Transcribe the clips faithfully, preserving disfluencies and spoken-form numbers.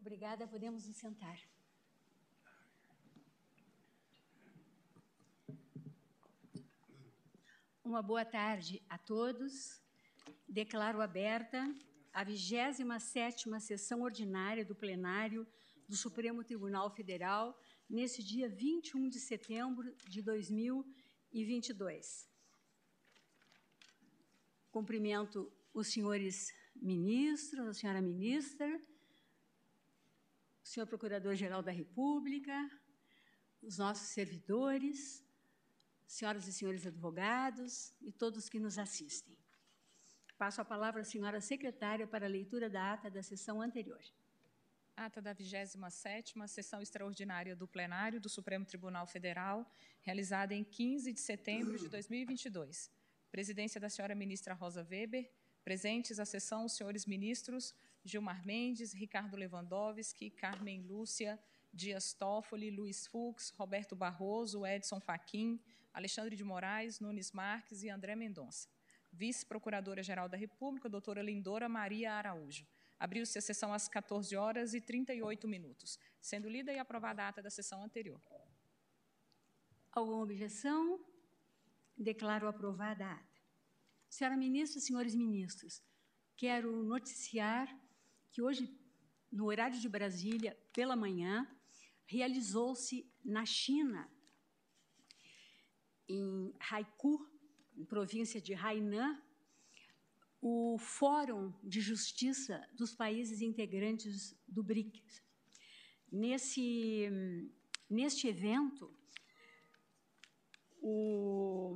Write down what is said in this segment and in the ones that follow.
Obrigada, podemos nos sentar. Uma boa tarde a todos. Declaro aberta a vigésima sétima sessão ordinária do plenário do Supremo Tribunal Federal, nesse dia vinte e um de setembro de dois mil e vinte e dois. Cumprimento os senhores ministros, a senhora ministra, o senhor Procurador-Geral da República, os nossos servidores, senhoras e senhores advogados e todos que nos assistem. Passo a palavra à senhora secretária para a leitura da ata da sessão anterior. Ata da vigésima sétima sessão extraordinária do plenário do Supremo Tribunal Federal, realizada em quinze de setembro de dois mil e vinte e dois. Presidência da senhora ministra Rosa Weber. Presentes à sessão os senhores ministros Gilmar Mendes, Ricardo Lewandowski, Carmen Lúcia, Dias Toffoli, Luiz Fux, Roberto Barroso, Edson Fachin, Alexandre de Moraes, Nunes Marques e André Mendonça. Vice-Procuradora-Geral da República, doutora Lindora Maria Araújo. Abriu-se a sessão às quatorze horas e trinta e oito minutos, sendo lida e aprovada a ata da sessão anterior. Alguma objeção? Declaro aprovada a ata. Senhora ministra, senhores ministros, quero noticiar que hoje, no horário de Brasília, pela manhã, realizou-se na China, em Haikou, em província de Hainan, o Fórum de Justiça dos países integrantes do BRICS. Nesse, neste evento, o,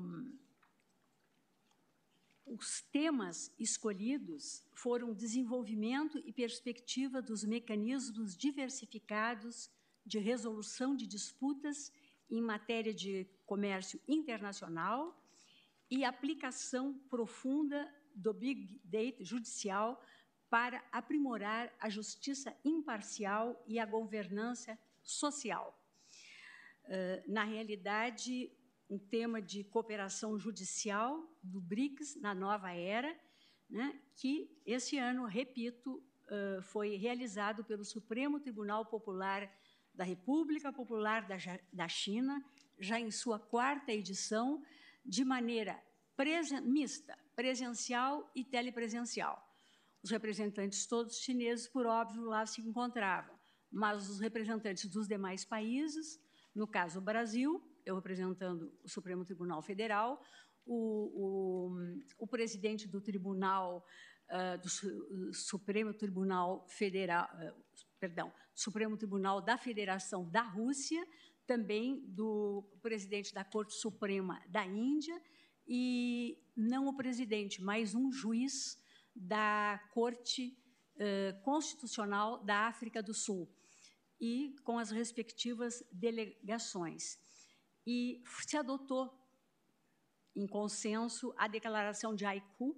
os temas escolhidos foram desenvolvimento e perspectiva dos mecanismos diversificados de resolução de disputas em matéria de comércio internacional e aplicação profunda do Big Data judicial para aprimorar a justiça imparcial e a governança social. Uh, na realidade, um tema de cooperação judicial do BRICS na nova era, né, que esse ano, repito, uh, foi realizado pelo Supremo Tribunal Popular da República Popular da, da China, já em sua quarta edição, de maneira presen mista, presencial e telepresencial. Os representantes todos chineses, por óbvio, lá se encontravam, mas os representantes dos demais países, no caso o Brasil, eu representando o Supremo Tribunal Federal, o, o, o presidente do Tribunal, uh, do Su Supremo Tribunal Federal, uh, perdão, Supremo Tribunal da Federação da Rússia, também do presidente da Corte Suprema da Índia, e não o presidente, mas um juiz da Corte uh, Constitucional da África do Sul, e com as respectivas delegações. E se adotou, em consenso, a declaração de Haikou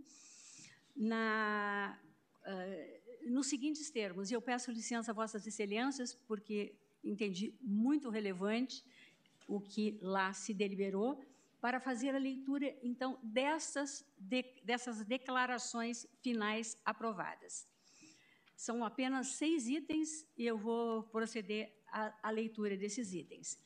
na, uh, nos seguintes termos. E eu peço licença a Vossas Excelências, porque entendi muito relevante o que lá se deliberou, para fazer a leitura, então, dessas, de, dessas declarações finais aprovadas. São apenas seis itens e eu vou proceder à, à leitura desses itens.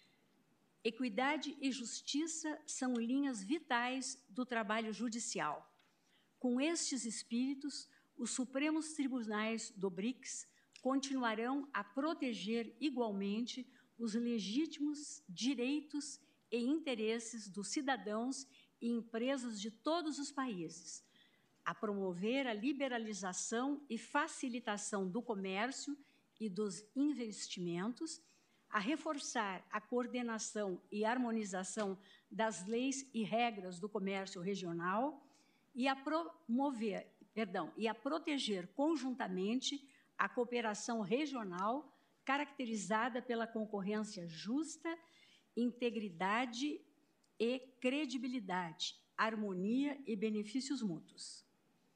Equidade e justiça são linhas vitais do trabalho judicial. Com estes espíritos, os Supremos Tribunais do BRICS continuarão a proteger igualmente os legítimos direitos e interesses dos cidadãos e empresas de todos os países, a promover a liberalização e facilitação do comércio e dos investimentos, a reforçar a coordenação e harmonização das leis e regras do comércio regional e a promover, perdão, e a proteger conjuntamente a cooperação regional caracterizada pela concorrência justa, integridade e credibilidade, harmonia e benefícios mútuos.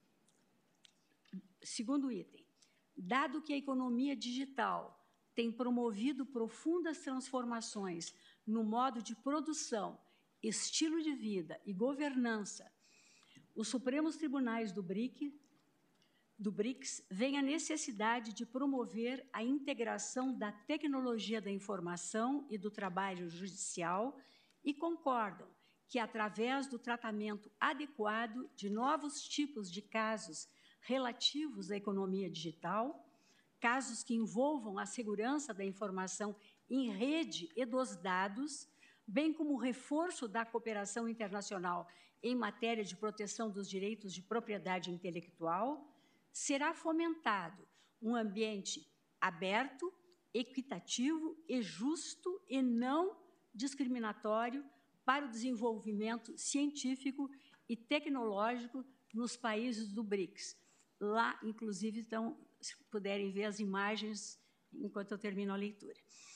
Segundo item, dado que a economia digital tem promovido profundas transformações no modo de produção, estilo de vida e governança, os Supremos Tribunais do BRIC do BRICS vem a necessidade de promover a integração da tecnologia da informação e do trabalho judicial e concordam que, através do tratamento adequado de novos tipos de casos relativos à economia digital, casos que envolvam a segurança da informação em rede e dos dados, bem como o reforço da cooperação internacional em matéria de proteção dos direitos de propriedade intelectual, será fomentado um ambiente aberto, equitativo e justo e não discriminatório para o desenvolvimento científico e tecnológico nos países do BRICS. Lá, inclusive, então, se puderem ver as imagens enquanto eu termino a leitura.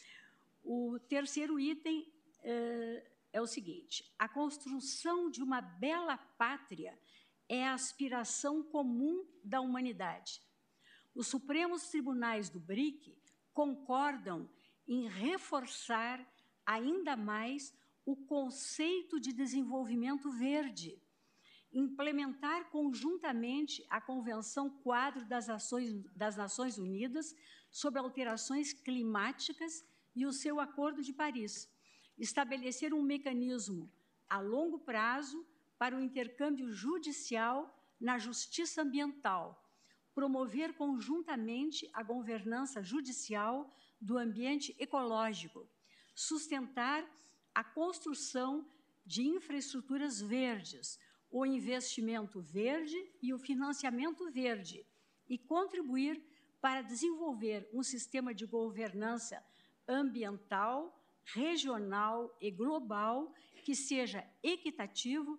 O terceiro item eh, é o seguinte: a construção de uma bela pátria é a aspiração comum da humanidade. Os Supremos Tribunais do BRIC concordam em reforçar ainda mais o conceito de desenvolvimento verde, implementar conjuntamente a Convenção Quadro das Nações, das Nações Unidas sobre alterações climáticas e o seu Acordo de Paris, estabelecer um mecanismo a longo prazo para o intercâmbio judicial na justiça ambiental, promover conjuntamente a governança judicial do ambiente ecológico, sustentar a construção de infraestruturas verdes, o investimento verde e o financiamento verde, e contribuir para desenvolver um sistema de governança ambiental, regional e global que seja equitativo,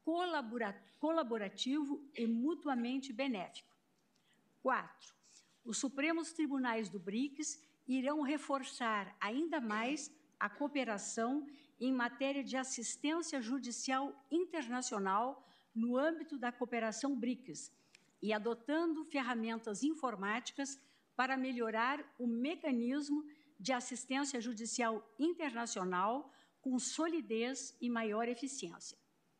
colaborativo e mutuamente benéfico. Quatro, os Supremos Tribunais do BRICS irão reforçar ainda mais a cooperação em matéria de assistência judicial internacional no âmbito da cooperação BRICS e adotando ferramentas informáticas para melhorar o mecanismo de assistência judicial internacional com solidez e maior eficiência.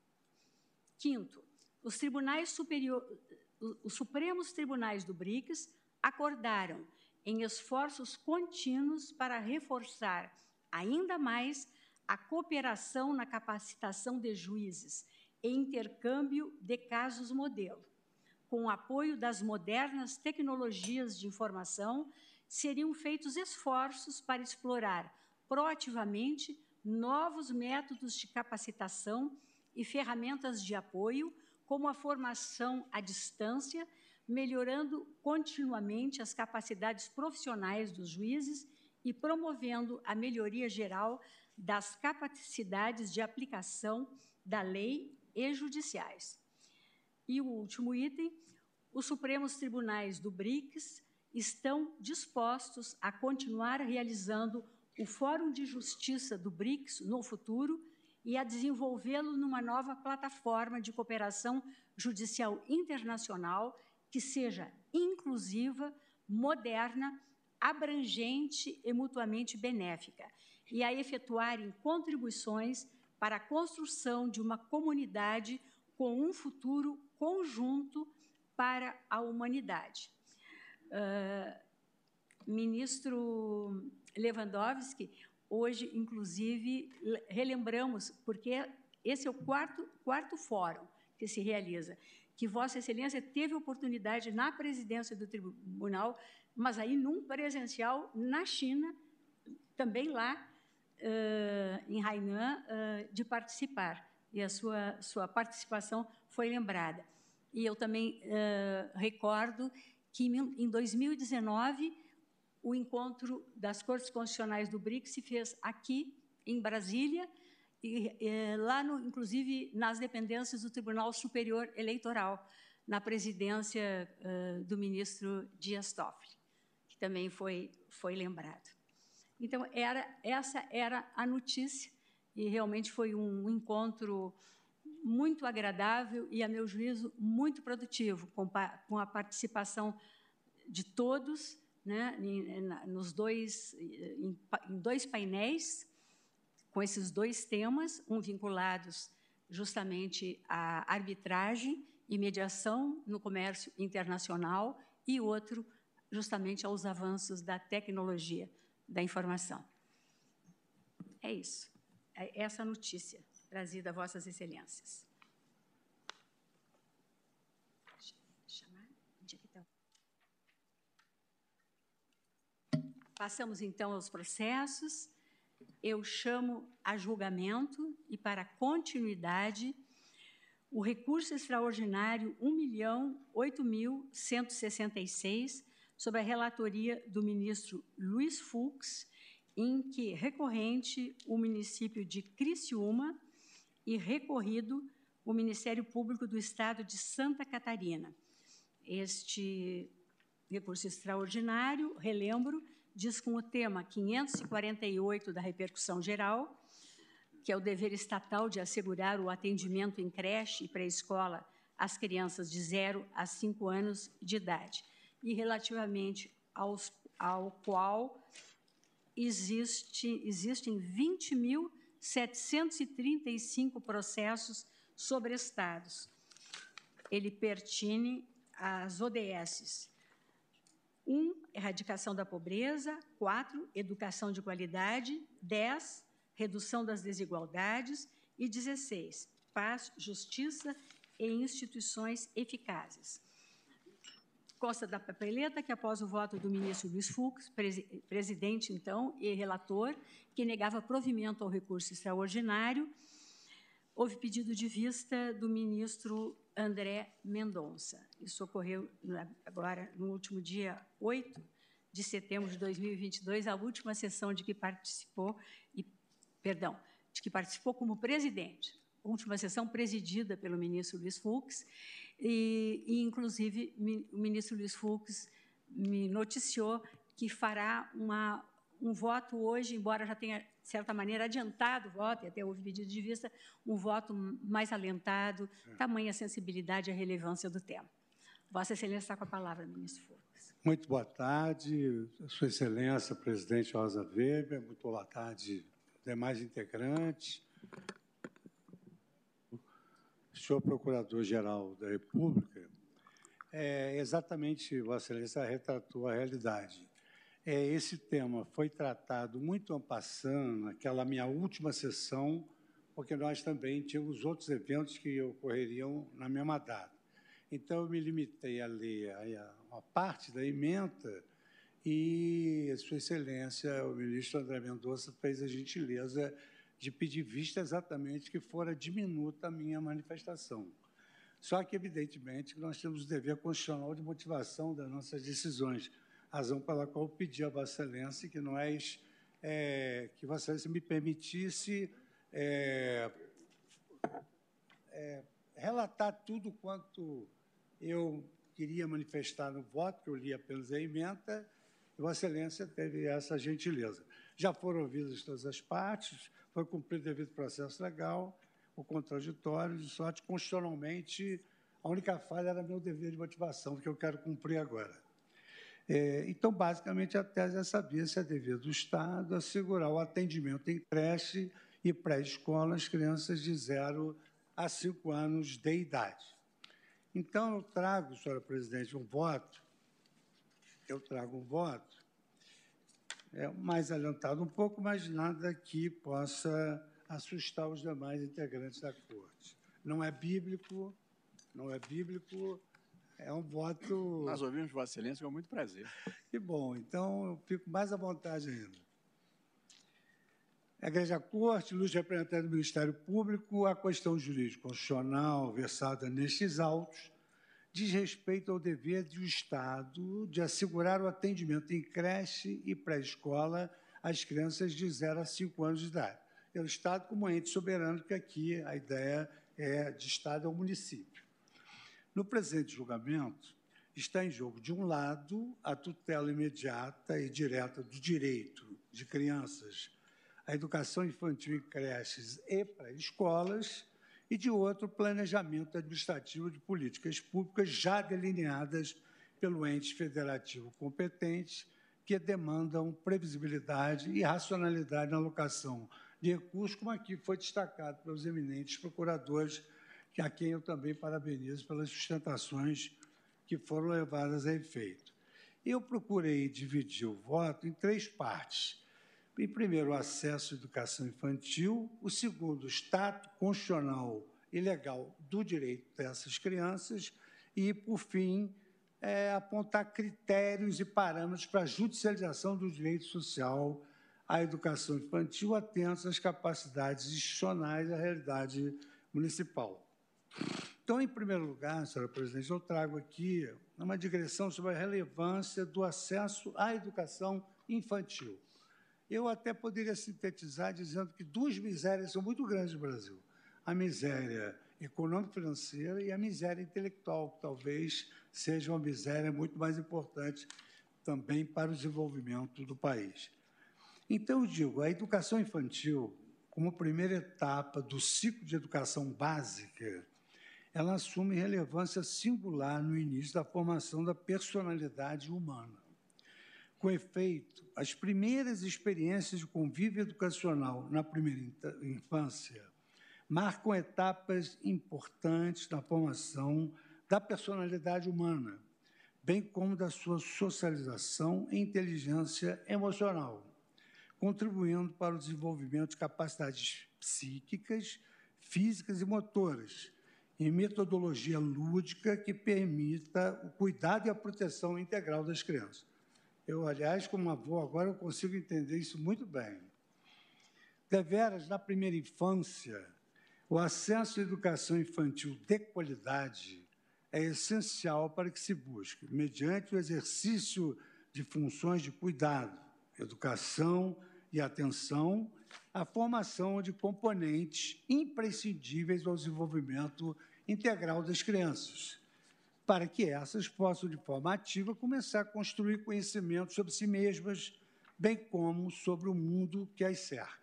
Quinto, os, tribunais superior, os Supremos Tribunais do BRICS acordaram em esforços contínuos para reforçar ainda mais a cooperação na capacitação de juízes e intercâmbio de casos modelo. Com o apoio das modernas tecnologias de informação, seriam feitos esforços para explorar proativamente novos métodos de capacitação e ferramentas de apoio, como a formação à distância, melhorando continuamente as capacidades profissionais dos juízes e promovendo a melhoria geral das capacidades de aplicação da lei e judiciais. E o último item, os Supremos Tribunais do BRICS estão dispostos a continuar realizando o Fórum de Justiça do BRICS no futuro e a desenvolvê-lo numa nova plataforma de cooperação judicial internacional que seja inclusiva, moderna, abrangente e mutuamente benéfica, e a efetuarem contribuições para a construção de uma comunidade com um futuro conjunto para a humanidade. Uh, ministro Lewandowski, hoje, inclusive, relembramos, porque esse é o quarto, quarto fórum que se realiza, que Vossa Excelência teve oportunidade na presidência do tribunal, mas aí num presencial na China, também lá uh, em Hainan, uh, de participar, e a sua, sua participação foi lembrada. E eu também uh, recordo que em dois mil e dezenove, o encontro das Cortes Constitucionais do BRICS se fez aqui, em Brasília, e, e lá, no, inclusive, nas dependências do Tribunal Superior Eleitoral, na presidência uh, do ministro Dias Toffoli, que também foi, foi lembrado. Então, era, essa era a notícia, e realmente foi um encontro muito agradável e, a meu juízo, muito produtivo, com, com a participação de todos, né, nos dois, em, em dois painéis, com esses dois temas, um vinculados justamente à arbitragem e mediação no comércio internacional, e outro, justamente, aos avanços da tecnologia da informação. É isso. É essa notícia trazida a Vossas Excelências. Passamos, então, aos processos. Eu chamo a julgamento e, para continuidade, o recurso extraordinário um milhão oito mil cento e sessenta e seis, sob a relatoria do ministro Luiz Fux, em que recorrente o município de Criciúma e recorrido o Ministério Público do Estado de Santa Catarina. Este recurso extraordinário, relembro, diz com o tema quinhentos e quarenta e oito da repercussão geral, que é o dever estatal de assegurar o atendimento em creche e pré-escola às crianças de zero a cinco anos de idade, e relativamente aos, ao qual existe, existem vinte mil setecentos e trinta e cinco processos sobrestados. Ele pertine às O D Ss. um, erradicação da pobreza. quatro, educação de qualidade. dez, redução das desigualdades. E dezesseis, paz, justiça e instituições eficazes. Consta da papeleta que, após o voto do ministro Luiz Fux, presidente, então, e relator, que negava provimento ao recurso extraordinário, houve pedido de vista do ministro André Mendonça. Isso ocorreu agora, no último dia oito de setembro de dois mil e vinte e dois, a última sessão de que participou, e, perdão, de que participou como presidente, a última sessão presidida pelo ministro Luiz Fux, e, e inclusive, o ministro Luiz Fux me noticiou que fará uma, um voto hoje, embora já tenha, de certa maneira, adiantado o voto, e até houve pedido de vista, um voto mais alentado, é. Tamanha sensibilidade e a relevância do tema. Vossa Excelência está com a palavra, ministro Fux. Muito boa tarde, Sua Excelência, presidente Rosa Weber, muito boa tarde, demais integrantes, senhor Procurador-Geral da República. É, exatamente, Vossa Excelência retratou a realidade. É, esse tema foi tratado muito en passant naquela minha última sessão, porque nós também tínhamos outros eventos que ocorreriam na mesma data. Então, eu me limitei a ler uma parte da ementa e Sua Excelência, o ministro André Mendonça, fez a gentileza de pedir vista exatamente que fora diminuta a minha manifestação. Só que, evidentemente, nós temos o dever constitucional de motivação das nossas decisões, razão pela qual eu pedi a Vossa Excelência que nós, é, que Vossa Excelência me permitisse é, é, relatar tudo quanto eu queria manifestar no voto, que eu li apenas a ementa, e Vossa Excelência teve essa gentileza. Já foram ouvidas todas as partes, foi cumprido o devido processo legal, o contraditório, de sorte, constitucionalmente, a única falha era meu dever de motivação, que eu quero cumprir agora. É, então, basicamente, a tese é saber se é dever do Estado assegurar o atendimento em creche e pré-escola às crianças de zero a cinco anos de idade. Então, eu trago, senhora presidente, um voto, eu trago um voto, é, mais adiantado um pouco, mas nada que possa assustar os demais integrantes da Corte. Não é bíblico, não é bíblico, é um voto... Nós ouvimos Vossa Excelência com muito prazer. Que bom, então eu fico mais à vontade ainda. A Igreja Corte, luz representante do Ministério Público, a questão jurídico-constitucional versada nestes autos diz respeito ao dever do Estado de assegurar o atendimento em creche e pré-escola às crianças de zero a cinco anos de idade. É o Estado como ente soberano, que aqui a ideia é de Estado ao município. No presente julgamento, está em jogo, de um lado, a tutela imediata e direta do direito de crianças à educação infantil em creches e pré-escolas, e, de outro, o planejamento administrativo de políticas públicas já delineadas pelo ente federativo competente, que demandam previsibilidade e racionalidade na alocação de recursos, como aqui foi destacado pelos eminentes procuradores a quem eu também parabenizo pelas sustentações que foram levadas a efeito. Eu procurei dividir o voto em três partes. Em primeiro, o acesso à educação infantil. O segundo, o status constitucional e legal do direito dessas crianças. E, por fim, é, apontar critérios e parâmetros para a judicialização do direito social à educação infantil, atentos às capacidades institucionais da realidade municipal. Então, em primeiro lugar, senhora presidente, eu trago aqui uma digressão sobre a relevância do acesso à educação infantil. Eu até poderia sintetizar dizendo que duas misérias são muito grandes no Brasil. A miséria econômico-financeira e a miséria intelectual, que talvez seja uma miséria muito mais importante também para o desenvolvimento do país. Então, eu digo, a educação infantil, como primeira etapa do ciclo de educação básica, ela assume relevância singular no início da formação da personalidade humana. Com efeito, as primeiras experiências de convívio educacional na primeira infância marcam etapas importantes na formação da personalidade humana, bem como da sua socialização e inteligência emocional, contribuindo para o desenvolvimento de capacidades psíquicas, físicas e motoras, em metodologia lúdica que permita o cuidado e a proteção integral das crianças. Eu, aliás, como avô, agora eu consigo entender isso muito bem. Deveras, na primeira infância, o acesso à educação infantil de qualidade é essencial para que se busque, mediante o exercício de funções de cuidado, educação e atenção, a formação de componentes imprescindíveis ao desenvolvimento integral das crianças, para que essas possam, de forma ativa, começar a construir conhecimento sobre si mesmas, bem como sobre o mundo que as cerca.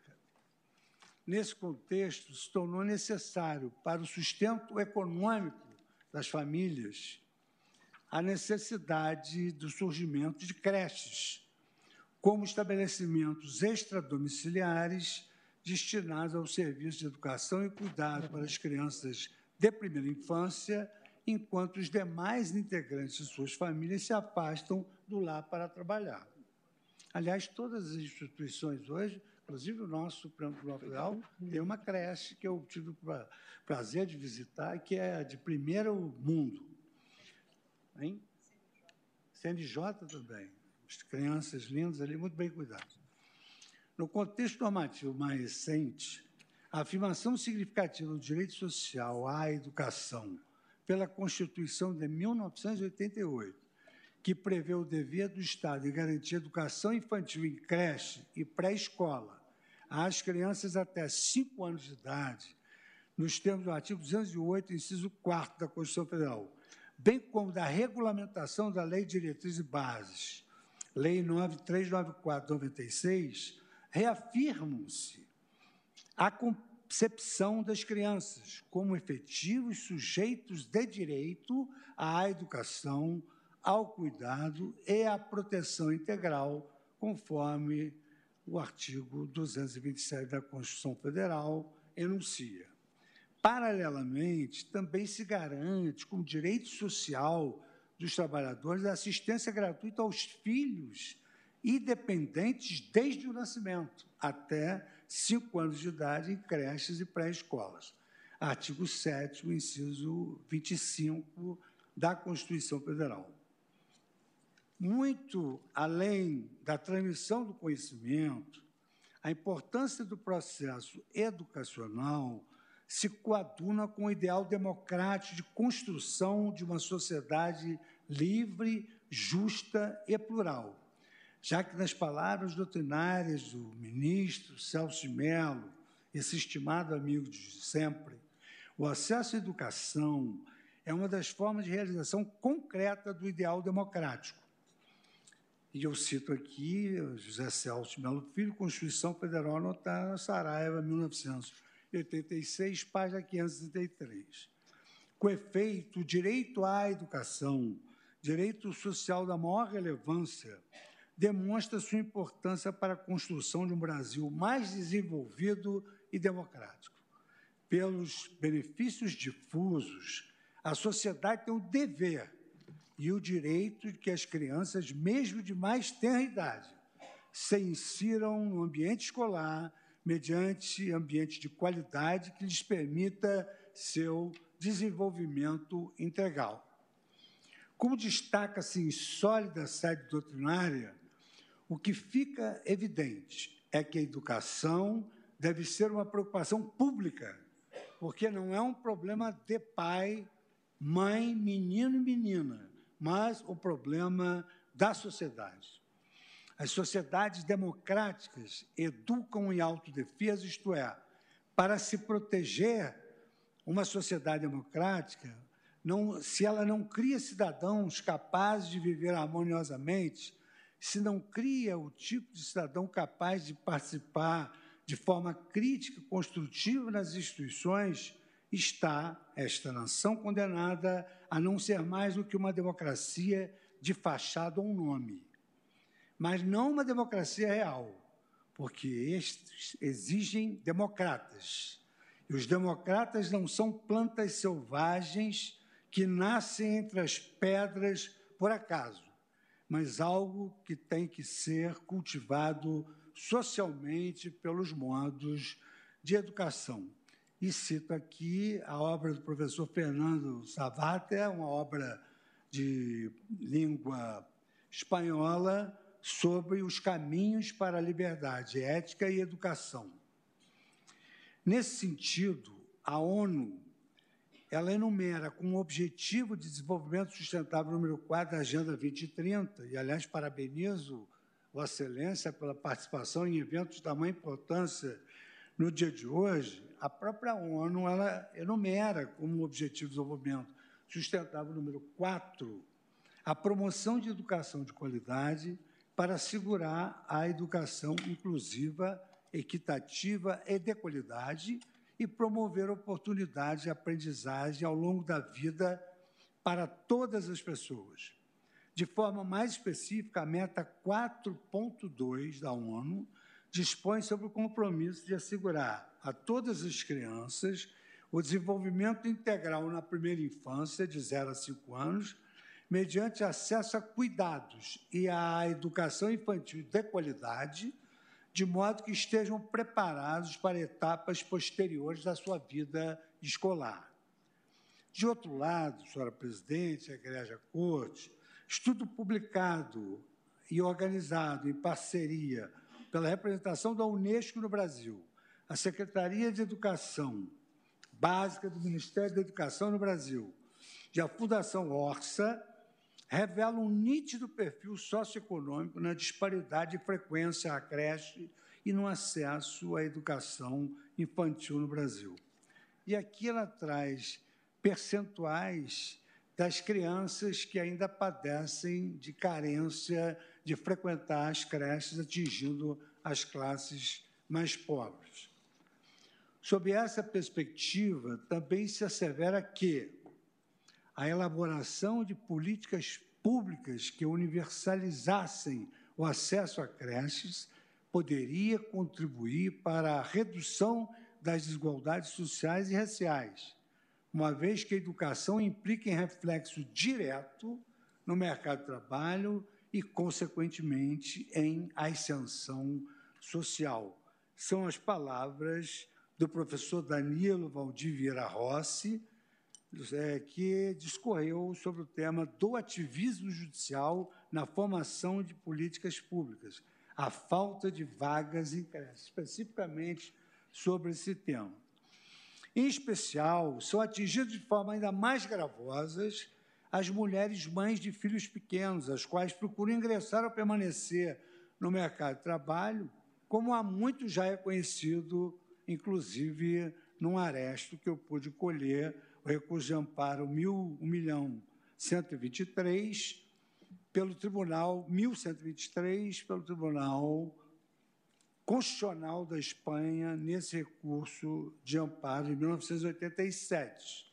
Nesse contexto, se tornou necessário, para o sustento econômico das famílias, a necessidade do surgimento de creches, como estabelecimentos extradomiciliares destinados ao serviço de educação e cuidado para as crianças de primeira infância, enquanto os demais integrantes de suas famílias se afastam do lar para trabalhar. Aliás, todas as instituições hoje, inclusive o nosso Supremo Tribunal Federal, tem uma creche que eu tive o prazer de visitar, que é de primeiro mundo. Hein? C N J também. As crianças lindas ali, muito bem cuidadas. No contexto normativo mais recente, a afirmação significativa do direito social à educação pela Constituição de mil novecentos e oitenta e oito, que prevê o dever do Estado em garantir educação infantil em creche e pré-escola às crianças até cinco anos de idade, nos termos do artigo duzentos e oito, inciso quarto da Constituição Federal, bem como da regulamentação da Lei de Diretrizes e Bases, Lei nove mil trezentos e noventa e quatro de noventa e seis, reafirmam-se a concepção das crianças como efetivos sujeitos de direito à educação, ao cuidado e à proteção integral, conforme o artigo duzentos e vinte e sete da Constituição Federal enuncia. Paralelamente, também se garante, como direito social dos trabalhadores, a assistência gratuita aos filhos e dependentes desde o nascimento, até cinco anos de idade, em creches e pré-escolas. Artigo sétimo, inciso vinte e cinco da Constituição Federal. Muito além da transmissão do conhecimento, a importância do processo educacional se coaduna com o ideal democrático de construção de uma sociedade livre, justa e plural, já que, nas palavras doutrinárias do ministro Celso de Mello, esse estimado amigo de sempre, o acesso à educação é uma das formas de realização concreta do ideal democrático. E eu cito aqui José Celso de Mello Filho, Constituição Federal anotada, Saraiva, mil novecentos e oitenta e seis, página quinhentos e trinta e três. Com efeito, o direito à educação, direito social da maior relevância, demonstra sua importância para a construção de um Brasil mais desenvolvido e democrático. pelos benefícios difusos, a sociedade tem o dever e o direito de que as crianças, mesmo de mais tenra idade, se insiram no ambiente escolar mediante ambiente de qualidade que lhes permita seu desenvolvimento integral. Como destaca-se em sólida sede doutrinária, o que fica evidente é que a educação deve ser uma preocupação pública, porque não é um problema de pai, mãe, menino e menina, mas o problema da sociedade. As sociedades democráticas educam em autodefesa, isto é, para se proteger, uma sociedade democrática, não, se ela não cria cidadãos capazes de viver harmoniosamente, se não cria o tipo de cidadão capaz de participar de forma crítica e construtiva nas instituições, está esta nação condenada a não ser mais do que uma democracia de fachada ou um nome. Mas não uma democracia real, porque estes exigem democratas. E os democratas não são plantas selvagens que nascem entre as pedras por acaso, mas algo que tem que ser cultivado socialmente pelos modos de educação. E cito aqui a obra do professor Fernando Savater, uma obra de língua espanhola, sobre os caminhos para a liberdade, ética e educação. Nesse sentido, a ONU ela enumera como objetivo de desenvolvimento sustentável número quatro da Agenda vinte trinta, e, aliás, parabenizo Vossa Excelência pela participação em eventos de tamanha importância no dia de hoje, a própria ONU ela enumera como objetivo de desenvolvimento sustentável número quatro a promoção de educação de qualidade para assegurar a educação inclusiva, equitativa e de qualidade e promover oportunidades de aprendizagem ao longo da vida para todas as pessoas. De forma mais específica, a meta quatro ponto dois da ONU dispõe sobre o compromisso de assegurar a todas as crianças o desenvolvimento integral na primeira infância, de zero a cinco anos, mediante acesso a cuidados e à educação infantil de qualidade, de modo que estejam preparados para etapas posteriores da sua vida escolar. De outro lado, senhora presidente, egrégia corte, estudo publicado e organizado em parceria pela representação da Unesco no Brasil, a Secretaria de Educação Básica do Ministério da Educação no Brasil e a Fundação Orça, revela um nítido perfil socioeconômico na disparidade de frequência à creche e no acesso à educação infantil no Brasil. E aqui ela traz percentuais das crianças que ainda padecem de carência de frequentar as creches, atingindo as classes mais pobres. Sob essa perspectiva, também se assevera que a elaboração de políticas públicas que universalizassem o acesso a creches poderia contribuir para a redução das desigualdades sociais e raciais, uma vez que a educação implica em reflexo direto no mercado de trabalho e, consequentemente, em ascensão social. São as palavras do professor Danilo Valdir Vieira Rossi, É, que discorreu sobre o tema do ativismo judicial na formação de políticas públicas, a falta de vagas em creches, especificamente sobre esse tema. Em especial, são atingidas de forma ainda mais gravosas as mulheres mães de filhos pequenos, as quais procuram ingressar ou permanecer no mercado de trabalho, como há muito já é conhecido, inclusive num aresto que eu pude colher, o recurso de amparo um milhão cento e vinte e três, pelo Tribunal mil cento e vinte e três, pelo Tribunal Constitucional da Espanha, nesse recurso de amparo de mil novecentos e oitenta e sete.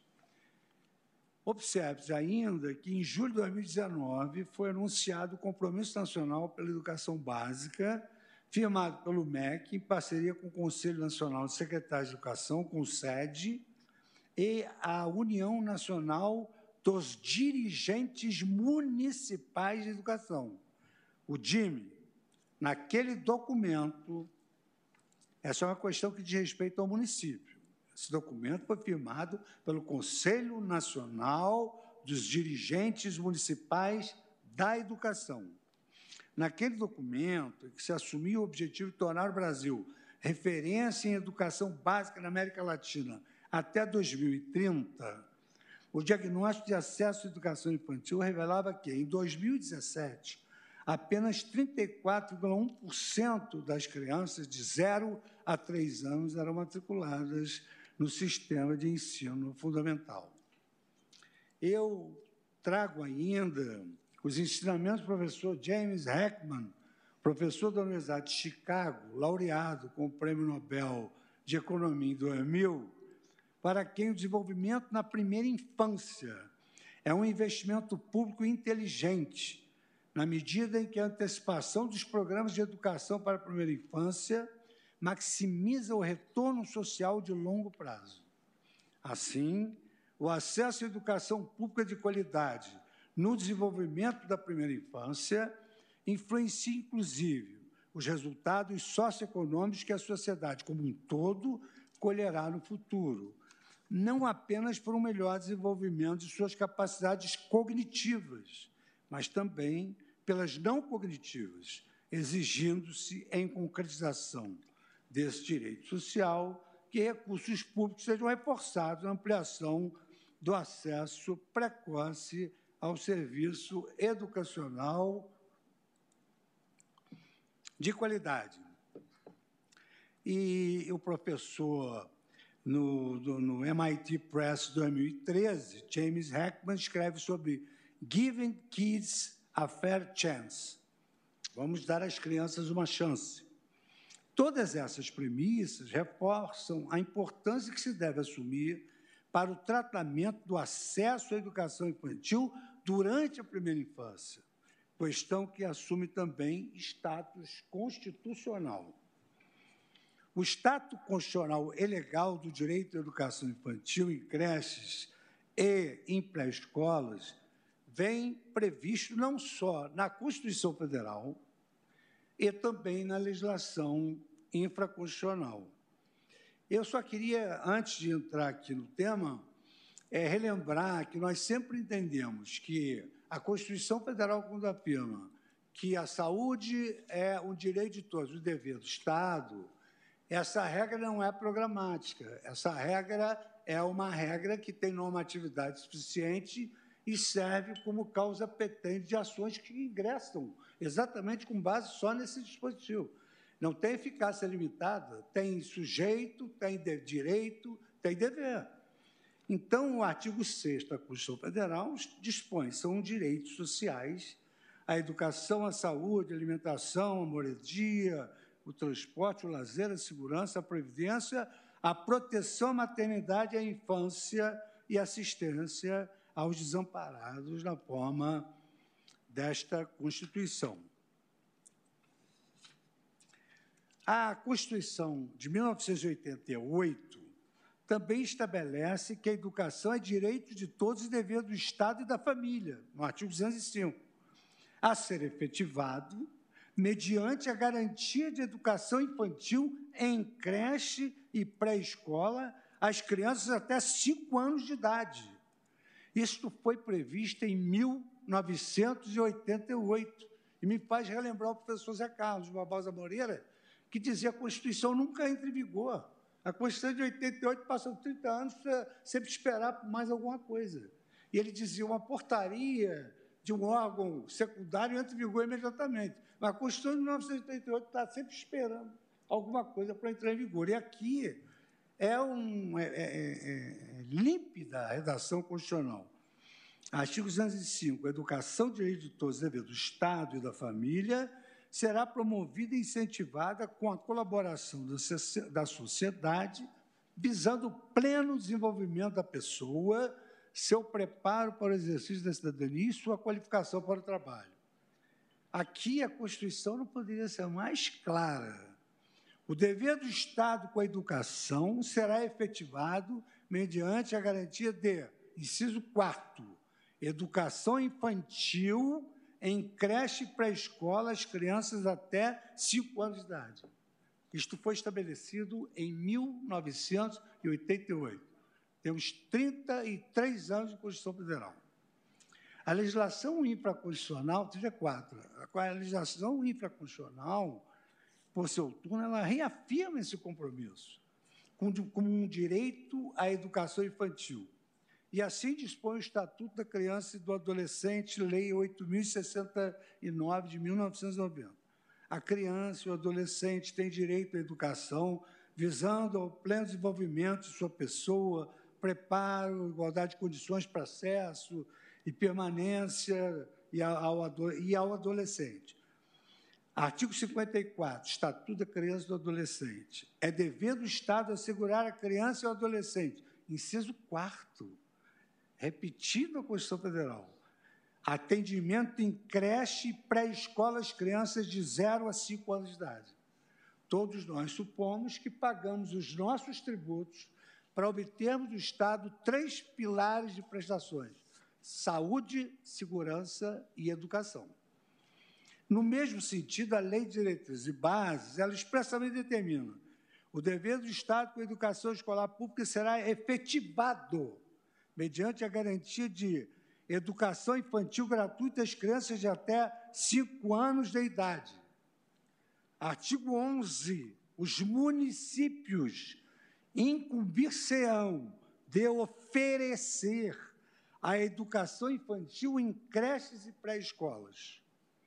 Observe-se ainda que, em julho de dois mil e dezenove, foi anunciado o Compromisso Nacional pela Educação Básica, firmado pelo M E C, em parceria com o Conselho Nacional de Secretários de Educação, com sede, e a União Nacional dos Dirigentes Municipais de Educação, o D I M. Naquele documento, essa é uma questão que diz respeito ao município. Esse documento foi firmado pelo Conselho Nacional dos Dirigentes Municipais da Educação. Naquele documento, que se assumia o objetivo de tornar o Brasil referência em educação básica na América Latina até dois mil e trinta, o diagnóstico de acesso à educação infantil revelava que, em dois mil e dezessete, apenas trinta e quatro vírgula um por cento das crianças de zero a três anos eram matriculadas no sistema de ensino fundamental. Eu trago ainda os ensinamentos do professor James Heckman, professor da Universidade de Chicago, laureado com o Prêmio Nobel de Economia em dois mil, para quem o desenvolvimento na primeira infância é um investimento público inteligente, na medida em que a antecipação dos programas de educação para a primeira infância maximiza o retorno social de longo prazo. Assim, o acesso à educação pública de qualidade no desenvolvimento da primeira infância influencia, inclusive, os resultados socioeconômicos que a sociedade como um todo colherá no futuro, não apenas por um melhor desenvolvimento de suas capacidades cognitivas, mas também pelas não cognitivas, exigindo-se, em concretização desse direito social, que recursos públicos sejam reforçados na ampliação do acesso precoce ao serviço educacional de qualidade. E o professor, no, no, no M I T Press dois mil e treze, James Heckman, escreve sobre Giving Kids a Fair Chance. Vamos dar às crianças uma chance. Todas essas premissas reforçam a importância que se deve assumir para o tratamento do acesso à educação infantil durante a primeira infância, questão que assume também status constitucional. O status constitucional e legal do direito à educação infantil em creches e em pré-escolas vem previsto não só na Constituição Federal e também na legislação infraconstitucional. Eu só queria, antes de entrar aqui no tema, é relembrar que nós sempre entendemos que a Constituição Federal, quando afirma que a saúde é um direito de todos, o dever do Estado, essa regra não é programática, essa regra é uma regra que tem normatividade suficiente e serve como causa petente de ações que ingressam exatamente com base só nesse dispositivo. Não tem eficácia limitada, tem sujeito, tem de direito, tem dever. Então, o artigo sexto da Constituição Federal dispõe, são direitos sociais, a educação, a saúde, a alimentação, a moradia, o transporte, o lazer, a segurança, a previdência, a proteção à maternidade, à infância e assistência aos desamparados na forma desta Constituição. A Constituição de mil novecentos e oitenta e oito também estabelece que a educação é direito de todos e dever do Estado e da família, no artigo duzentos e cinco, a ser efetivado mediante a garantia de educação infantil em creche e pré-escola às crianças até cinco anos de idade. Isto foi previsto em mil novecentos e oitenta e oito, e me faz relembrar o professor Zé Carlos Barbosa Moreira, que dizia que a Constituição nunca entra em vigor. A Constituição de oitenta e oito passou trinta anos para sempre esperar por mais alguma coisa. E ele dizia, uma portaria de um órgão secundário entra em vigor imediatamente. Mas a Constituição de mil novecentos e oitenta e oito está sempre esperando alguma coisa para entrar em vigor. E aqui é, um, é, é, é límpida a redação constitucional. Artigo duzentos e cinco, a educação, direito de todos, dever do Estado e da família, será promovida e incentivada com a colaboração da sociedade, visando o pleno desenvolvimento da pessoa, seu preparo para o exercício da cidadania e sua qualificação para o trabalho. Aqui a Constituição não poderia ser mais clara. O dever do Estado com a educação será efetivado mediante a garantia de, inciso quarto, educação infantil em creche e pré-escola às crianças até cinco anos de idade. Isto foi estabelecido em mil novecentos e oitenta e oito. Temos trinta e três anos de Constituição Federal. A legislação infraconstitucional, veja quatro, a legislação infraconstitucional, por seu turno, ela reafirma esse compromisso como um direito à educação infantil. E assim dispõe o Estatuto da Criança e do Adolescente, Lei oito mil e sessenta e nove, de mil novecentos e noventa. A criança e o adolescente têm direito à educação, visando ao pleno desenvolvimento de sua pessoa, preparo, igualdade de condições para acesso e permanência e ao, e ao adolescente. Artigo cinquenta e quatro, Estatuto da Criança e do Adolescente. É dever do Estado assegurar à criança e ao adolescente, inciso quarto, repetindo a Constituição Federal, atendimento em creche e pré-escola às crianças de zero a cinco anos de idade. Todos nós supomos que pagamos os nossos tributos para obtermos do Estado três pilares de prestações: saúde, segurança e educação. No mesmo sentido, a Lei de Diretrizes e Bases, ela expressamente determina: o dever do Estado com a educação escolar pública será efetivado mediante a garantia de educação infantil gratuita às crianças de até cinco anos de idade. Artigo onze. Os municípios incumbir-se-ão de oferecer a educação infantil em creches e pré-escolas.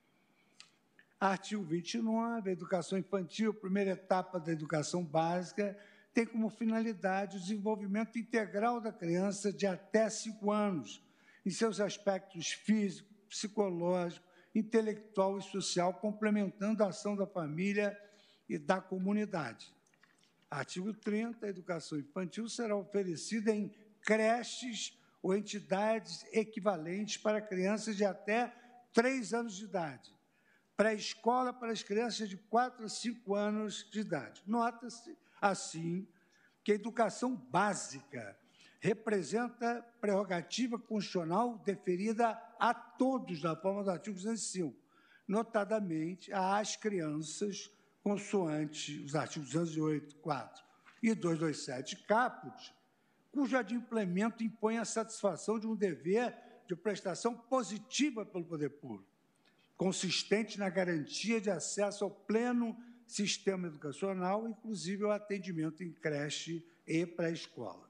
Artigo vinte e nove, a educação infantil, primeira etapa da educação básica, tem como finalidade o desenvolvimento integral da criança de até cinco anos, em seus aspectos físico, psicológico, intelectual e social, complementando a ação da família e da comunidade. Artigo trinta, a educação infantil será oferecida em creches ou entidades equivalentes para crianças de até três anos de idade. Pré-escola para as crianças de quatro a cinco anos de idade. Nota-se, assim, que a educação básica representa prerrogativa constitucional deferida a todos, na forma do artigo duzentos e cinco, notadamente às crianças, consoante os artigos duzentos e oito, quatro e duzentos e vinte e sete caput, cujo adimplemento impõe a satisfação de um dever de prestação positiva pelo poder público, consistente na garantia de acesso ao pleno sistema educacional, inclusive ao atendimento em creche e pré-escola.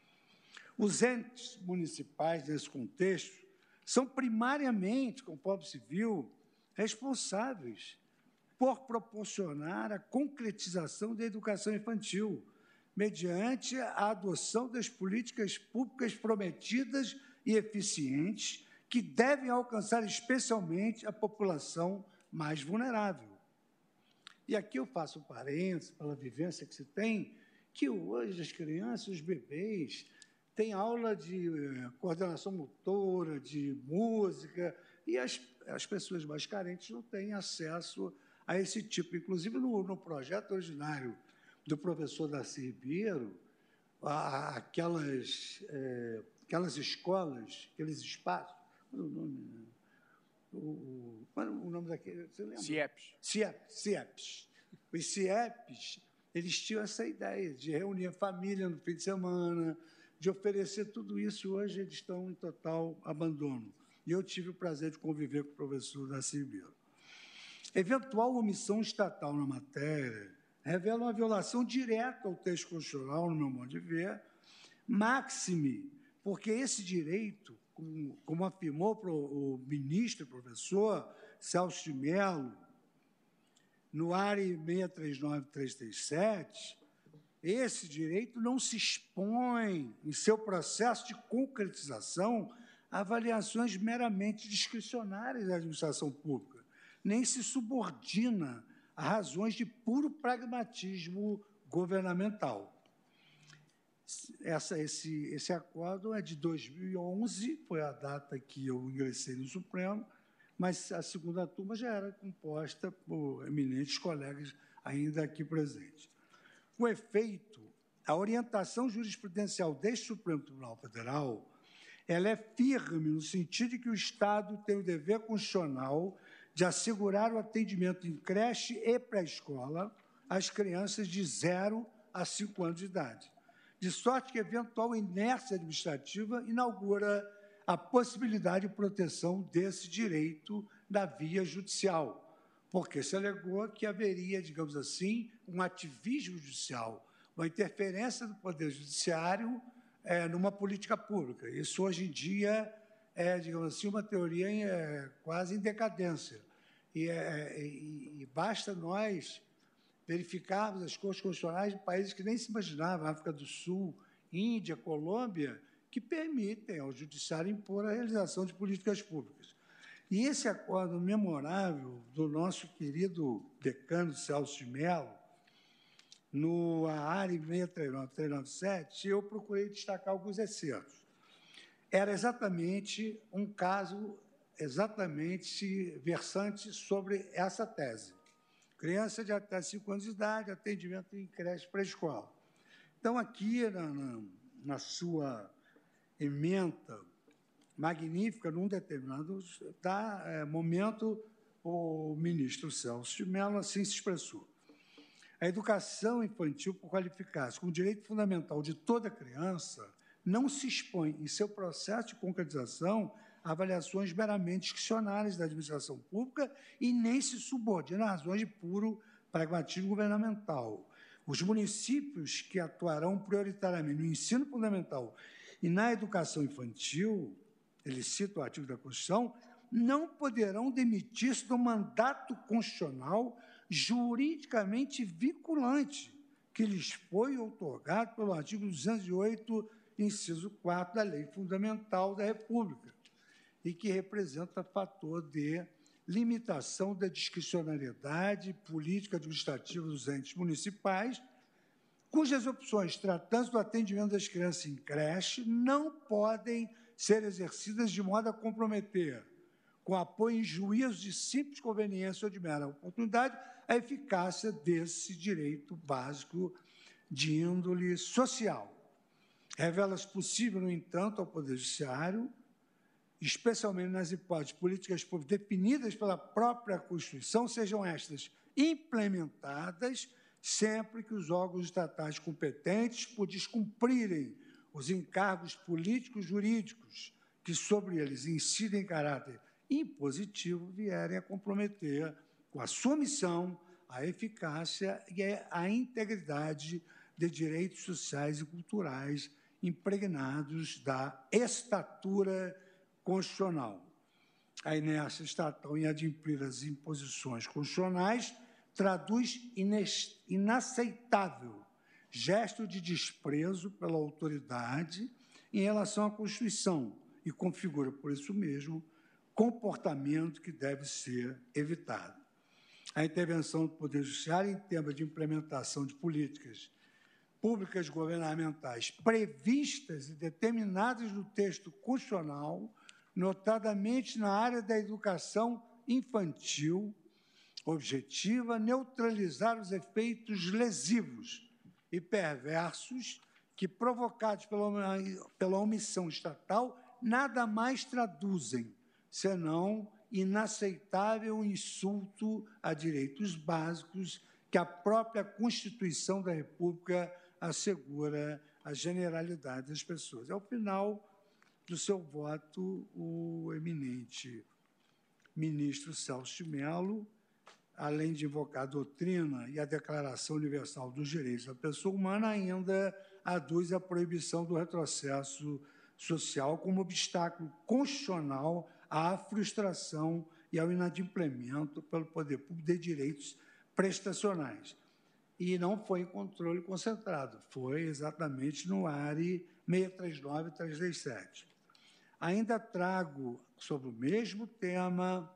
Os entes municipais, nesse contexto, são primariamente, conforme se viu, responsáveis por proporcionar a concretização da educação infantil, mediante a adoção das políticas públicas prometidas e eficientes, que devem alcançar especialmente a população mais vulnerável. E aqui eu faço um parênteses pela vivência que se tem, que hoje as crianças, os bebês, têm aula de eh, coordenação motora, de música, e as, as pessoas mais carentes não têm acesso a esse tipo. Inclusive, no, no projeto originário do professor Darcy Ribeiro, a, aquelas, é, aquelas escolas, aqueles espaços, qual é o nome? O, qual é o nome daquele? Você lembra? CIEPs. CIEPs. CIEPs. Os CIEPs, eles tinham essa ideia de reunir a família no fim de semana, de oferecer tudo isso. Hoje eles estão em total abandono. E eu tive o prazer de conviver com o professor Darcy Ribeiro. Eventual omissão estatal na matéria revela uma violação direta ao texto constitucional, no meu modo de ver, máxime, porque esse direito, como, como afirmou o ministro e professor Celso de Mello, no A R I seis três nove três três sete, esse direito não se expõe, em seu processo de concretização, a avaliações meramente discricionárias da administração pública, nem se subordina a razões de puro pragmatismo governamental. Essa, esse, esse acordo é de dois mil e onze, foi a data que eu ingressei no Supremo, mas a segunda turma já era composta por eminentes colegas ainda aqui presentes. Com efeito, a orientação jurisprudencial deste Supremo Tribunal Federal ela é firme no sentido de que o Estado tem o dever constitucional de assegurar o atendimento em creche e pré-escola às crianças de zero a cinco anos de idade, de sorte que eventual inércia administrativa inaugura a possibilidade de proteção desse direito na via judicial, porque se alegou que haveria, digamos assim, um ativismo judicial, uma interferência do Poder Judiciário é, numa política pública. Isso, hoje em dia, é, digamos assim, uma teoria em, é, quase em decadência. E, é, e, e basta nós verificarmos as cortes constitucionais de países que nem se imaginavam, África do Sul, Índia, Colômbia, que permitem ao judiciário impor a realização de políticas públicas. E esse acordo memorável do nosso querido decano Celso de Mello, no A R I seis três nove três nove sete, eu procurei destacar alguns excertos. Era exatamente um caso, exatamente versante sobre essa tese. Criança de até cinco anos de idade, atendimento em creche pré-escola. Então, aqui, na, na, na sua ementa magnífica, num determinado tá, é, momento, o ministro Celso de Mello assim se expressou. A educação infantil, por qualificar-se como direito fundamental de toda criança, não se expõe, em seu processo de concretização, a avaliações meramente discricionárias da administração pública e nem se subordina a razões de puro pragmatismo governamental. Os municípios que atuarão prioritariamente no ensino fundamental e na educação infantil, ele cita o artigo da Constituição, não poderão demitir-se do mandato constitucional juridicamente vinculante, que lhes foi outorgado pelo artigo duzentos e oito, inciso quatro da Lei Fundamental da República, e que representa fator de limitação da discricionariedade política administrativa dos entes municipais, cujas opções, tratando do atendimento das crianças em creche, não podem ser exercidas de modo a comprometer, com apoio em juízo de simples conveniência ou de mera oportunidade, a eficácia desse direito básico de índole social. Revela-se possível, no entanto, ao Poder Judiciário, especialmente nas hipóteses de políticas públicas definidas pela própria Constituição, sejam estas implementadas sempre que os órgãos estatais competentes, por descumprirem os encargos políticos jurídicos que sobre eles incidem em caráter impositivo, vierem a comprometer com a sua missão a eficácia e a integridade de direitos sociais e culturais impregnados da estatura constitucional. A inércia estatal em adimplir as imposições constitucionais traduz inaceitável gesto de desprezo pela autoridade em relação à Constituição e configura, por isso mesmo, comportamento que deve ser evitado. A intervenção do Poder Judiciário em temas de implementação de políticas públicas governamentais previstas e determinadas no texto constitucional, notadamente na área da educação infantil, objetiva neutralizar os efeitos lesivos e perversos que, provocados pela, pela omissão estatal, nada mais traduzem, senão inaceitável insulto a direitos básicos que a própria Constituição da República assegura a generalidade das pessoas. Ao final do seu voto, o eminente ministro Celso de Mello, além de invocar a doutrina e a Declaração Universal dos Direitos da Pessoa Humana, ainda aduz a proibição do retrocesso social como obstáculo constitucional à frustração e ao inadimplemento pelo poder público de direitos prestacionais. E não foi em controle concentrado, foi exatamente no A R I seis três nove três três sete. Ainda trago sobre o mesmo tema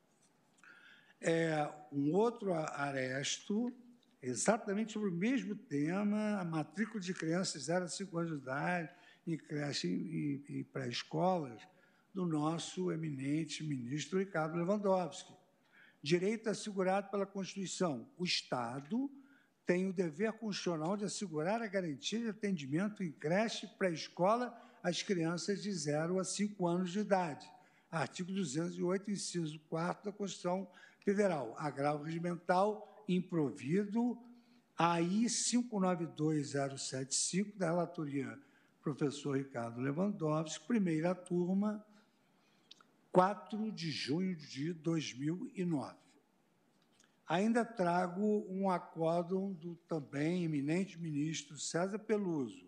é, um outro aresto, exatamente sobre o mesmo tema, a matrícula de crianças de zero a cinco anos de idade, em creche e, e pré-escolas, do nosso eminente ministro Ricardo Lewandowski. Direito assegurado pela Constituição. O Estado tem o dever constitucional de assegurar a garantia de atendimento em creche pré-escola às crianças de zero a cinco anos de idade. Artigo duzentos e oito, inciso quarto da Constituição Federal. Agravo regimental improvido, A I cinco nove dois zero sete cinco, da relatoria professor Ricardo Lewandowski, primeira turma, quatro de junho de dois mil e nove. Ainda trago um acórdão do também eminente ministro César Peluso,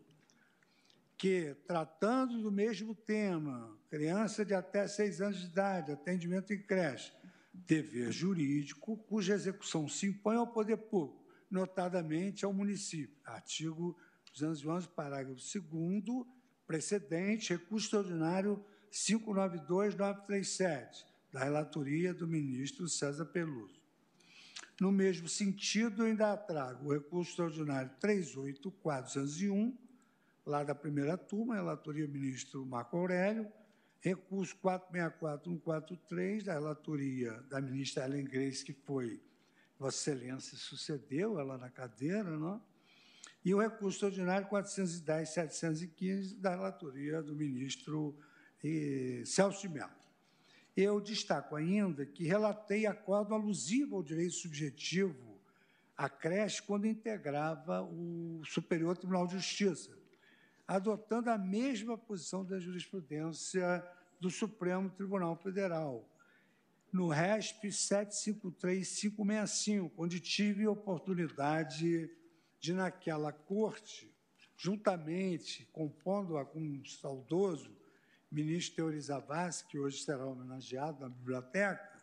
que, tratando do mesmo tema, criança de até seis anos de idade, atendimento em creche, dever jurídico, cuja execução se impõe ao poder público, notadamente ao município. Artigo duzentos e onze, parágrafo segundo, precedente, recurso extraordinário cinco nove dois nove três sete, da relatoria do ministro César Peluso. No mesmo sentido, ainda trago o recurso extraordinário três oito quatro zero zero um, lá da primeira turma, relatoria do ministro Marco Aurélio, recurso quatro seis quatro um quatro três, da relatoria da ministra Ellen Grace, que foi, Vossa Excelência sucedeu ela na cadeira, não? E o recurso extraordinário quatrocentos e dez setecentos e quinze, da relatoria do ministro eh, Celso de Mello. Eu destaco ainda que relatei acórdão alusivo ao direito subjetivo à creche quando integrava o Superior Tribunal de Justiça, adotando a mesma posição da jurisprudência do Supremo Tribunal Federal, no R E S P sete cinco três cinco seis cinco, onde tive a oportunidade de, naquela corte, juntamente, compondo-a com um saudoso ministro Teori Zavascki, que hoje será homenageado na biblioteca,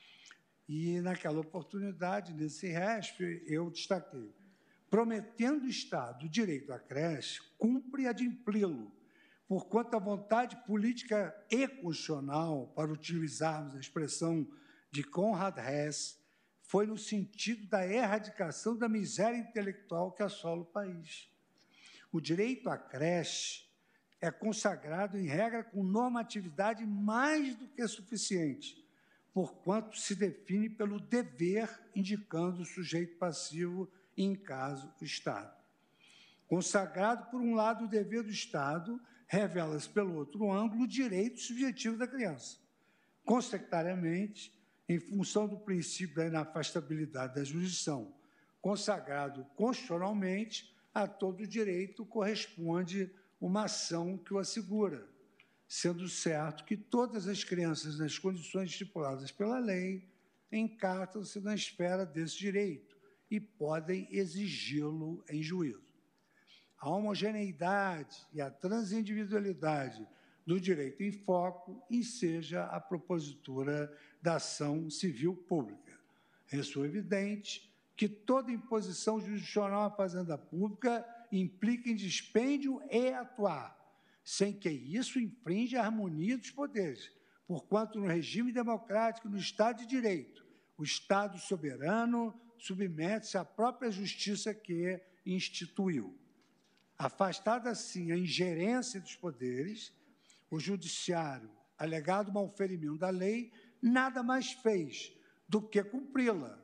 e, naquela oportunidade, nesse R E S P, eu destaquei: prometendo o Estado o direito à creche, cumpre adimpli-lo, porquanto a vontade política e constitucional, para utilizarmos a expressão de Conrad Hess, foi no sentido da erradicação da miséria intelectual que assola o país. O direito à creche é consagrado, em regra, com normatividade mais do que suficiente, porquanto se define pelo dever, indicando o sujeito passivo, em caso, o Estado. Consagrado, por um lado, o dever do Estado, revela-se, pelo outro ângulo, o direito subjetivo da criança. Consectariamente, em função do princípio da inafastabilidade da jurisdição, consagrado constitucionalmente, a todo direito corresponde uma ação que o assegura, sendo certo que todas as crianças, nas condições estipuladas pela lei, encartam-se na esfera desse direito e podem exigi-lo em juízo. A homogeneidade e a transindividualidade do direito em foco enseja a propositura da ação civil pública. Ressoa evidente que toda imposição jurisdicional à fazenda pública implica em dispêndio e atuar, sem que isso infrinja a harmonia dos poderes, porquanto no regime democrático, no Estado de Direito, o Estado soberano submete-se à própria justiça que instituiu. Afastada, assim, a ingerência dos poderes, o judiciário, alegado malferimento da lei, nada mais fez do que cumpri-la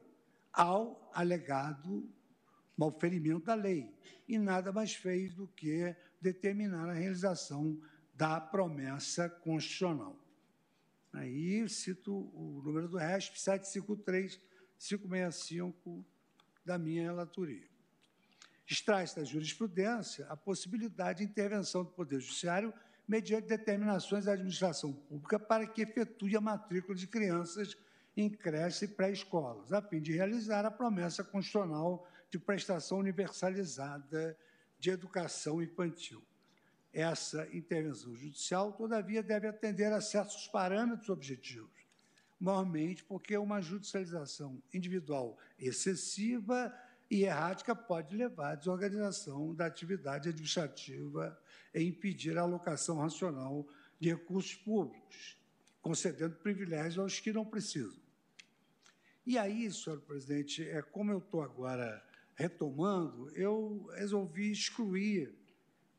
ao alegado malferimento da lei, e nada mais fez do que determinar a realização da promessa constitucional. Aí cito o número do R E S P sete cinco três cinco seis cinco da minha relatoria. Extrai-se da jurisprudência a possibilidade de intervenção do Poder Judiciário mediante determinações da administração pública para que efetue a matrícula de crianças em creches e pré-escolas, a fim de realizar a promessa constitucional de prestação universalizada de educação infantil. Essa intervenção judicial, todavia, deve atender a certos parâmetros objetivos, normalmente porque uma judicialização individual excessiva e errática pode levar à desorganização da atividade administrativa e impedir a alocação racional de recursos públicos, concedendo privilégios aos que não precisam. E aí, senhor presidente, é, como eu estou agora retomando, eu resolvi excluir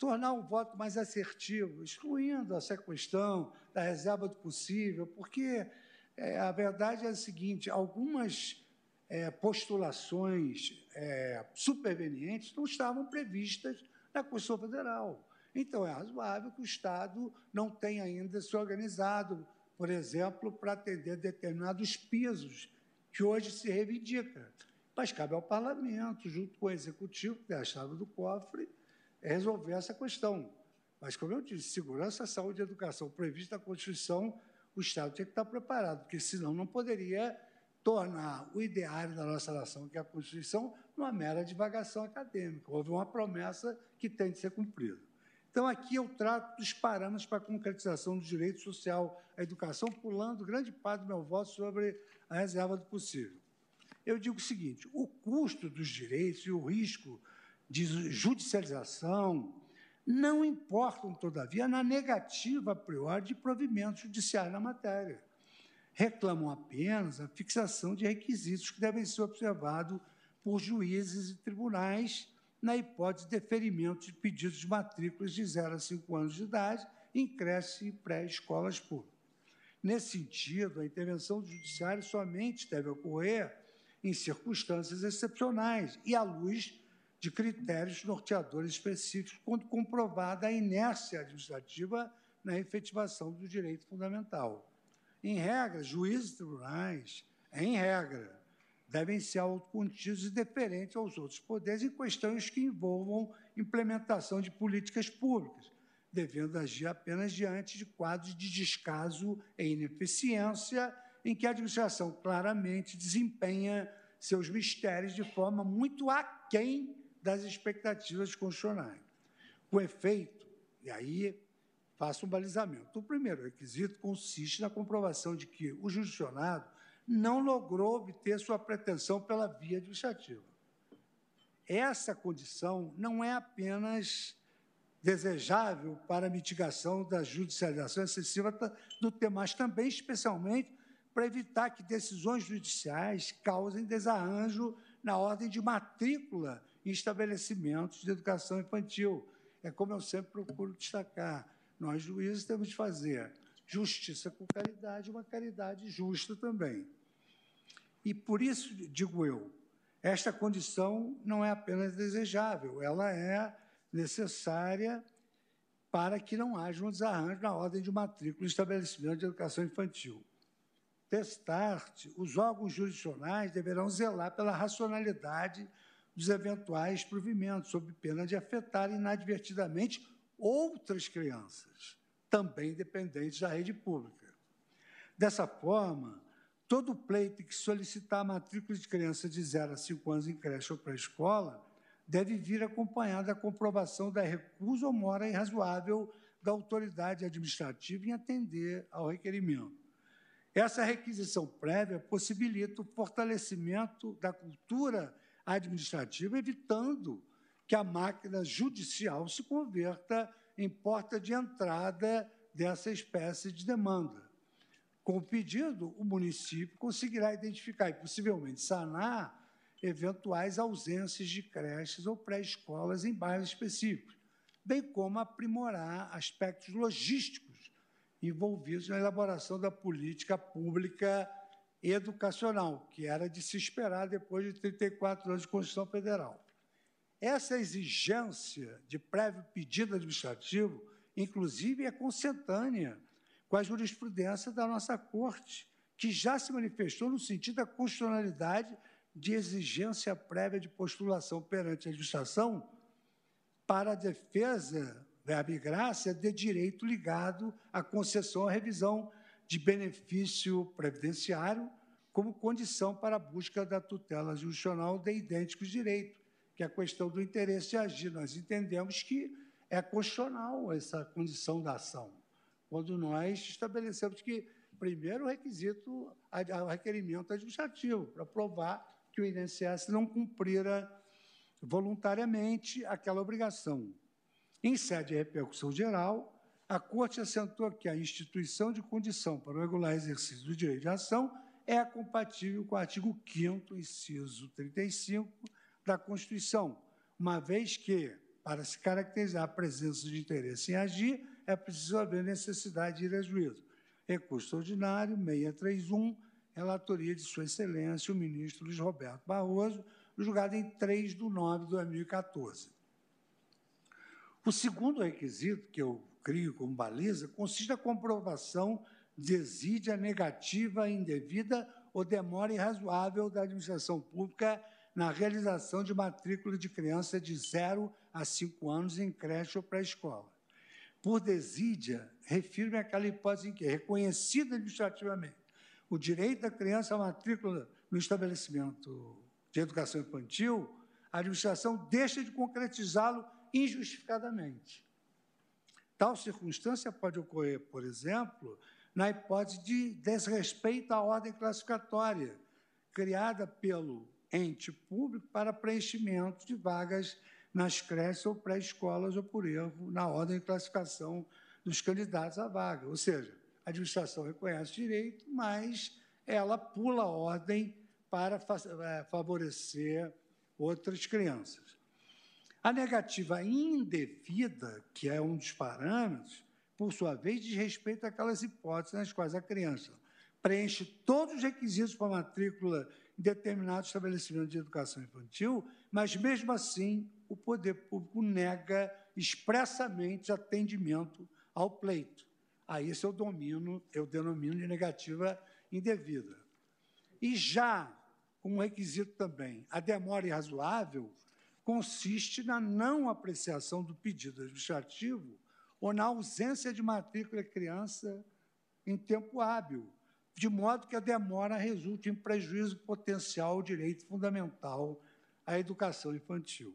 tornar o voto mais assertivo, excluindo essa questão da reserva do possível, porque é, a verdade é a seguinte, algumas é, postulações é, supervenientes não estavam previstas na Constituição Federal. Então, é razoável que o Estado não tenha ainda se organizado, por exemplo, para atender determinados pisos que hoje se reivindica. Mas cabe ao Parlamento, junto com o Executivo, que é a chave do cofre, resolver essa questão. Mas, como eu disse, segurança, saúde e educação prevista na Constituição, o Estado tinha que estar preparado, porque, senão, não poderia tornar o ideário da nossa nação, que é a Constituição, uma mera divagação acadêmica. Houve uma promessa que tem de ser cumprida. Então, aqui eu trato dos parâmetros para a concretização do direito social à educação, pulando grande parte do meu voto sobre a reserva do possível. Eu digo o seguinte, o custo dos direitos e o risco de judicialização não importam, todavia, na negativa a priori de provimento judiciário na matéria. Reclamam apenas a fixação de requisitos que devem ser observados por juízes e tribunais na hipótese de deferimento de pedidos de matrículas de zero a cinco anos de idade em creche e pré-escolas públicas. Nesse sentido, a intervenção do judiciário somente deve ocorrer em circunstâncias excepcionais e à luz de critérios norteadores específicos, quando comprovada a inércia administrativa na efetivação do direito fundamental. Em regra, juízes e tribunais, em regra, devem ser autocontidos e deferentes aos outros poderes em questões que envolvam implementação de políticas públicas, devendo agir apenas diante de quadros de descaso e ineficiência em que a administração claramente desempenha seus mistérios de forma muito aquém das expectativas constitucionais. Com efeito, e aí faço um balizamento, o primeiro requisito consiste na comprovação de que o jurisdicionado não logrou obter sua pretensão pela via administrativa. Essa condição não é apenas desejável para a mitigação da judicialização excessiva do tema, mas também, especialmente, para evitar que decisões judiciais causem desarranjo na ordem de matrícula em estabelecimentos de educação infantil. É como eu sempre procuro destacar, nós, juízes, temos de fazer justiça com caridade, uma caridade justa também. E, por isso, digo eu, esta condição não é apenas desejável, ela é necessária para que não haja um desarranjo na ordem de matrícula em estabelecimento de educação infantil. Testarte, os órgãos jurisdicionais deverão zelar pela racionalidade dos eventuais provimentos, sob pena de afetar inadvertidamente outras crianças, também dependentes da rede pública. Dessa forma, todo pleito que solicitar a matrícula de criança de zero a cinco anos em creche ou pré-escola deve vir acompanhado da comprovação da recusa ou mora irrazoável da autoridade administrativa em atender ao requerimento. Essa requisição prévia possibilita o fortalecimento da cultura administrativa, evitando que a máquina judicial se converta em porta de entrada dessa espécie de demanda. Com o pedido, o município conseguirá identificar e, possivelmente, sanar eventuais ausências de creches ou pré-escolas em bairros específicos, bem como aprimorar aspectos logísticos envolvidos na elaboração da política pública educacional, que era de se esperar depois de trinta e quatro anos de Constituição Federal. Essa exigência de prévio pedido administrativo, inclusive, é consentânea com a jurisprudência da nossa Corte, que já se manifestou no sentido da constitucionalidade de exigência prévia de postulação perante a administração para a defesa, verba e graça, de direito ligado à concessão ou revisão de benefício previdenciário como condição para a busca da tutela jurisdicional de idênticos direitos, que é a questão do interesse de agir. Nós entendemos que é constitucional essa condição da ação, quando nós estabelecemos que, primeiro, o requisito, o requerimento administrativo, para provar que o I N S S não cumprira voluntariamente aquela obrigação. Em sede de repercussão geral, a Corte assentou que a instituição de condição para o regular exercício do direito de ação é compatível com o artigo quinto, inciso trinta e cinco, da Constituição, uma vez que Para se caracterizar a presença de interesse em agir, é preciso haver necessidade de ir a juízo. Recurso ordinário, seiscentos e trinta e um, relatoria de Sua Excelência, o ministro Luiz Roberto Barroso, julgado em três de nove de dois mil e quatorze. O segundo requisito, que eu crio como baliza, consiste na comprovação de desídia negativa, indevida ou demora irrazoável da administração pública na realização de matrícula de criança de zero a cinco anos em creche ou pré-escola. Por desídia, refiro-me àquela hipótese em que, reconhecido administrativamente o direito da criança à matrícula no estabelecimento de educação infantil, a administração deixa de concretizá-lo injustificadamente. Tal circunstância pode ocorrer, por exemplo, na hipótese de desrespeito à ordem classificatória, criada pelo ente público para preenchimento de vagas nas creches ou pré-escolas ou por erro na ordem de classificação dos candidatos à vaga. Ou seja, a administração reconhece o direito, mas ela pula a ordem para favorecer outras crianças. A negativa indevida, que é um dos parâmetros, por sua vez, diz respeito àquelas hipóteses nas quais a criança preenche todos os requisitos para a matrícula em determinado estabelecimento de educação infantil, mas, mesmo assim, o poder público nega expressamente atendimento ao pleito. Aí, isso eu domino, eu denomino de negativa indevida. E já, como requisito também, a demora irrazoável consiste na não apreciação do pedido administrativo ou na ausência de matrícula de criança em tempo hábil, de modo que a demora resulte em prejuízo potencial ao direito fundamental à educação infantil.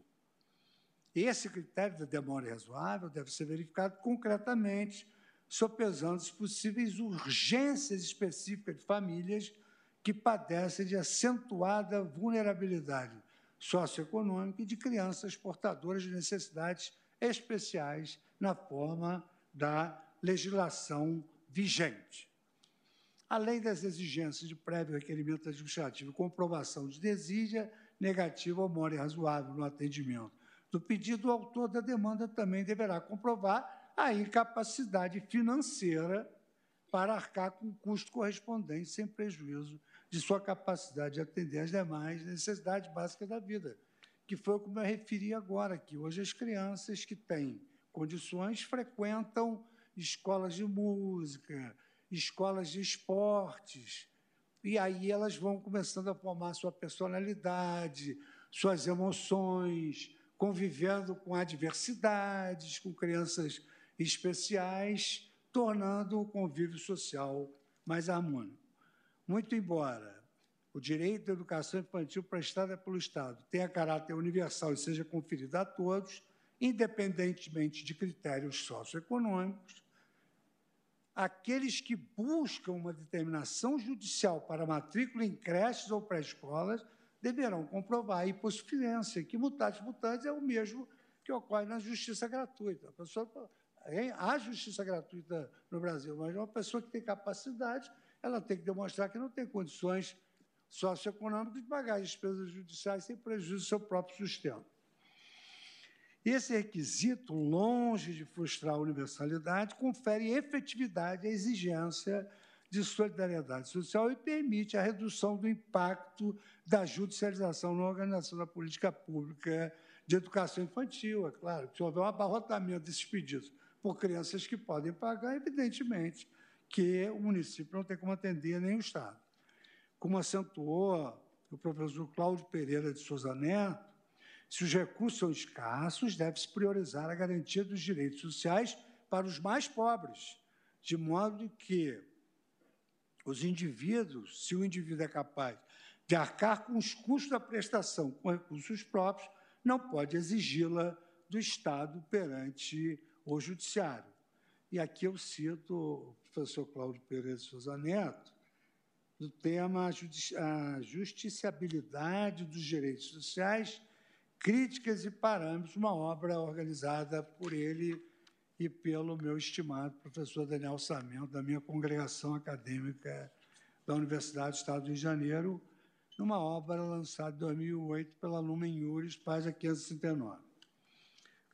Esse critério da demora razoável deve ser verificado concretamente, sopesando as possíveis urgências específicas de famílias que padecem de acentuada vulnerabilidade socioeconômica e de crianças portadoras de necessidades especiais na forma da legislação vigente. Além das exigências de prévio requerimento administrativo e comprovação de desídia negativa ou mora irrazoável no atendimento do pedido, o autor da demanda também deverá comprovar a incapacidade financeira para arcar com o custo correspondente, sem prejuízo de sua capacidade de atender as demais necessidades básicas da vida, que foi como eu referi agora, que hoje as crianças que têm condições frequentam escolas de música, escolas de esportes, e aí elas vão começando a formar sua personalidade, suas emoções, convivendo com adversidades, com crianças especiais, tornando o convívio social mais harmônico. Muito embora o direito à educação infantil prestada pelo Estado tenha caráter universal e seja conferido a todos, independentemente de critérios socioeconômicos, aqueles que buscam uma determinação judicial para matrícula em creches ou pré-escolas deverão comprovar a hipossuficiência, que, mutatis mutandis, é o mesmo que ocorre na justiça gratuita. A pessoa, há justiça gratuita no Brasil, mas uma pessoa que tem capacidade, ela tem que demonstrar que não tem condições socioeconômicas de pagar as despesas judiciais sem prejuízo do seu próprio sustento. Esse requisito, longe de frustrar a universalidade, confere efetividade à exigência de solidariedade social e permite a redução do impacto da judicialização na organização da política pública de educação infantil. É claro, se houver um abarrotamento desses pedidos por crianças que podem pagar, evidentemente que o município não tem como atender nem o Estado. Como acentuou o professor Cláudio Pereira de Souza Neto, se os recursos são escassos, deve-se priorizar a garantia dos direitos sociais para os mais pobres, de modo que os indivíduos, se o indivíduo é capaz de arcar com os custos da prestação com recursos próprios, não pode exigi-la do Estado perante o Judiciário. E aqui eu cito o professor Cláudio Pereira de Souza Neto, do tema a justiciabilidade dos direitos sociais, críticas e parâmetros, uma obra organizada por ele e pelo meu estimado professor Daniel Sarmento, da minha congregação acadêmica da Universidade do Estado do Rio de Janeiro, numa obra lançada em dois mil e oito pela Lumen Iuris, página quinhentos e sessenta e nove.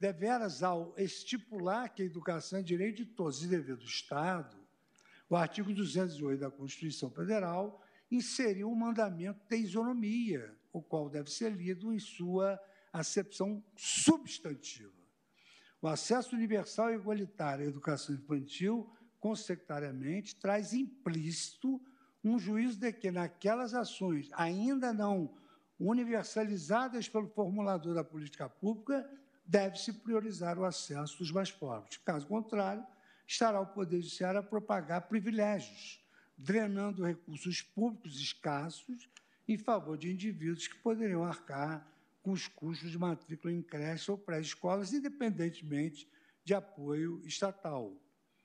deveras ao estipular que a educação é direito de todos e dever do Estado, o artigo duzentos e oito da Constituição Federal inseriu o mandamento da isonomia, o qual deve ser lido em sua acepção substantiva. O acesso universal e igualitário à educação infantil, consecutariamente, traz implícito um juízo de que, naquelas ações ainda não universalizadas pelo formulador da política pública, deve-se priorizar o acesso dos mais pobres. Caso contrário, estará o Poder Judiciário a propagar privilégios, drenando recursos públicos escassos em favor de indivíduos que poderiam arcar com os custos de matrícula em creche ou pré-escolas, independentemente de apoio estatal.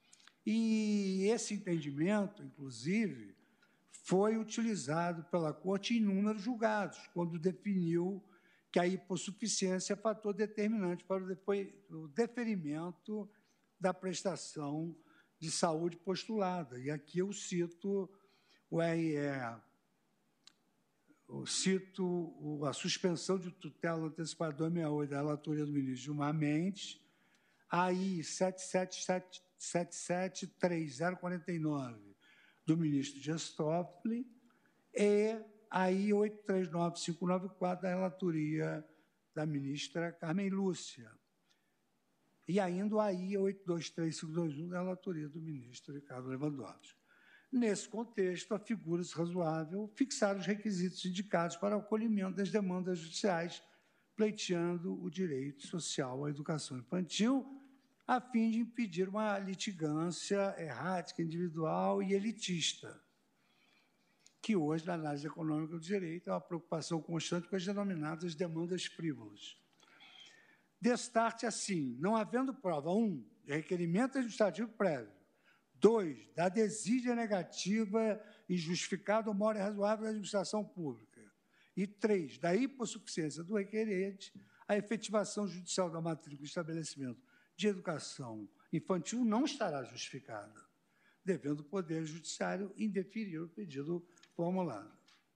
E esse entendimento, inclusive, foi utilizado pela Corte em inúmeros julgados, quando definiu que a hipossuficiência é fator determinante para o deferimento da prestação de saúde postulada. E aqui eu cito o R E, eu cito a suspensão de tutela antecipada do sessenta e oito da relatoria do ministro Gilmar Mendes, A I sete sete sete três zero quatro nove do ministro Dias Toffoli e a I oito três nove cinco nove quatro da relatoria da ministra Carmen Lúcia. E ainda a I oito dois três cinco dois um da relatoria do ministro Ricardo Lewandowski. Nesse contexto, afigura-se razoável fixar os requisitos indicados para o acolhimento das demandas judiciais, pleiteando o direito social à educação infantil, a fim de impedir uma litigância errática, individual e elitista, que hoje, na análise econômica do direito, é uma preocupação constante com as denominadas demandas frívolas. Destarte assim, não havendo prova, um, de requerimento administrativo prévio, dois, da desídia negativa injustificada ou mora razoável da administração pública, e três, da hipossuficiência do requerente, a efetivação judicial da matrícula e estabelecimento de educação infantil não estará justificada, devendo o Poder Judiciário indeferir o pedido formulado.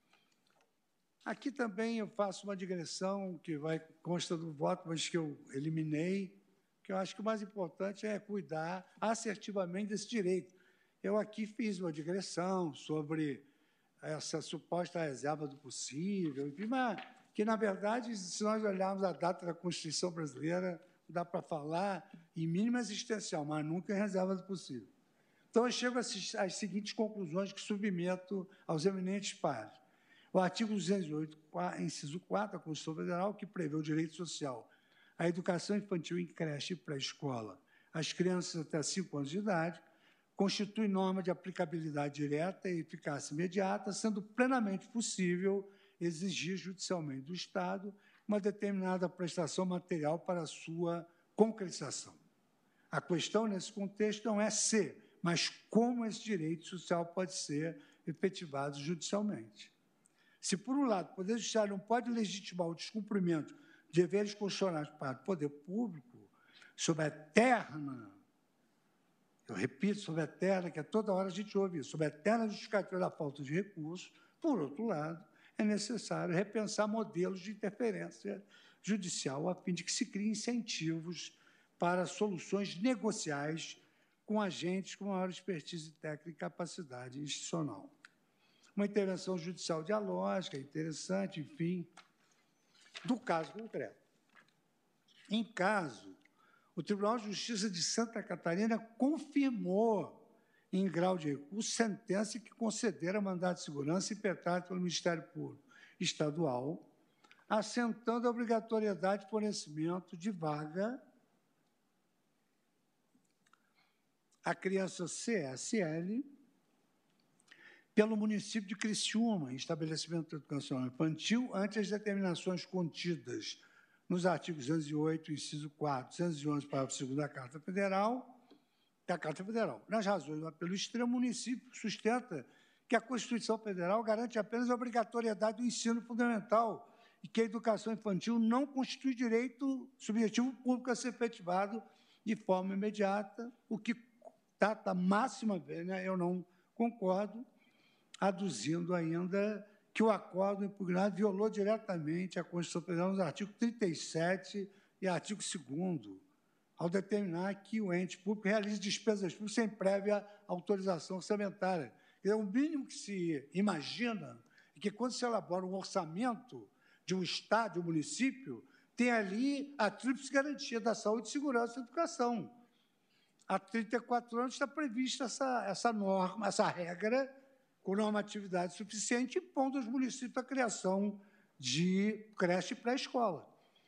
Aqui também eu faço uma digressão que vai consta do voto, mas que eu eliminei, que eu acho que o mais importante é cuidar assertivamente desse direito. Eu aqui fiz uma digressão sobre essa suposta reserva do possível, enfim, mas que, na verdade, se nós olharmos a data da Constituição brasileira, dá para falar em mínima existencial, mas nunca em reserva do possível. Então, eu chego às, às seguintes conclusões que submeto aos eminentes pares. O artigo duzentos e oito, inciso quatro da Constituição Federal, que prevê o direito social à educação infantil em creche e pré-escola às crianças até cinco anos de idade, constitui norma de aplicabilidade direta e eficácia imediata, sendo plenamente possível exigir judicialmente do Estado uma determinada prestação material para a sua concretização. A questão, nesse contexto, não é se, mas como esse direito social pode ser efetivado judicialmente. Se, por um lado, o Poder Judiciário não pode legitimar o descumprimento de deveres constitucionais para o poder público, sob a eterna, eu repito, sob a eterna, que a toda hora a gente ouve isso, sob a eterna justificativa da falta de recursos, por outro lado, é necessário repensar modelos de interferência judicial a fim de que se criem incentivos para soluções negociais com agentes com maior expertise técnica e capacidade institucional. Uma intervenção judicial dialógica, interessante, enfim, do caso concreto. Em caso, o Tribunal de Justiça de Santa Catarina confirmou, em grau de recurso, sentença que concedera mandado de segurança impetrado pelo Ministério Público Estadual, assentando a obrigatoriedade de fornecimento de vaga à criança C S L pelo município de Criciúma, em estabelecimento educacional infantil, ante as determinações contidas nos artigos duzentos e oito, inciso quatro, duzentos e onze, parágrafo segundo da Carta Federal, da Carta Federal. Nas razões do apelo extremo, o município sustenta que a Constituição Federal garante apenas a obrigatoriedade do ensino fundamental e que a educação infantil não constitui direito subjetivo público a ser efetivado de forma imediata, o que data máxima vez, né, eu não concordo, aduzindo ainda que o acordo impugnado violou diretamente a Constituição Federal nos artigos trinta e sete e artigo segundo, ao determinar que o ente público realize despesas públicas sem prévia autorização orçamentária. É o mínimo que se imagina é que, quando se elabora um orçamento de um Estado, de um município, tem ali a tríplice garantia da saúde, segurança e educação. Há trinta e quatro anos está prevista essa, essa norma, essa regra, com normatividade suficiente, impondo aos municípios a criação de creche e pré-escola.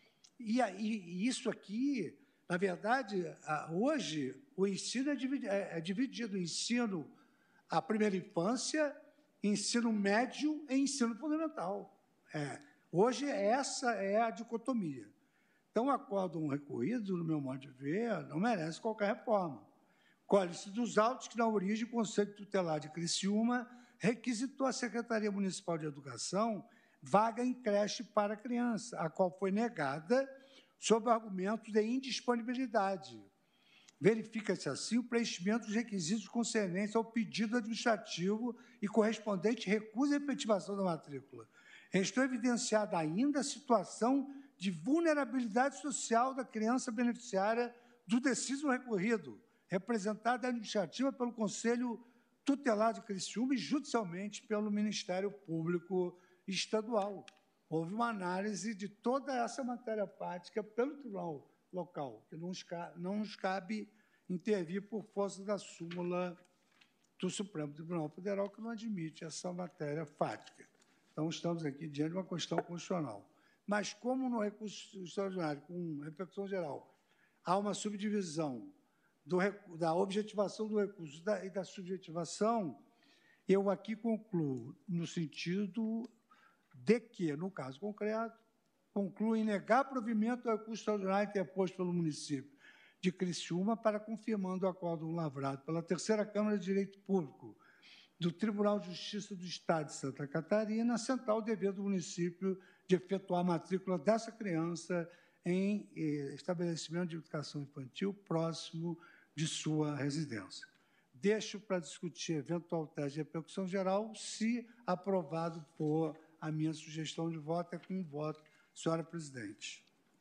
E, e isso aqui, na verdade, hoje, o ensino é dividido, é dividido em ensino à primeira infância, ensino médio e ensino fundamental. É, hoje, essa é a dicotomia. Então, o acórdão recorrido, no meu modo de ver, não merece qualquer reforma. Colhe-se dos autos que, na origem, o Conselho Tutelar de Criciúma requisitou à Secretaria Municipal de Educação vaga em creche para criança, a qual foi negada sob argumentos de indisponibilidade. Verifica-se, assim, o preenchimento dos requisitos concernentes ao pedido administrativo e correspondente recusa e efetivação da matrícula. Estou evidenciada ainda a situação de vulnerabilidade social da criança beneficiária do deciso recorrido, representada administrativa pelo Conselho Tutelar de Criciúma e judicialmente pelo Ministério Público Estadual. Houve uma análise de toda essa matéria fática pelo Tribunal Local, que não nos cabe, não nos cabe intervir por força da súmula do Supremo Tribunal Federal, que não admite essa matéria fática. Então, estamos aqui diante de uma questão constitucional. Mas, como no recurso extraordinário, com repercussão geral, há uma subdivisão do, da objetivação do recurso da, e da subjetivação, eu aqui concluo no sentido de que, no caso concreto, concluo em negar provimento ao recurso extraordinário interposto pelo município de Criciúma para confirmando o acórdão lavrado pela Terceira Câmara de Direito Público do Tribunal de Justiça do Estado de Santa Catarina, assentar o dever do município de efetuar a matrícula dessa criança em eh, estabelecimento de educação infantil próximo de sua residência. Deixo para discutir eventual teste de repercussão geral, se aprovado por a minha sugestão de voto, é com um voto, senhora presidente.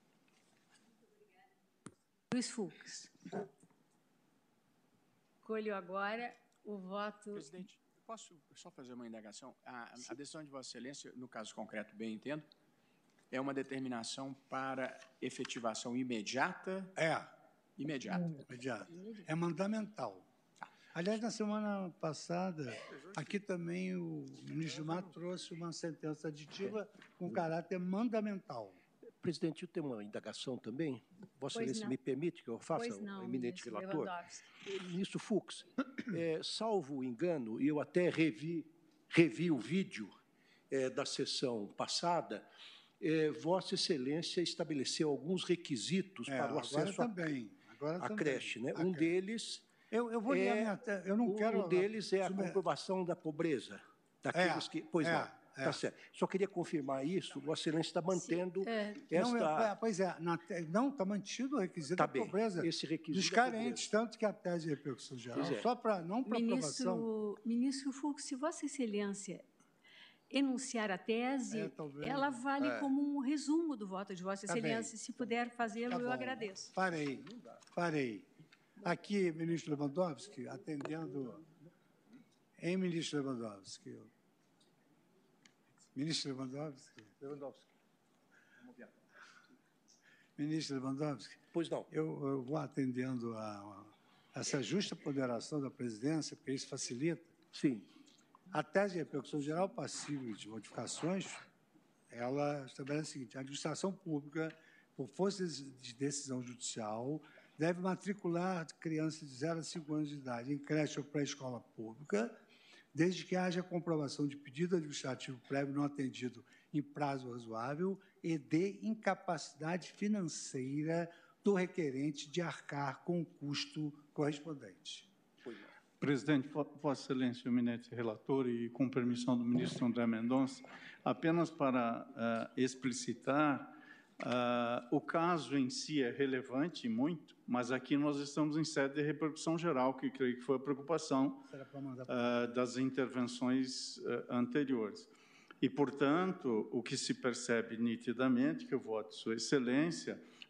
Luiz Fux. Colho agora o voto... Presidente, posso só fazer uma indagação? A, a decisão de Vossa Excelência, no caso concreto, bem entendo, é uma determinação para efetivação imediata? É. Imediata. Imediata. É mandamental. Aliás, na semana passada, aqui também o ministro Gilmar trouxe uma sentença aditiva com caráter mandamental. Presidente, eu tenho uma indagação também. Vossa Excelência me permite que eu faça, pois não, o eminente relator? Lewandowski. Ministro Fux, é, salvo o engano, e eu até revi, revi o vídeo é, da sessão passada, é, Vossa Excelência estabeleceu alguns requisitos É, para o acesso à também. creche. Né? A Um creche. deles... Eu, eu vou ler é, a minha... Eu não um quero... deles é a Sobre- comprovação da pobreza. Daqueles É, que... Pois é, não, é. tá certo. Só queria confirmar isso. Vossa Excelência está mantendo É, Não, eu- esta... pois é, na te- não, está mantido o requisito Tá da bem, pobreza esse requisito dos da carentes, tanto que a tese de repercussão geral, Pois é. só para, não para aprovação, ministro, ministro Fux, se Vossa Excelência enunciar a tese, É, talvez. ela vale É. como um resumo do voto de Vossa Tá bem. Excelência. Se puder fazê-lo, Tá eu bom. agradeço. Farei, farei. Aqui, ministro Lewandowski, atendendo... Em ministro Lewandowski. Ministro Lewandowski. Lewandowski. Ministro Lewandowski, Pois não. eu, eu vou atendendo a, a essa justa ponderação da presidência, porque isso facilita. Sim. A tese de repercussão geral passível de modificações, ela estabelece o seguinte: a administração pública, por força de decisão judicial, deve matricular crianças de zero a cinco anos de idade em creche ou pré-escola pública, desde que haja comprovação de pedido administrativo prévio não atendido em prazo razoável e de incapacidade financeira do requerente de arcar com o custo correspondente. Presidente, Vossa Excelência, o eminente relator, e com permissão do ministro André Mendonça, apenas para uh, explicitar, uh, o caso em si é relevante muito, mas aqui nós estamos em sede de repercussão geral, que creio que foi a preocupação uh, das intervenções uh, anteriores. E, portanto, o que se percebe nitidamente, que eu voto Sua Excelência,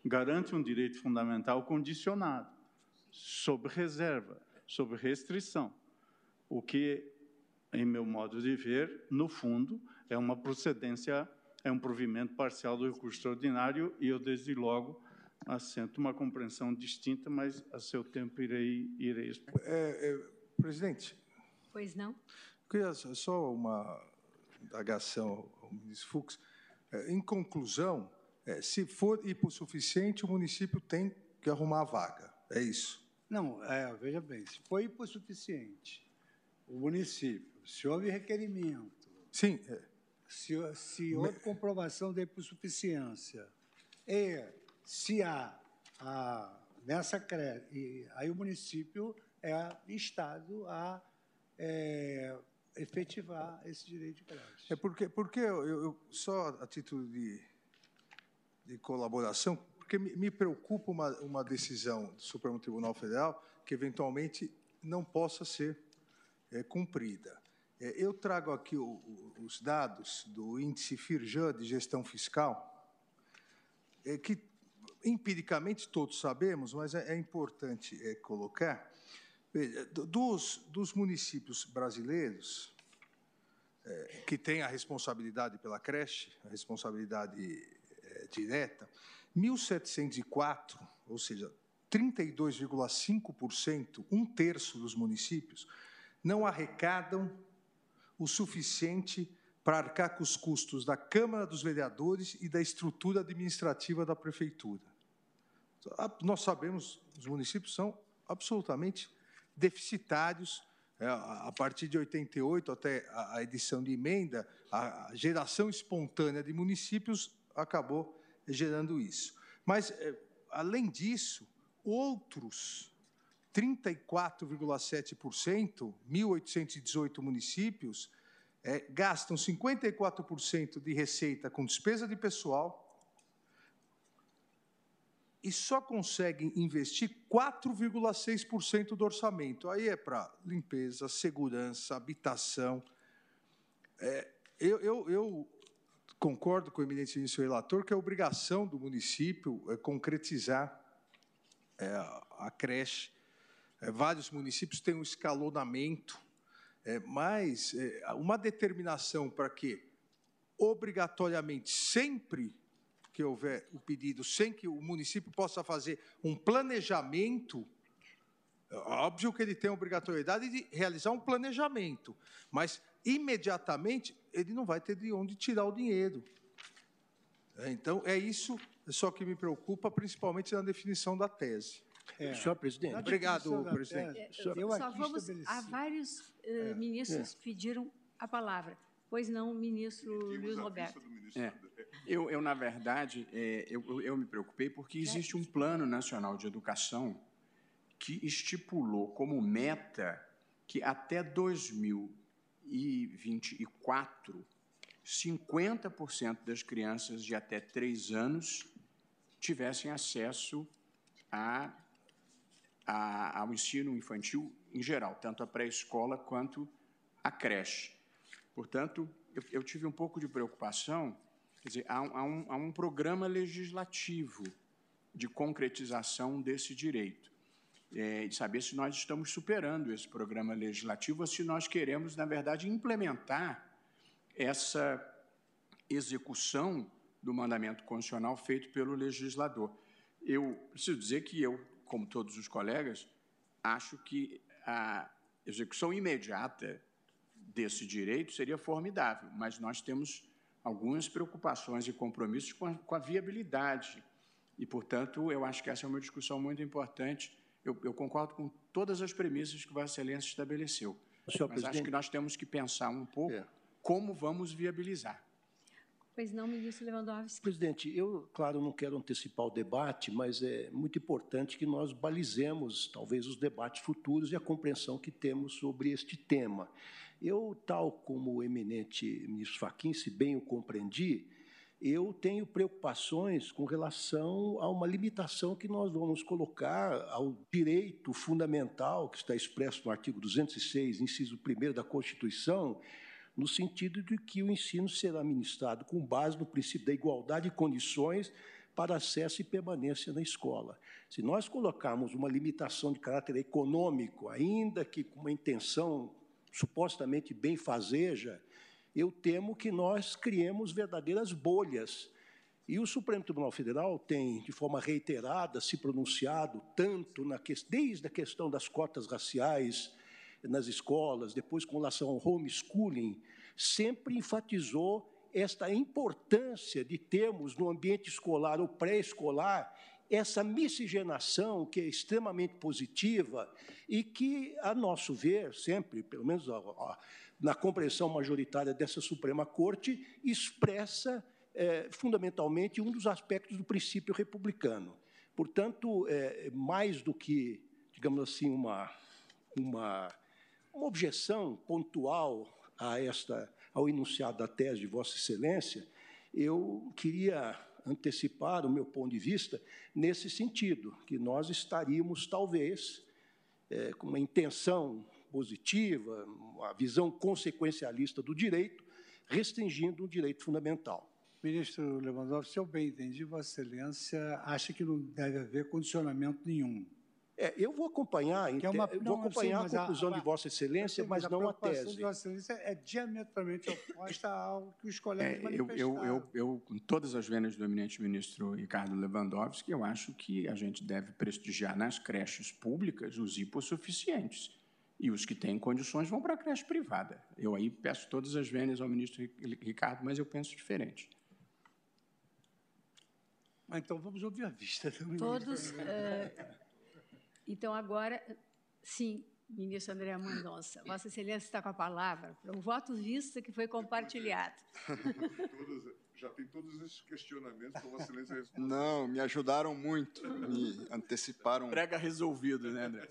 garante um direito fundamental condicionado, sob reserva, sob restrição, o que, em meu modo de ver, no fundo, é uma procedência, é um provimento parcial do recurso extraordinário, e eu, desde logo, assento uma compreensão distinta, mas a seu tempo irei, irei explicar. É, é, presidente. Pois não? Queria só uma indagação ao ministro Fux. É, em conclusão, é, se for hipossuficiente, o município tem que arrumar a vaga. É isso? Não, é, veja bem, se for hipossuficiente, o município, se houve requerimento, sim, é. se, se houve comprovação da hipossuficiência, e se há, a, nessa creche, aí o município é instado a é, efetivar esse direito de creche. É porque, porque eu, eu, só a título de, de colaboração, porque me, me preocupa uma, uma decisão do Supremo Tribunal Federal que, eventualmente, não possa ser é, cumprida. É, eu trago aqui o, o, os dados do índice Firjan de gestão fiscal, é, que, empiricamente, todos sabemos, mas é, é importante é, colocar. Veja, dos, dos municípios brasileiros é, que têm a responsabilidade pela creche, a responsabilidade é, direta, mil setecentos e quatro, ou seja, trinta e dois vírgula cinco por cento, um terço dos municípios, não arrecadam o suficiente para arcar com os custos da Câmara dos Vereadores e da estrutura administrativa da Prefeitura. Nós sabemos, os municípios são absolutamente deficitários. É, a partir de oitenta e oito até a edição de emenda, a geração espontânea de municípios acabou gerando isso. Mas, é, além disso, outros trinta e quatro vírgula sete por cento, mil oitocentos e dezoito municípios, é, gastam cinquenta e quatro por cento de receita com despesa de pessoal, e só conseguem investir quatro vírgula seis por cento do orçamento. Aí é para limpeza, segurança, habitação. É, eu, eu, eu concordo com o eminente ministro relator que a obrigação do município é concretizar é, a creche. É, vários municípios têm um escalonamento, é, mas é, uma determinação para que, obrigatoriamente, sempre que houver o pedido, sem que o município possa fazer um planejamento, óbvio que ele tem a obrigatoriedade de realizar um planejamento, mas, imediatamente, ele não vai ter de onde tirar o dinheiro. Então, é isso só que me preocupa, principalmente na definição da tese. É. Senhor presidente. Obrigado, presidente. É, eu Só vamos, há vários uh, é. ministros é. que pediram a palavra. Pois não, ministro Luiz Roberto. É. Eu, eu, na verdade, é, eu, eu me preocupei porque existe um Plano Nacional de Educação que estipulou como meta que até dois mil e vinte e quatro, cinquenta por cento das crianças de até três anos tivessem acesso a, a, ao ensino infantil em geral, tanto a pré-escola quanto a creche. Portanto, eu, eu tive um pouco de preocupação. Quer dizer, há, há, um, há um programa legislativo de concretização desse direito, é, de saber se nós estamos superando esse programa legislativo ou se nós queremos, na verdade, implementar essa execução do mandamento constitucional feito pelo legislador. Eu preciso dizer que eu, como todos os colegas, acho que a execução imediata desse direito seria formidável, mas nós temos algumas preocupações e compromissos com a, com a viabilidade. E, portanto, eu acho que essa é uma discussão muito importante. Eu, eu concordo com todas as premissas que Vossa Excelência estabeleceu, Senhor mas presidente, acho que nós temos que pensar um pouco é. como vamos viabilizar. Pois não, ministro Lewandowski. Presidente, eu, claro, não quero antecipar o debate, mas é muito importante que nós balizemos, talvez, os debates futuros e a compreensão que temos sobre este tema. Eu, tal como o eminente ministro Fachin, se bem o compreendi, eu tenho preocupações com relação a uma limitação que nós vamos colocar ao direito fundamental que está expresso no artigo duzentos e seis, inciso primeiro da Constituição, no sentido de que o ensino será ministrado com base no princípio da igualdade de condições para acesso e permanência na escola. Se nós colocarmos uma limitação de caráter econômico, ainda que com uma intenção supostamente benfazeja, eu temo que nós criemos verdadeiras bolhas. E o Supremo Tribunal Federal tem, de forma reiterada, se pronunciado tanto na que, desde a questão das cotas raciais nas escolas, depois com relação ao homeschooling, sempre enfatizou esta importância de termos no ambiente escolar ou pré-escolar essa miscigenação que é extremamente positiva e que, a nosso ver, sempre, pelo menos na compreensão majoritária dessa Suprema Corte, expressa é, fundamentalmente um dos aspectos do princípio republicano. Portanto, é, mais do que, digamos assim, uma, uma, uma objeção pontual a esta, ao enunciado da tese de Vossa Excelência, eu queria antecipar o meu ponto de vista nesse sentido, que nós estaríamos, talvez, é, com uma intenção positiva, uma visão consequencialista do direito, restringindo um direito fundamental. Ministro Lewandowski, se eu bem entendi, Vossa Excelência acha que não deve haver condicionamento nenhum. É, eu vou acompanhar, é uma, eu não, vou acompanhar sei, a conclusão a, a, de Vossa Excelência, sei, mas, mas não a tese. De Vossa Excelência é diametralmente oposta ao que os colegas é, manifestaram. Eu, eu, eu, com todas as venas do eminente ministro Ricardo Lewandowski, eu acho que a gente deve prestigiar nas creches públicas os hipossuficientes. E os que têm condições vão para a creche privada. Eu aí peço todas as venas ao ministro Ricardo, mas eu penso diferente. Ah, então, vamos ouvir a vista também. Todos. Uh, então, agora, sim, ministro André Mendonça, Vossa Excelência está com a palavra para um voto vista que foi compartilhado. Todos, já tem todos esses questionamentos que Vossa Excelência respondeu. Não, me ajudaram muito, me anteciparam. Prega resolvido, né, André?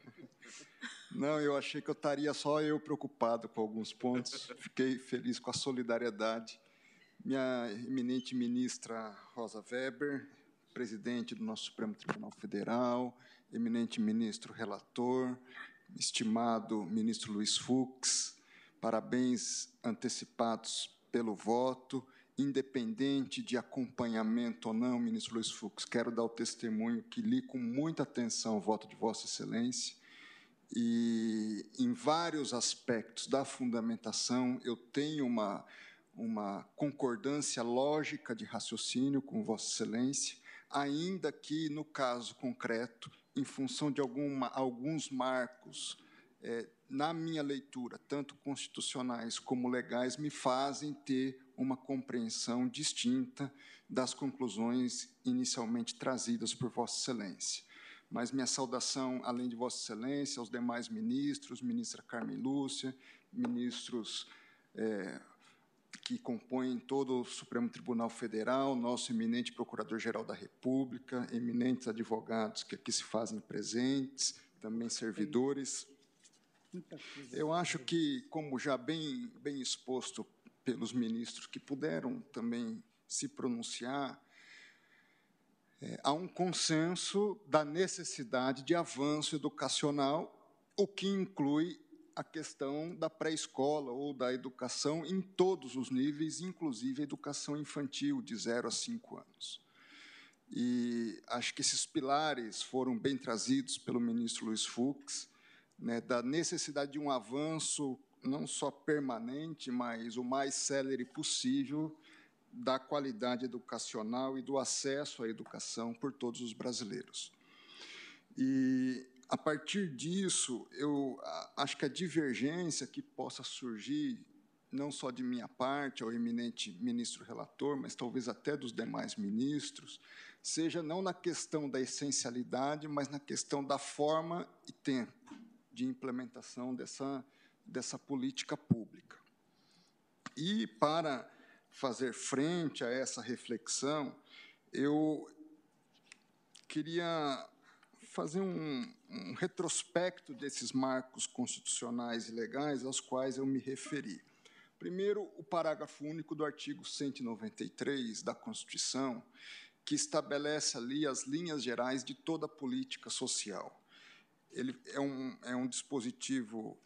Não, eu achei que eu estaria só eu preocupado com alguns pontos. Fiquei feliz com a solidariedade. Minha eminente ministra Rosa Weber, presidente do nosso Supremo Tribunal Federal, eminente ministro relator, estimado ministro Luiz Fux, parabéns antecipados pelo voto, independente de acompanhamento ou não, ministro Luiz Fux, quero dar o testemunho que li com muita atenção o voto de Vossa Excelência e, em vários aspectos da fundamentação, eu tenho uma, uma concordância lógica de raciocínio com Vossa Excelência, ainda que, no caso concreto, em função de alguma, alguns marcos, é, na minha leitura, tanto constitucionais como legais, me fazem ter uma compreensão distinta das conclusões inicialmente trazidas por Vossa Excelência. Mas minha saudação, além de Vossa Excelência, aos demais ministros, ministra Carmen Lúcia, ministros é, que compõem todo o Supremo Tribunal Federal, nosso eminente Procurador-Geral da República, eminentes advogados que aqui se fazem presentes, também servidores. Eu acho que, como já bem, bem exposto pelos ministros que puderam também se pronunciar, é, há um consenso da necessidade de avanço educacional, o que inclui a questão da pré-escola ou da educação em todos os níveis, inclusive a educação infantil, de zero a cinco anos. E acho que esses pilares foram bem trazidos pelo ministro Luiz Fux, né, da necessidade de um avanço não só permanente, mas o mais célere possível da qualidade educacional e do acesso à educação por todos os brasileiros. E, a partir disso, eu acho que a divergência que possa surgir, não só de minha parte, ao eminente ministro relator, mas talvez até dos demais ministros, seja não na questão da essencialidade, mas na questão da forma e tempo de implementação dessa, dessa política pública. E, para fazer frente a essa reflexão, eu queria fazer um, um retrospecto desses marcos constitucionais e legais aos quais eu me referi. Primeiro, o parágrafo único do artigo cento e noventa e três da Constituição, que estabelece ali as linhas gerais de toda a política social. Ele é um, é um dispositivo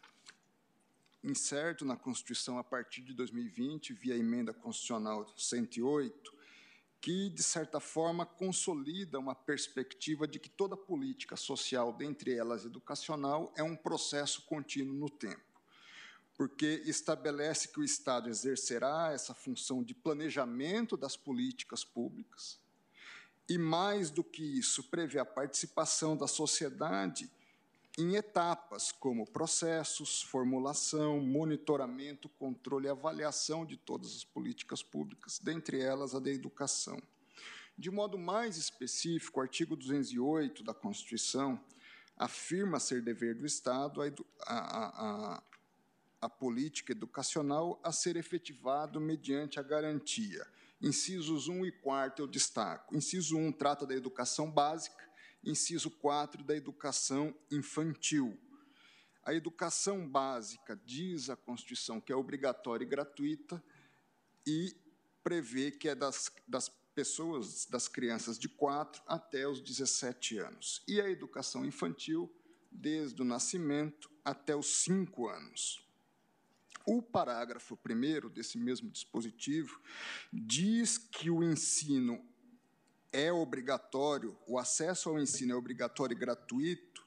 incerto na Constituição a partir de dois mil e vinte, via emenda constitucional cento e oito, que, de certa forma, consolida uma perspectiva de que toda política social, dentre elas educacional, é um processo contínuo no tempo, porque estabelece que o Estado exercerá essa função de planejamento das políticas públicas e, mais do que isso, prevê a participação da sociedade em etapas como processos, formulação, monitoramento, controle e avaliação de todas as políticas públicas, dentre elas a da educação. De modo mais específico, o artigo duzentos e oito da Constituição afirma ser dever do Estado a, a, a, a política educacional a ser efetivado mediante a garantia. Incisos um e quatro eu destaco. Inciso um trata da educação básica, inciso quatro da educação infantil. A educação básica, diz a Constituição, que é obrigatória e gratuita e prevê que é das, das pessoas, das crianças de quatro até os dezessete anos. E a educação infantil, desde o nascimento até os cinco anos. O parágrafo primeiro desse mesmo dispositivo diz que o ensino é obrigatório, o acesso ao ensino é obrigatório e gratuito.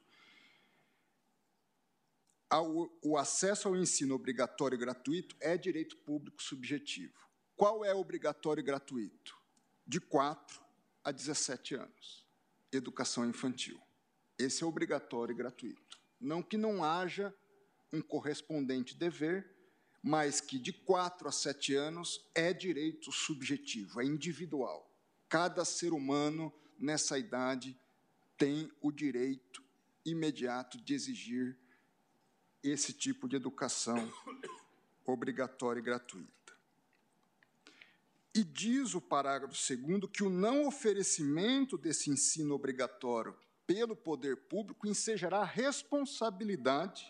O acesso ao ensino obrigatório e gratuito é direito público subjetivo. Qual é obrigatório e gratuito? De quatro a dezessete anos. Educação infantil. Esse é obrigatório e gratuito. Não que não haja um correspondente dever, mas que de quatro a sete anos é direito subjetivo, é individual. Cada ser humano, nessa idade, tem o direito imediato de exigir esse tipo de educação obrigatória e gratuita. E diz o parágrafo segundo que o não oferecimento desse ensino obrigatório pelo poder público ensejará a responsabilidade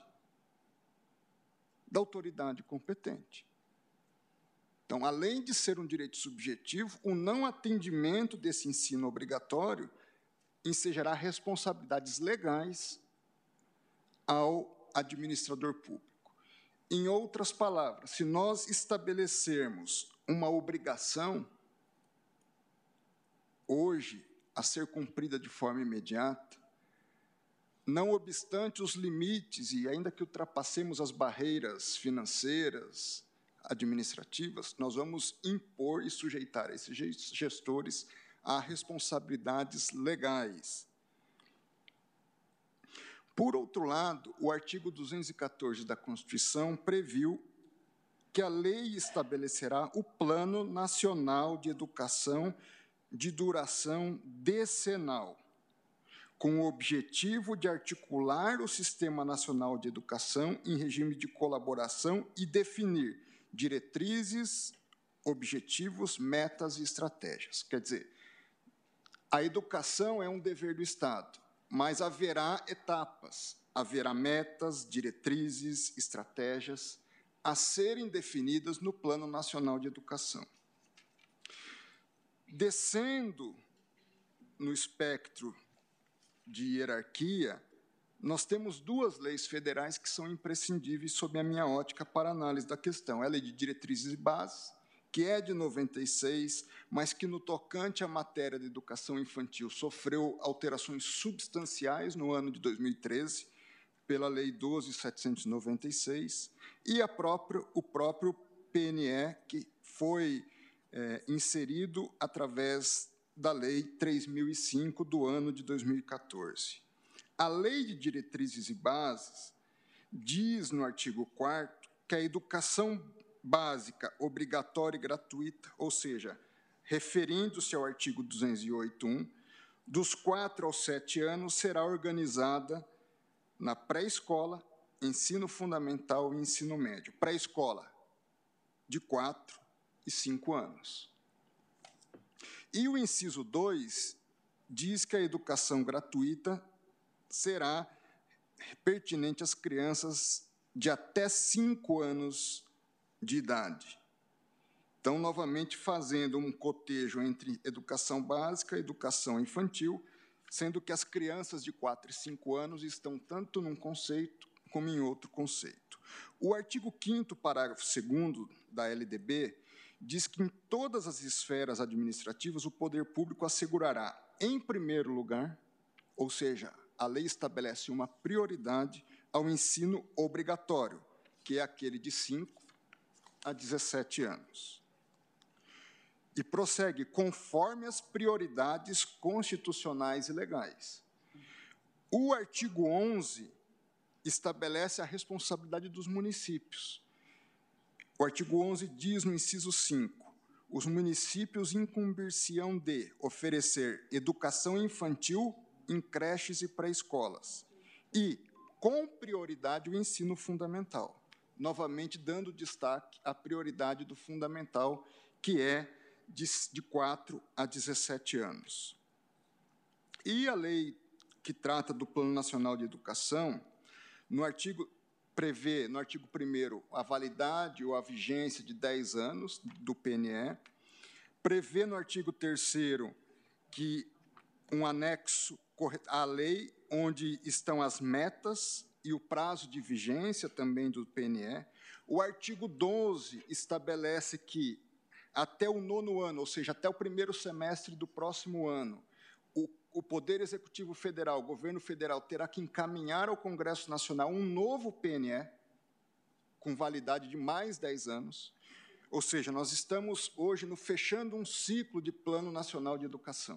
da autoridade competente. Então, além de ser um direito subjetivo, o não atendimento desse ensino obrigatório ensejará responsabilidades legais ao administrador público. Em outras palavras, se nós estabelecermos uma obrigação, hoje, a ser cumprida de forma imediata, não obstante os limites, e ainda que ultrapassemos as barreiras financeiras, administrativas, nós vamos impor e sujeitar esses gestores a responsabilidades legais. Por outro lado, o artigo duzentos e quatorze da Constituição previu que a lei estabelecerá o Plano Nacional de Educação de duração decenal, com o objetivo de articular o Sistema Nacional de Educação em regime de colaboração e definir diretrizes, objetivos, metas e estratégias. Quer dizer, a educação é um dever do Estado, mas haverá etapas, haverá metas, diretrizes, estratégias a serem definidas no Plano Nacional de Educação. Descendo no espectro de hierarquia, nós temos duas leis federais que são imprescindíveis sob a minha ótica para análise da questão. É a Lei de Diretrizes e Bases, que é de noventa e seis, mas que, no tocante à matéria de educação infantil, sofreu alterações substanciais no ano de dois mil e treze, pela Lei doze mil setecentos e noventa e seis, e a própria, o próprio P N E, que foi é, inserido através da Lei três mil e cinco, do ano de dois mil e quatorze. A Lei de Diretrizes e Bases diz, no artigo quarto, que a educação básica, obrigatória e gratuita, ou seja, referindo-se ao artigo duzentos e oito, um, dos quatro aos sete anos, será organizada na pré-escola, ensino fundamental e ensino médio. Pré-escola, de quatro e cinco anos. E o inciso dois diz que a educação gratuita será pertinente às crianças de até cinco anos de idade. Então, novamente, fazendo um cotejo entre educação básica e educação infantil, sendo que as crianças de quatro e cinco anos estão tanto num conceito como em outro conceito. O artigo quinto, parágrafo segundo da L D B, diz que em todas as esferas administrativas o poder público assegurará, em primeiro lugar, ou seja, a lei estabelece uma prioridade ao ensino obrigatório, que é aquele de cinco a dezessete anos. E prossegue conforme as prioridades constitucionais e legais. O artigo onze estabelece a responsabilidade dos municípios. O artigo onze diz no inciso cinco, os municípios incumbir-se-ão de oferecer educação infantil em creches e pré-escolas e, com prioridade, o ensino fundamental. Novamente, dando destaque à prioridade do fundamental, que é de, de quatro a dezessete anos. E a lei que trata do Plano Nacional de Educação, no artigo, prevê, no artigo primeiro, a validade ou a vigência de dez anos do P N E, prevê no artigo terceiro que um anexo à lei onde estão as metas e o prazo de vigência também do P N E. O artigo doze estabelece que até o nono ano, ou seja, até o primeiro semestre do próximo ano, o, o Poder Executivo Federal, o Governo Federal, terá que encaminhar ao Congresso Nacional um novo P N E, com validade de mais dez anos. Ou seja, nós estamos hoje no, fechando um ciclo de Plano Nacional de Educação.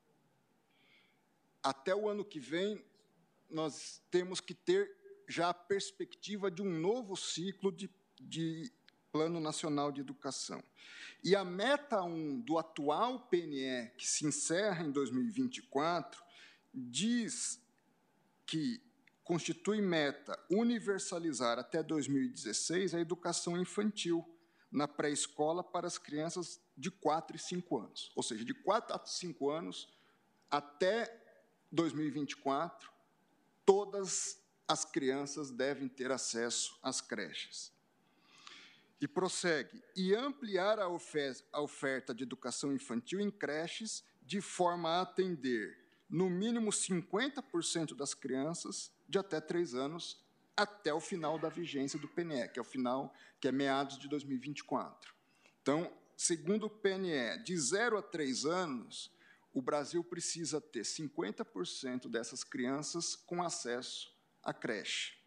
Até o ano que vem, nós temos que ter já a perspectiva de um novo ciclo de, de Plano Nacional de Educação. E a meta um do atual P N E, que se encerra em dois mil e vinte e quatro, diz que constitui meta universalizar até dois mil e dezesseis a educação infantil na pré-escola para as crianças de quatro e cinco anos. Ou seja, de quatro a cinco anos até dois mil e vinte e quatro, todas as crianças devem ter acesso às creches. E prossegue, e ampliar a oferta de educação infantil em creches de forma a atender, no mínimo, cinquenta por cento das crianças de até três anos, até o final da vigência do P N E, que é o final, que é meados de dois mil e vinte e quatro. Então, segundo o P N E, de zero a três anos, o Brasil precisa ter cinquenta por cento dessas crianças com acesso à creche.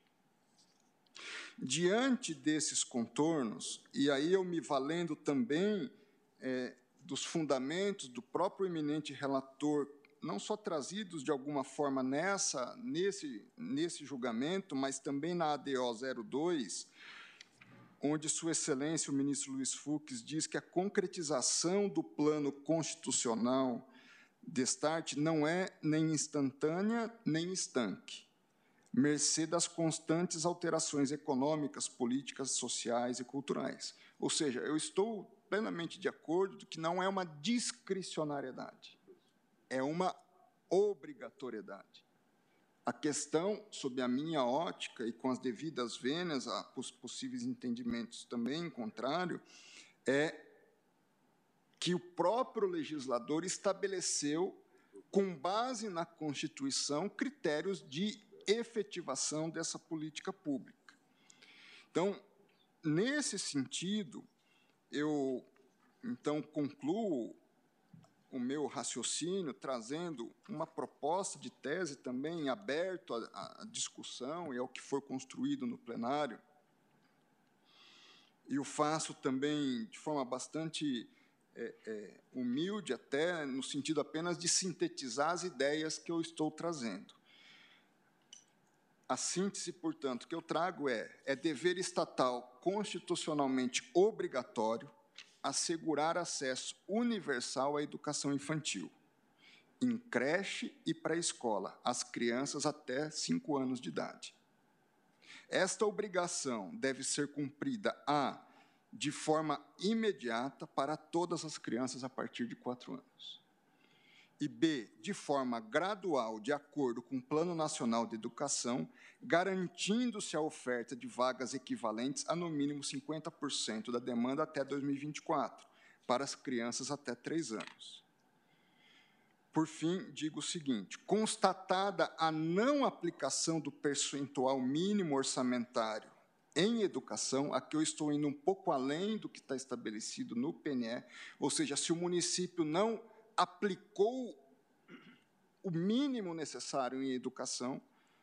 Diante desses contornos, e aí eu me valendo também é, dos fundamentos do próprio eminente relator, não só trazidos de alguma forma nessa, nesse, nesse julgamento, mas também na A D O zero dois, onde Sua Excelência, o ministro Luiz Fux, diz que a concretização do plano constitucional de Start não é nem instantânea, nem estanque, mercê das constantes alterações econômicas, políticas, sociais e culturais. Ou seja, eu estou plenamente de acordo de que não é uma discricionariedade, é uma obrigatoriedade. A questão, sob a minha ótica e com as devidas vênias, a possíveis entendimentos também em contrário, é que o próprio legislador estabeleceu, com base na Constituição, critérios de efetivação dessa política pública. Então, nesse sentido, eu, então, concluo o meu raciocínio trazendo uma proposta de tese também aberto à, à discussão e ao que for construído no plenário, e o faço também de forma bastante é, é, humilde, até no sentido apenas de sintetizar as ideias que eu estou trazendo. A síntese, portanto, que eu trago é, é dever estatal constitucionalmente obrigatório assegurar acesso universal à educação infantil, em creche e pré-escola, às crianças até cinco anos de idade. Esta obrigação deve ser cumprida, a, de forma imediata para todas as crianças a partir de quatro anos. E B, de forma gradual, de acordo com o Plano Nacional de Educação, garantindo-se a oferta de vagas equivalentes a, no mínimo, cinquenta por cento da demanda até dois mil e vinte e quatro, para as crianças até três anos. Por fim, digo o seguinte, constatada a não aplicação do percentual mínimo orçamentário em educação, aqui eu estou indo um pouco além do que está estabelecido no P N E, ou seja, se o município não aplicou o mínimo necessário em educação,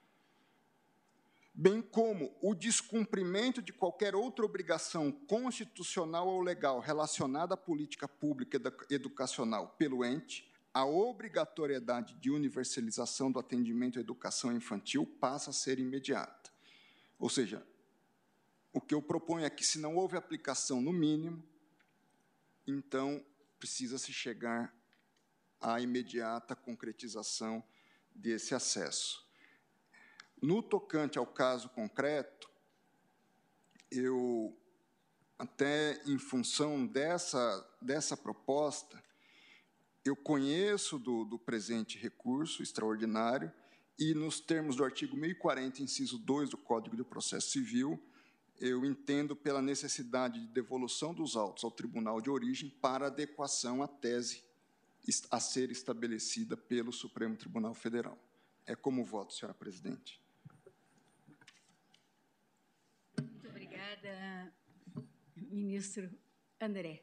bem como o descumprimento de qualquer outra obrigação constitucional ou legal relacionada à política pública educacional pelo ente, a obrigatoriedade de universalização do atendimento à educação infantil passa a ser imediata. Ou seja, o que eu proponho é que, se não houve aplicação no mínimo, então precisa-se chegar à imediata concretização desse acesso. No tocante ao caso concreto, eu, até em função dessa, dessa proposta, eu conheço do, do presente recurso extraordinário e, nos termos do artigo mil e quarenta, inciso dois do Código de Processo Civil, eu entendo pela necessidade de devolução dos autos ao tribunal de origem para adequação à tese a ser estabelecida pelo Supremo Tribunal Federal. É como voto, senhora presidente. Muito obrigada, ministro André.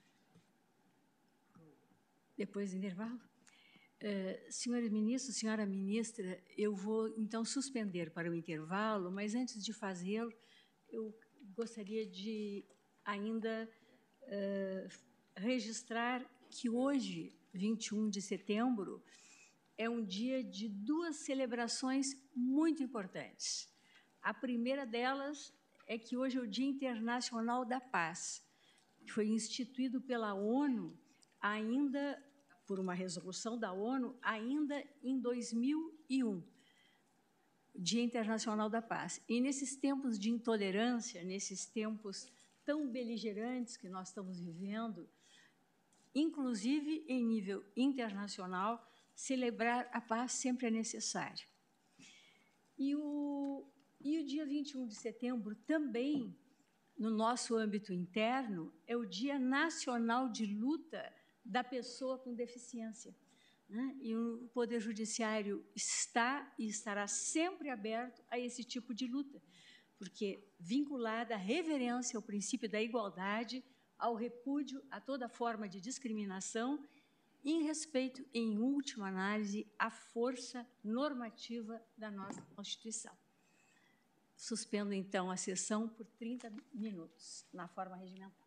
Depois do intervalo. Uh, senhores ministros, senhora ministra, eu vou, então, suspender para o intervalo, mas, antes de fazê-lo, eu gostaria de ainda uh, registrar que hoje, vinte e um de setembro, é um dia de duas celebrações muito importantes. A primeira delas é que hoje é o Dia Internacional da Paz, que foi instituído pela ONU ainda, por uma resolução da ONU, ainda em dois mil e um, Dia Internacional da Paz. E, nesses tempos de intolerância, nesses tempos tão beligerantes que nós estamos vivendo, inclusive em nível internacional, celebrar a paz sempre é necessário. E o, e o dia vinte e um de setembro também, no nosso âmbito interno, é o Dia Nacional de Luta da Pessoa com Deficiência, né? E o Poder Judiciário está e estará sempre aberto a esse tipo de luta, porque vinculada à reverência ao princípio da igualdade, ao repúdio a toda forma de discriminação, em respeito, em última análise, à força normativa da nossa Constituição. Suspendo, então, a sessão por trinta minutos, na forma regimental.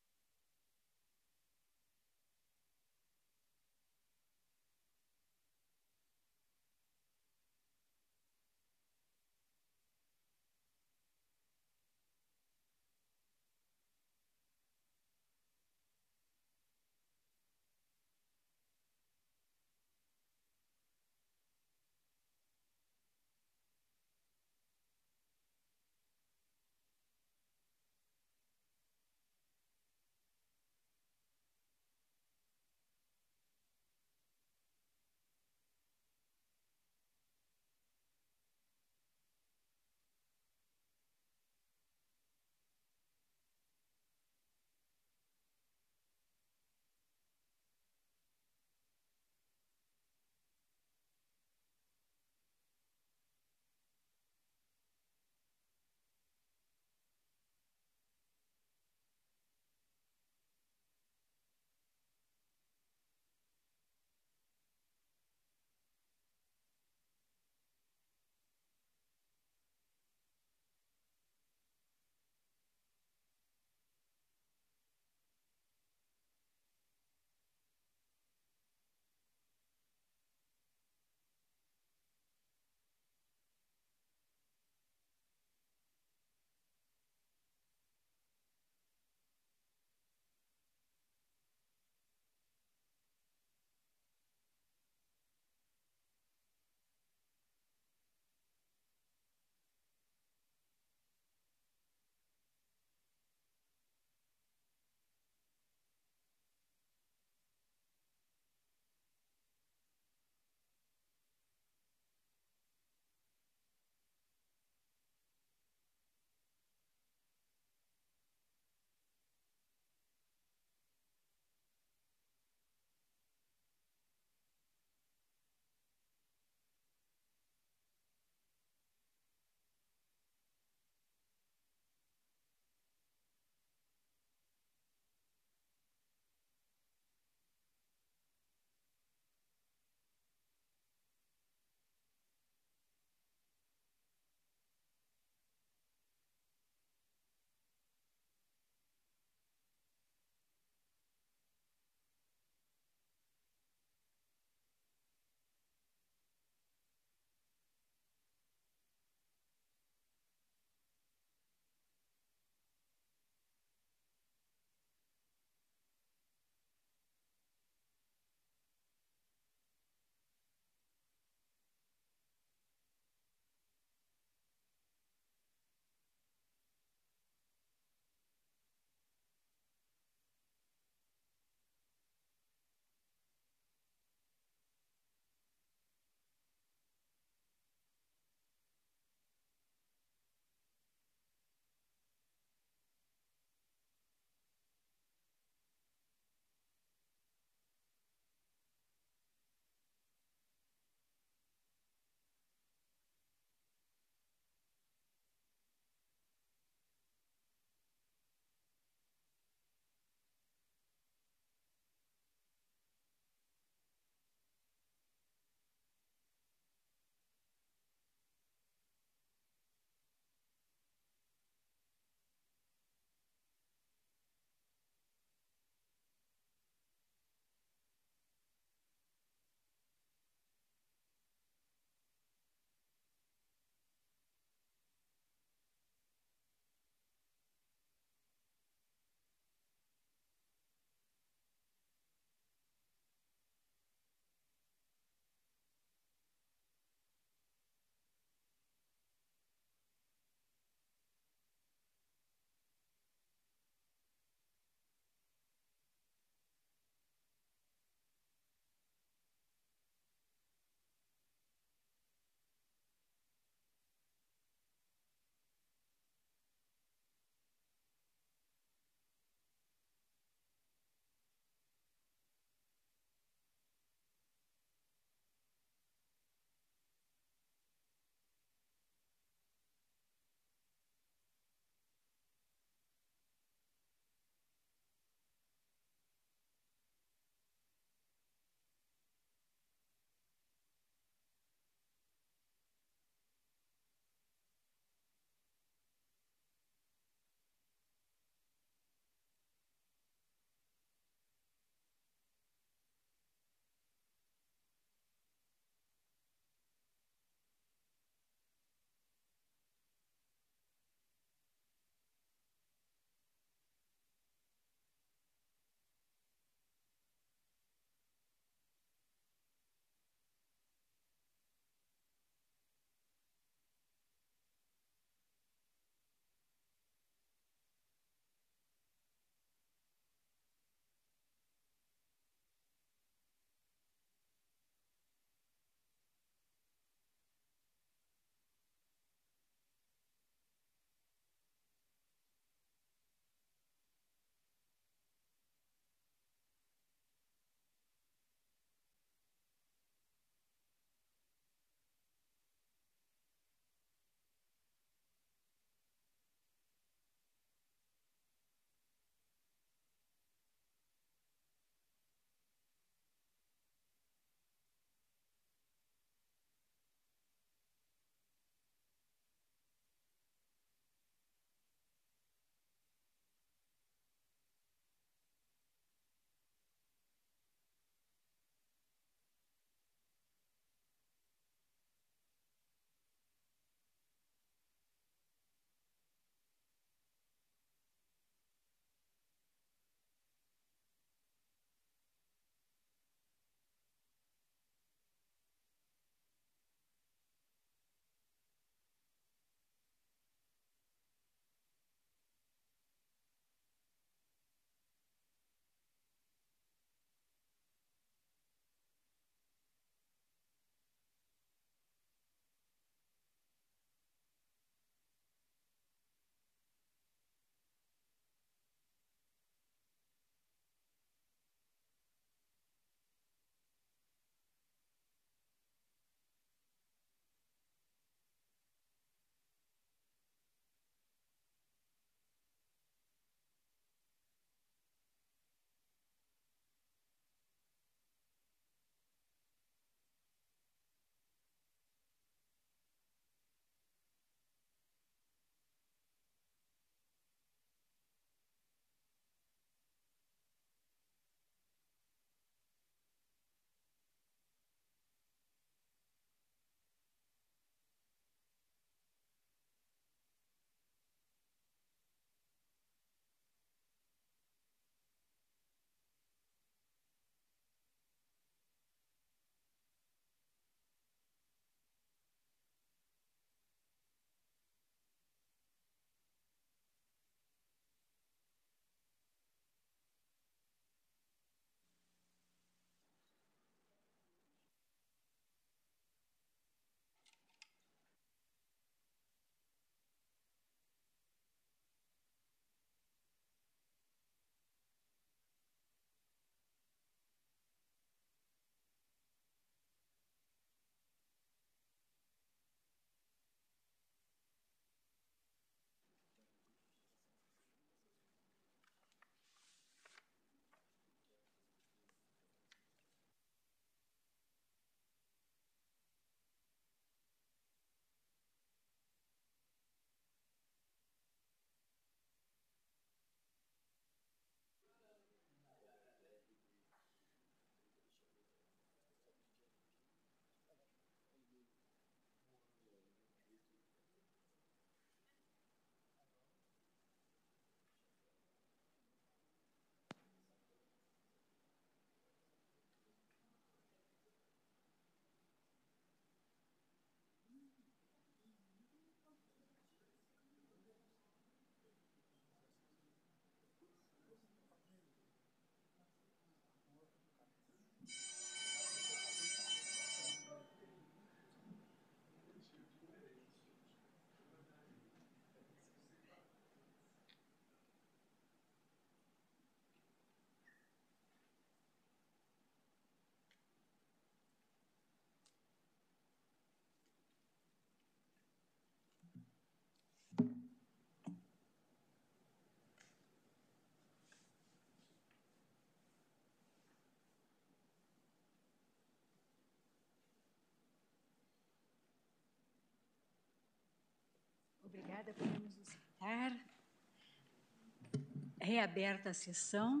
Obrigada, podemos nos sentar. Reaberta a sessão.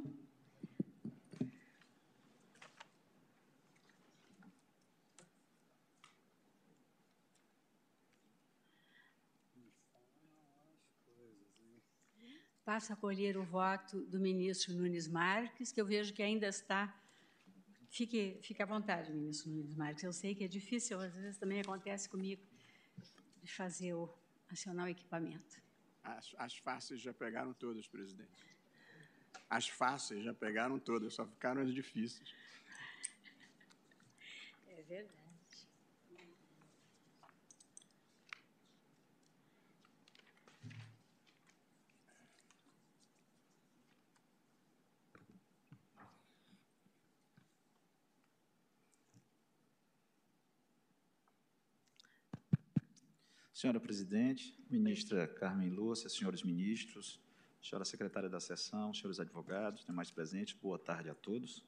Passo a colher o voto do ministro Nunes Marques, que eu vejo que ainda está... Fique, fique à vontade, ministro Nunes Marques. Eu sei que é difícil, às vezes também acontece comigo, de fazer o, acionar o equipamento. As, as faces já pegaram todas, presidente. As faces já pegaram todas, só ficaram as difíceis. É verdade. Senhora Presidente, ministra Carmen Lúcia, senhores ministros, senhora secretária da sessão, senhores advogados, demais presentes, boa tarde a todos.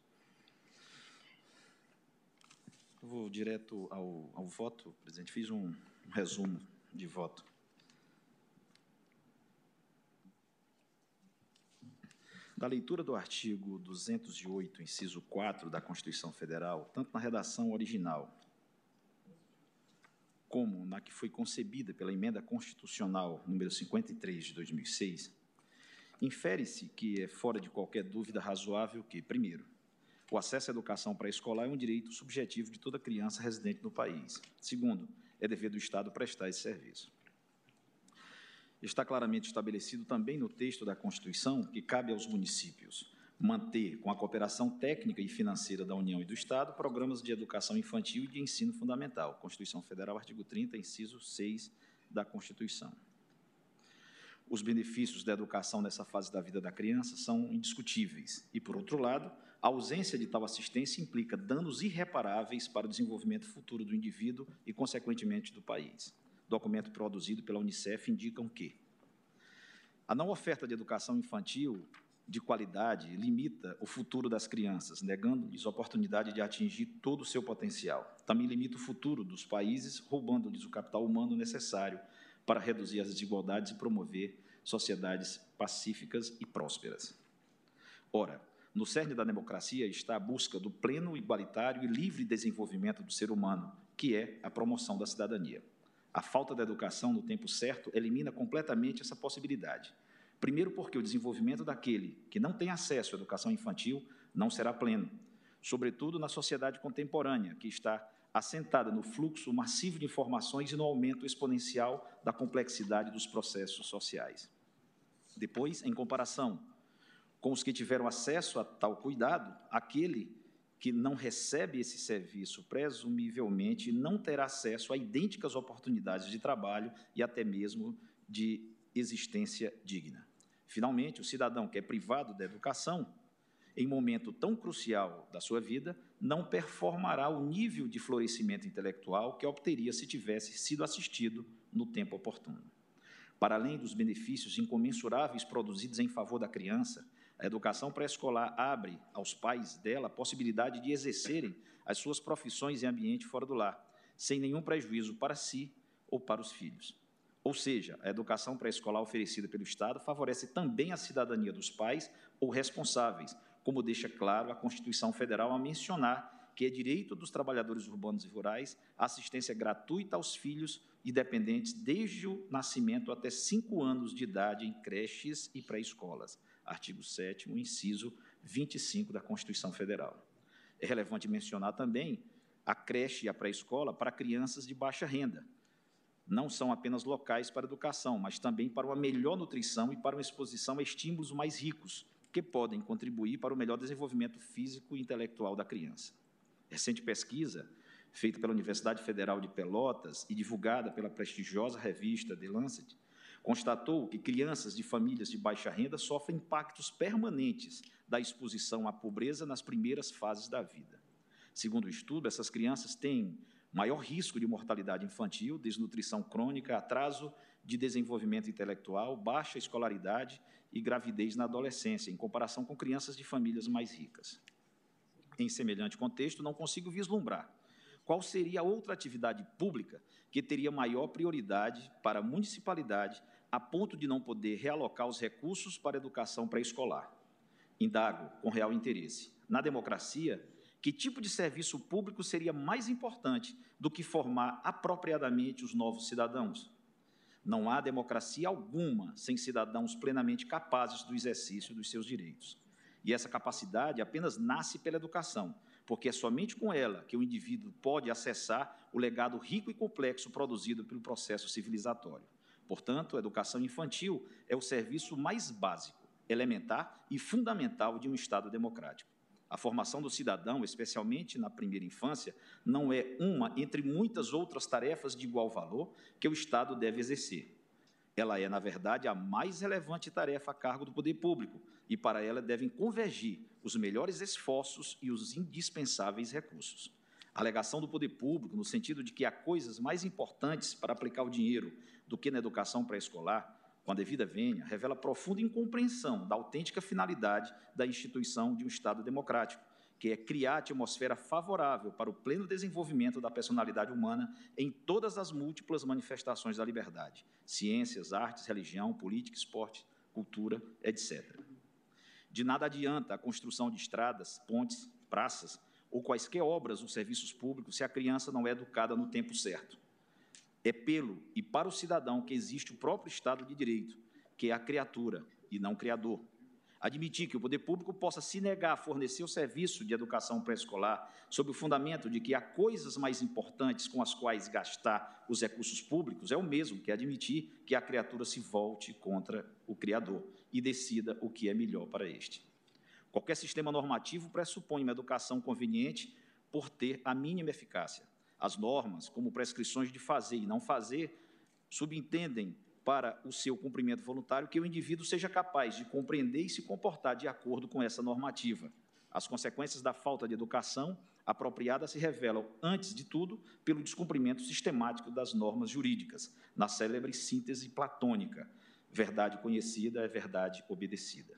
Eu vou direto ao, ao voto, presidente. Fiz um, um resumo de voto. Da leitura do artigo duzentos e oito, inciso quatro da Constituição Federal, tanto na redação original como na que foi concebida pela Emenda Constitucional número cinquenta e três de dois mil e seis, infere-se que é fora de qualquer dúvida razoável que, primeiro, o acesso à educação pré-escolar é um direito subjetivo de toda criança residente no país. Segundo, é dever do Estado prestar esse serviço. Está claramente estabelecido também no texto da Constituição que cabe aos municípios manter, com a cooperação técnica e financeira da União e do Estado, programas de educação infantil e de ensino fundamental. Constituição Federal, artigo trinta, inciso seis da Constituição. Os benefícios da educação nessa fase da vida da criança são indiscutíveis. E, por outro lado, a ausência de tal assistência implica danos irreparáveis para o desenvolvimento futuro do indivíduo e, consequentemente, do país. Documento produzido pela Unicef indicam que a não oferta de educação infantil de qualidade limita o futuro das crianças, negando-lhes a oportunidade de atingir todo o seu potencial. Também limita o futuro dos países, roubando-lhes o capital humano necessário para reduzir as desigualdades e promover sociedades pacíficas e prósperas. Ora, no cerne da democracia está a busca do pleno, igualitário e livre desenvolvimento do ser humano, que é a promoção da cidadania. A falta da educação no tempo certo elimina completamente essa possibilidade. Primeiro, porque o desenvolvimento daquele que não tem acesso à educação infantil não será pleno, sobretudo na sociedade contemporânea, que está assentada no fluxo massivo de informações e no aumento exponencial da complexidade dos processos sociais. Depois, em comparação com os que tiveram acesso a tal cuidado, aquele que não recebe esse serviço, presumivelmente, não terá acesso a idênticas oportunidades de trabalho e até mesmo de existência digna. Finalmente, o cidadão que é privado da educação, em momento tão crucial da sua vida, não performará o nível de florescimento intelectual que obteria se tivesse sido assistido no tempo oportuno. Para além dos benefícios incomensuráveis produzidos em favor da criança, a educação pré-escolar abre aos pais dela a possibilidade de exercerem as suas profissões em ambiente fora do lar, sem nenhum prejuízo para si ou para os filhos. Ou seja, a educação pré-escolar oferecida pelo Estado favorece também a cidadania dos pais ou responsáveis, como deixa claro a Constituição Federal a mencionar que é direito dos trabalhadores urbanos e rurais a assistência gratuita aos filhos e dependentes desde o nascimento até cinco anos de idade em creches e pré-escolas. Artigo sétimo, inciso vinte e cinco da Constituição Federal. É relevante mencionar também a creche e a pré-escola para crianças de baixa renda. Não são apenas locais para a educação, mas também para uma melhor nutrição e para uma exposição a estímulos mais ricos, que podem contribuir para o melhor desenvolvimento físico e intelectual da criança. Recente pesquisa, feita pela Universidade Federal de Pelotas e divulgada pela prestigiosa revista The Lancet, constatou que crianças de famílias de baixa renda sofrem impactos permanentes da exposição à pobreza nas primeiras fases da vida. Segundo o estudo, essas crianças têm maior risco de mortalidade infantil, desnutrição crônica, atraso de desenvolvimento intelectual, baixa escolaridade e gravidez na adolescência, em comparação com crianças de famílias mais ricas. Em semelhante contexto, não consigo vislumbrar qual seria a outra atividade pública que teria maior prioridade para a municipalidade a ponto de não poder realocar os recursos para a educação pré-escolar. Indago, com real interesse, na democracia, que tipo de serviço público seria mais importante do que formar apropriadamente os novos cidadãos? Não há democracia alguma sem cidadãos plenamente capazes do exercício dos seus direitos. E essa capacidade apenas nasce pela educação, porque é somente com ela que o indivíduo pode acessar o legado rico e complexo produzido pelo processo civilizatório. Portanto, a educação infantil é o serviço mais básico, elementar e fundamental de um Estado democrático. A formação do cidadão, especialmente na primeira infância, não é uma entre muitas outras tarefas de igual valor que o Estado deve exercer. Ela é, na verdade, a mais relevante tarefa a cargo do poder público, e para ela devem convergir os melhores esforços e os indispensáveis recursos. A alegação do poder público, no sentido de que há coisas mais importantes para aplicar o dinheiro do que na educação pré-escolar, com a devida vênia, revela profunda incompreensão da autêntica finalidade da instituição de um Estado democrático, que é criar a atmosfera favorável para o pleno desenvolvimento da personalidade humana em todas as múltiplas manifestações da liberdade, ciências, artes, religião, política, esporte, cultura, etcétera. De nada adianta a construção de estradas, pontes, praças ou quaisquer obras ou serviços públicos se a criança não é educada no tempo certo. É pelo e para o cidadão que existe o próprio Estado de Direito, que é a criatura e não criador. Admitir que o poder público possa se negar a fornecer o serviço de educação pré-escolar sob o fundamento de que há coisas mais importantes com as quais gastar os recursos públicos é o mesmo que admitir que a criatura se volte contra o Criador e decida o que é melhor para este. Qualquer sistema normativo pressupõe uma educação conveniente por ter a mínima eficácia. As normas, como prescrições de fazer e não fazer, subentendem para o seu cumprimento voluntário que o indivíduo seja capaz de compreender e se comportar de acordo com essa normativa. As consequências da falta de educação apropriada se revelam, antes de tudo, pelo descumprimento sistemático das normas jurídicas, na célebre síntese platônica: verdade conhecida é verdade obedecida.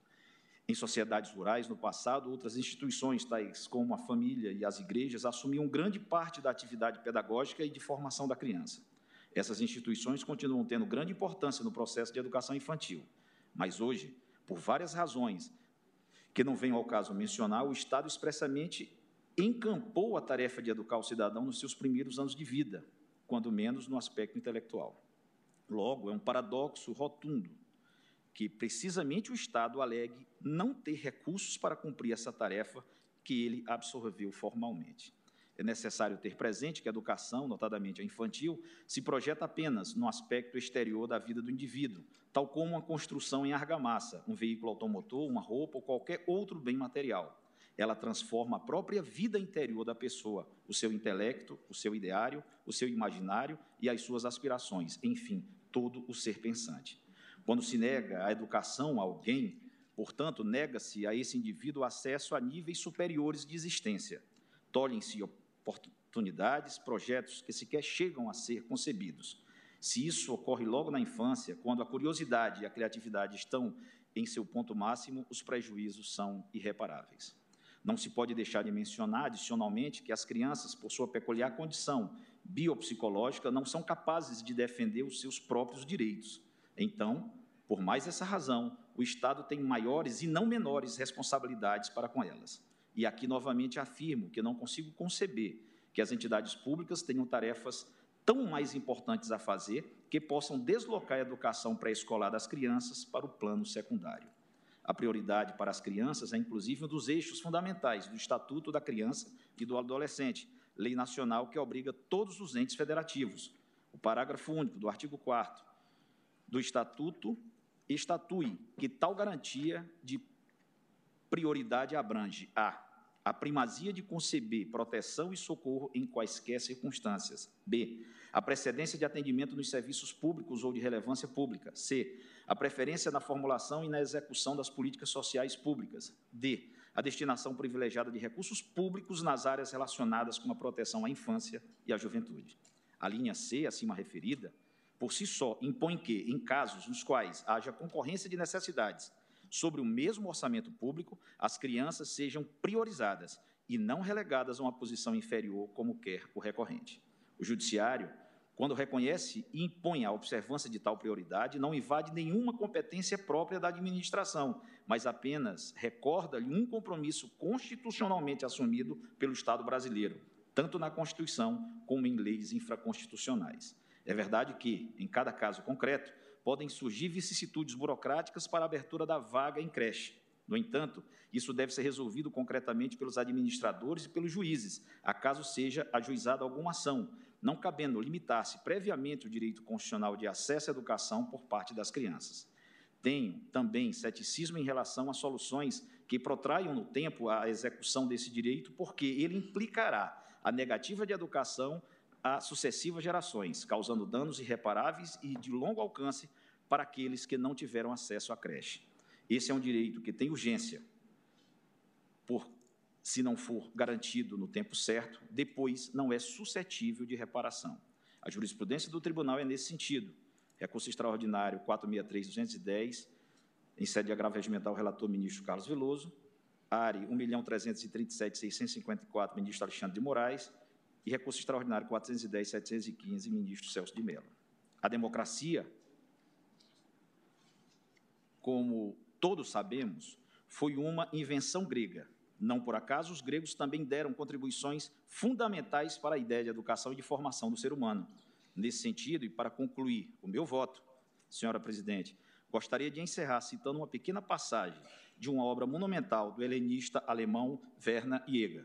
Em sociedades rurais, no passado, outras instituições, tais como a família e as igrejas, assumiam grande parte da atividade pedagógica e de formação da criança. Essas instituições continuam tendo grande importância no processo de educação infantil, mas hoje, por várias razões que não venho ao caso mencionar, o Estado expressamente encampou a tarefa de educar o cidadão nos seus primeiros anos de vida, quando menos no aspecto intelectual. Logo, é um paradoxo rotundo que, precisamente, o Estado alegue não ter recursos para cumprir essa tarefa que ele absorveu formalmente. É necessário ter presente que a educação, notadamente a infantil, se projeta apenas no aspecto exterior da vida do indivíduo, tal como uma construção em argamassa, um veículo automotor, uma roupa ou qualquer outro bem material. Ela transforma a própria vida interior da pessoa, o seu intelecto, o seu ideário, o seu imaginário e as suas aspirações, enfim, todo o ser pensante. Quando se nega a educação a alguém, portanto, nega-se a esse indivíduo acesso a níveis superiores de existência. Tolhem-se oportunidades, projetos que sequer chegam a ser concebidos. Se isso ocorre logo na infância, quando a curiosidade e a criatividade estão em seu ponto máximo, os prejuízos são irreparáveis. Não se pode deixar de mencionar, adicionalmente, que as crianças, por sua peculiar condição biopsicológica, não são capazes de defender os seus próprios direitos. Então, por mais essa razão, o Estado tem maiores e não menores responsabilidades para com elas. E aqui, novamente, afirmo que não consigo conceber que as entidades públicas tenham tarefas tão mais importantes a fazer que possam deslocar a educação pré-escolar das crianças para o plano secundário. A prioridade para as crianças é, inclusive, um dos eixos fundamentais do Estatuto da Criança e do Adolescente, lei nacional que obriga todos os entes federativos. O parágrafo único do artigo quarto do Estatuto estatui que tal garantia de prioridade abrange a a primazia de conceber proteção e socorro em quaisquer circunstâncias. B. A precedência de atendimento nos serviços públicos ou de relevância pública. C. A preferência na formulação e na execução das políticas sociais públicas. D. A destinação privilegiada de recursos públicos nas áreas relacionadas com a proteção à infância e à juventude. A linha C, acima referida, por si só, impõe que, em casos nos quais haja concorrência de necessidades sobre o mesmo orçamento público, as crianças sejam priorizadas e não relegadas a uma posição inferior, como quer o recorrente. O Judiciário, quando reconhece e impõe a observância de tal prioridade, não invade nenhuma competência própria da administração, mas apenas recorda-lhe um compromisso constitucionalmente assumido pelo Estado brasileiro, tanto na Constituição como em leis infraconstitucionais. É verdade que, em cada caso concreto, podem surgir vicissitudes burocráticas para a abertura da vaga em creche. No entanto, isso deve ser resolvido concretamente pelos administradores e pelos juízes, acaso seja ajuizada alguma ação, não cabendo limitar-se previamente o direito constitucional de acesso à educação por parte das crianças. Tenho também ceticismo em relação a soluções que protraiam no tempo a execução desse direito, porque ele implicará a negativa de educação a sucessivas gerações, causando danos irreparáveis e de longo alcance para aqueles que não tiveram acesso à creche. Esse é um direito que tem urgência, por, se não for garantido no tempo certo, depois não é suscetível de reparação. A jurisprudência do tribunal é nesse sentido. Recurso extraordinário quatrocentos e sessenta e três, duzentos e dez, em sede de agravo regimental, relator ministro Carlos Veloso, A R I um milhão trezentos e trinta e sete, seiscentos e cinquenta e quatro, ministro Alexandre de Moraes, e recurso extraordinário quatrocentos e dez, setecentos e quinze, ministro Celso de Mello. A democracia, como todos sabemos, foi uma invenção grega. Não por acaso, os gregos também deram contribuições fundamentais para a ideia de educação e de formação do ser humano. Nesse sentido, e para concluir o meu voto, senhora presidente, gostaria de encerrar citando uma pequena passagem de uma obra monumental do helenista alemão Werner Jäger,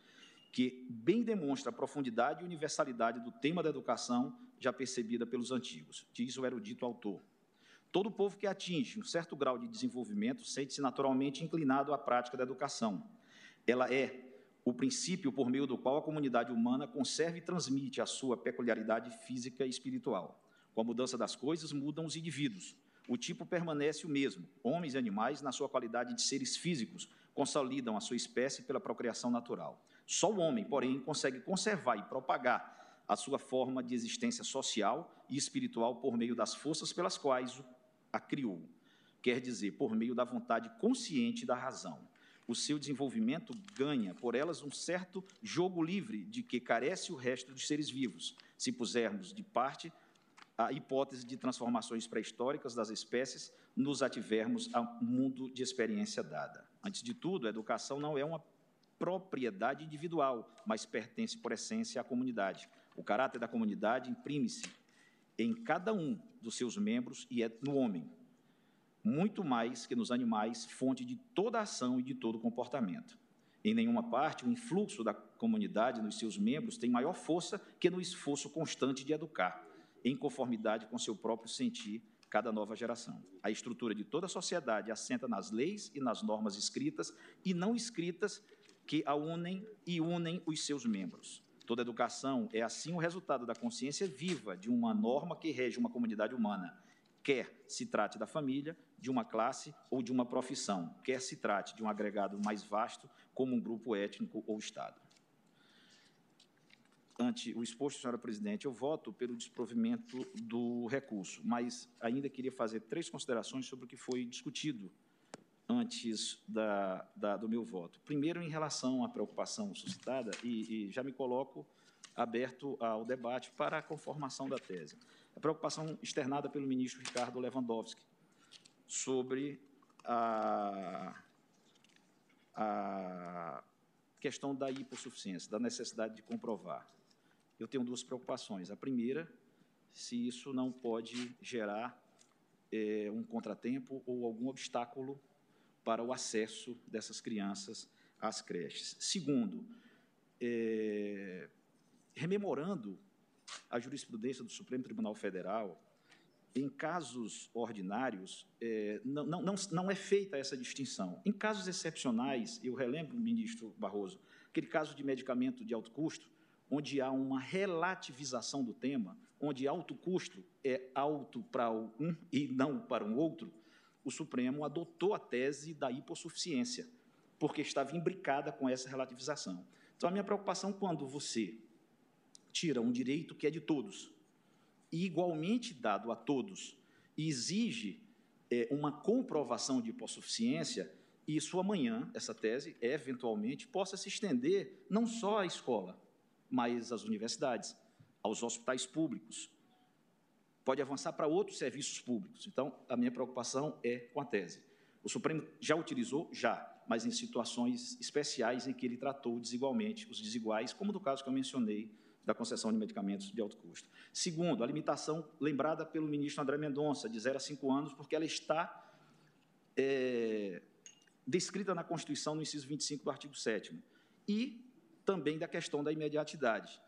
que bem demonstra a profundidade e universalidade do tema da educação já percebida pelos antigos. Diz o erudito autor: todo povo que atinge um certo grau de desenvolvimento sente-se naturalmente inclinado à prática da educação. Ela é o princípio por meio do qual a comunidade humana conserva e transmite a sua peculiaridade física e espiritual. Com a mudança das coisas, mudam os indivíduos. O tipo permanece o mesmo. Homens e animais, na sua qualidade de seres físicos, consolidam a sua espécie pela procriação natural. Só o homem, porém, consegue conservar e propagar a sua forma de existência social e espiritual por meio das forças pelas quais a criou, quer dizer, por meio da vontade consciente da razão. O seu desenvolvimento ganha, por elas, um certo jogo livre de que carece o resto dos seres vivos, se pusermos de parte a hipótese de transformações pré-históricas das espécies, nos ativermos a um mundo de experiência dada. Antes de tudo, a educação não é uma propriedade individual, mas pertence, por essência, à comunidade. O caráter da comunidade imprime-se em cada um dos seus membros e é no homem, muito mais que nos animais, fonte de toda ação e de todo comportamento. Em nenhuma parte, o influxo da comunidade nos seus membros tem maior força que no esforço constante de educar, em conformidade com seu próprio sentir, cada nova geração. A estrutura de toda a sociedade assenta nas leis e nas normas escritas e não escritas que a unem e unem os seus membros. Toda educação é, assim, o resultado da consciência viva de uma norma que rege uma comunidade humana, quer se trate da família, de uma classe ou de uma profissão, quer se trate de um agregado mais vasto, como um grupo étnico ou Estado. Ante o exposto, senhora presidente, eu voto pelo desprovimento do recurso, mas ainda queria fazer três considerações sobre o que foi discutido antes da, da, do meu voto. Primeiro, em relação à preocupação suscitada, e, e já me coloco aberto ao debate para a conformação da tese. A preocupação externada pelo ministro Ricardo Lewandowski sobre a, a questão da hipossuficiência, da necessidade de comprovar. Eu tenho duas preocupações. A primeira, se isso não pode gerar é, um contratempo ou algum obstáculo para o acesso dessas crianças às creches. Segundo, é, rememorando a jurisprudência do Supremo Tribunal Federal, em casos ordinários, é, não, não, não é feita essa distinção. Em casos excepcionais, eu relembro, ministro Barroso, aquele caso de medicamento de alto custo, onde há uma relativização do tema, onde alto custo é alto para um e não para um outro, o Supremo adotou a tese da hipossuficiência, porque estava imbricada com essa relativização. Então, a minha preocupação, quando você tira um direito que é de todos, e igualmente dado a todos, e exige é, uma comprovação de hipossuficiência, isso amanhã, essa tese, eventualmente, possa se estender não só à escola, mas às universidades, aos hospitais públicos, pode avançar para outros serviços públicos. Então, a minha preocupação é com a tese. O Supremo já utilizou? Já, mas em situações especiais em que ele tratou desigualmente os desiguais, como do caso que eu mencionei, da concessão de medicamentos de alto custo. Segundo, a limitação lembrada pelo ministro André Mendonça, de zero a cinco anos, porque ela está é, descrita na Constituição, no inciso vinte e cinco do artigo sétimo, e também da questão da imediatidade.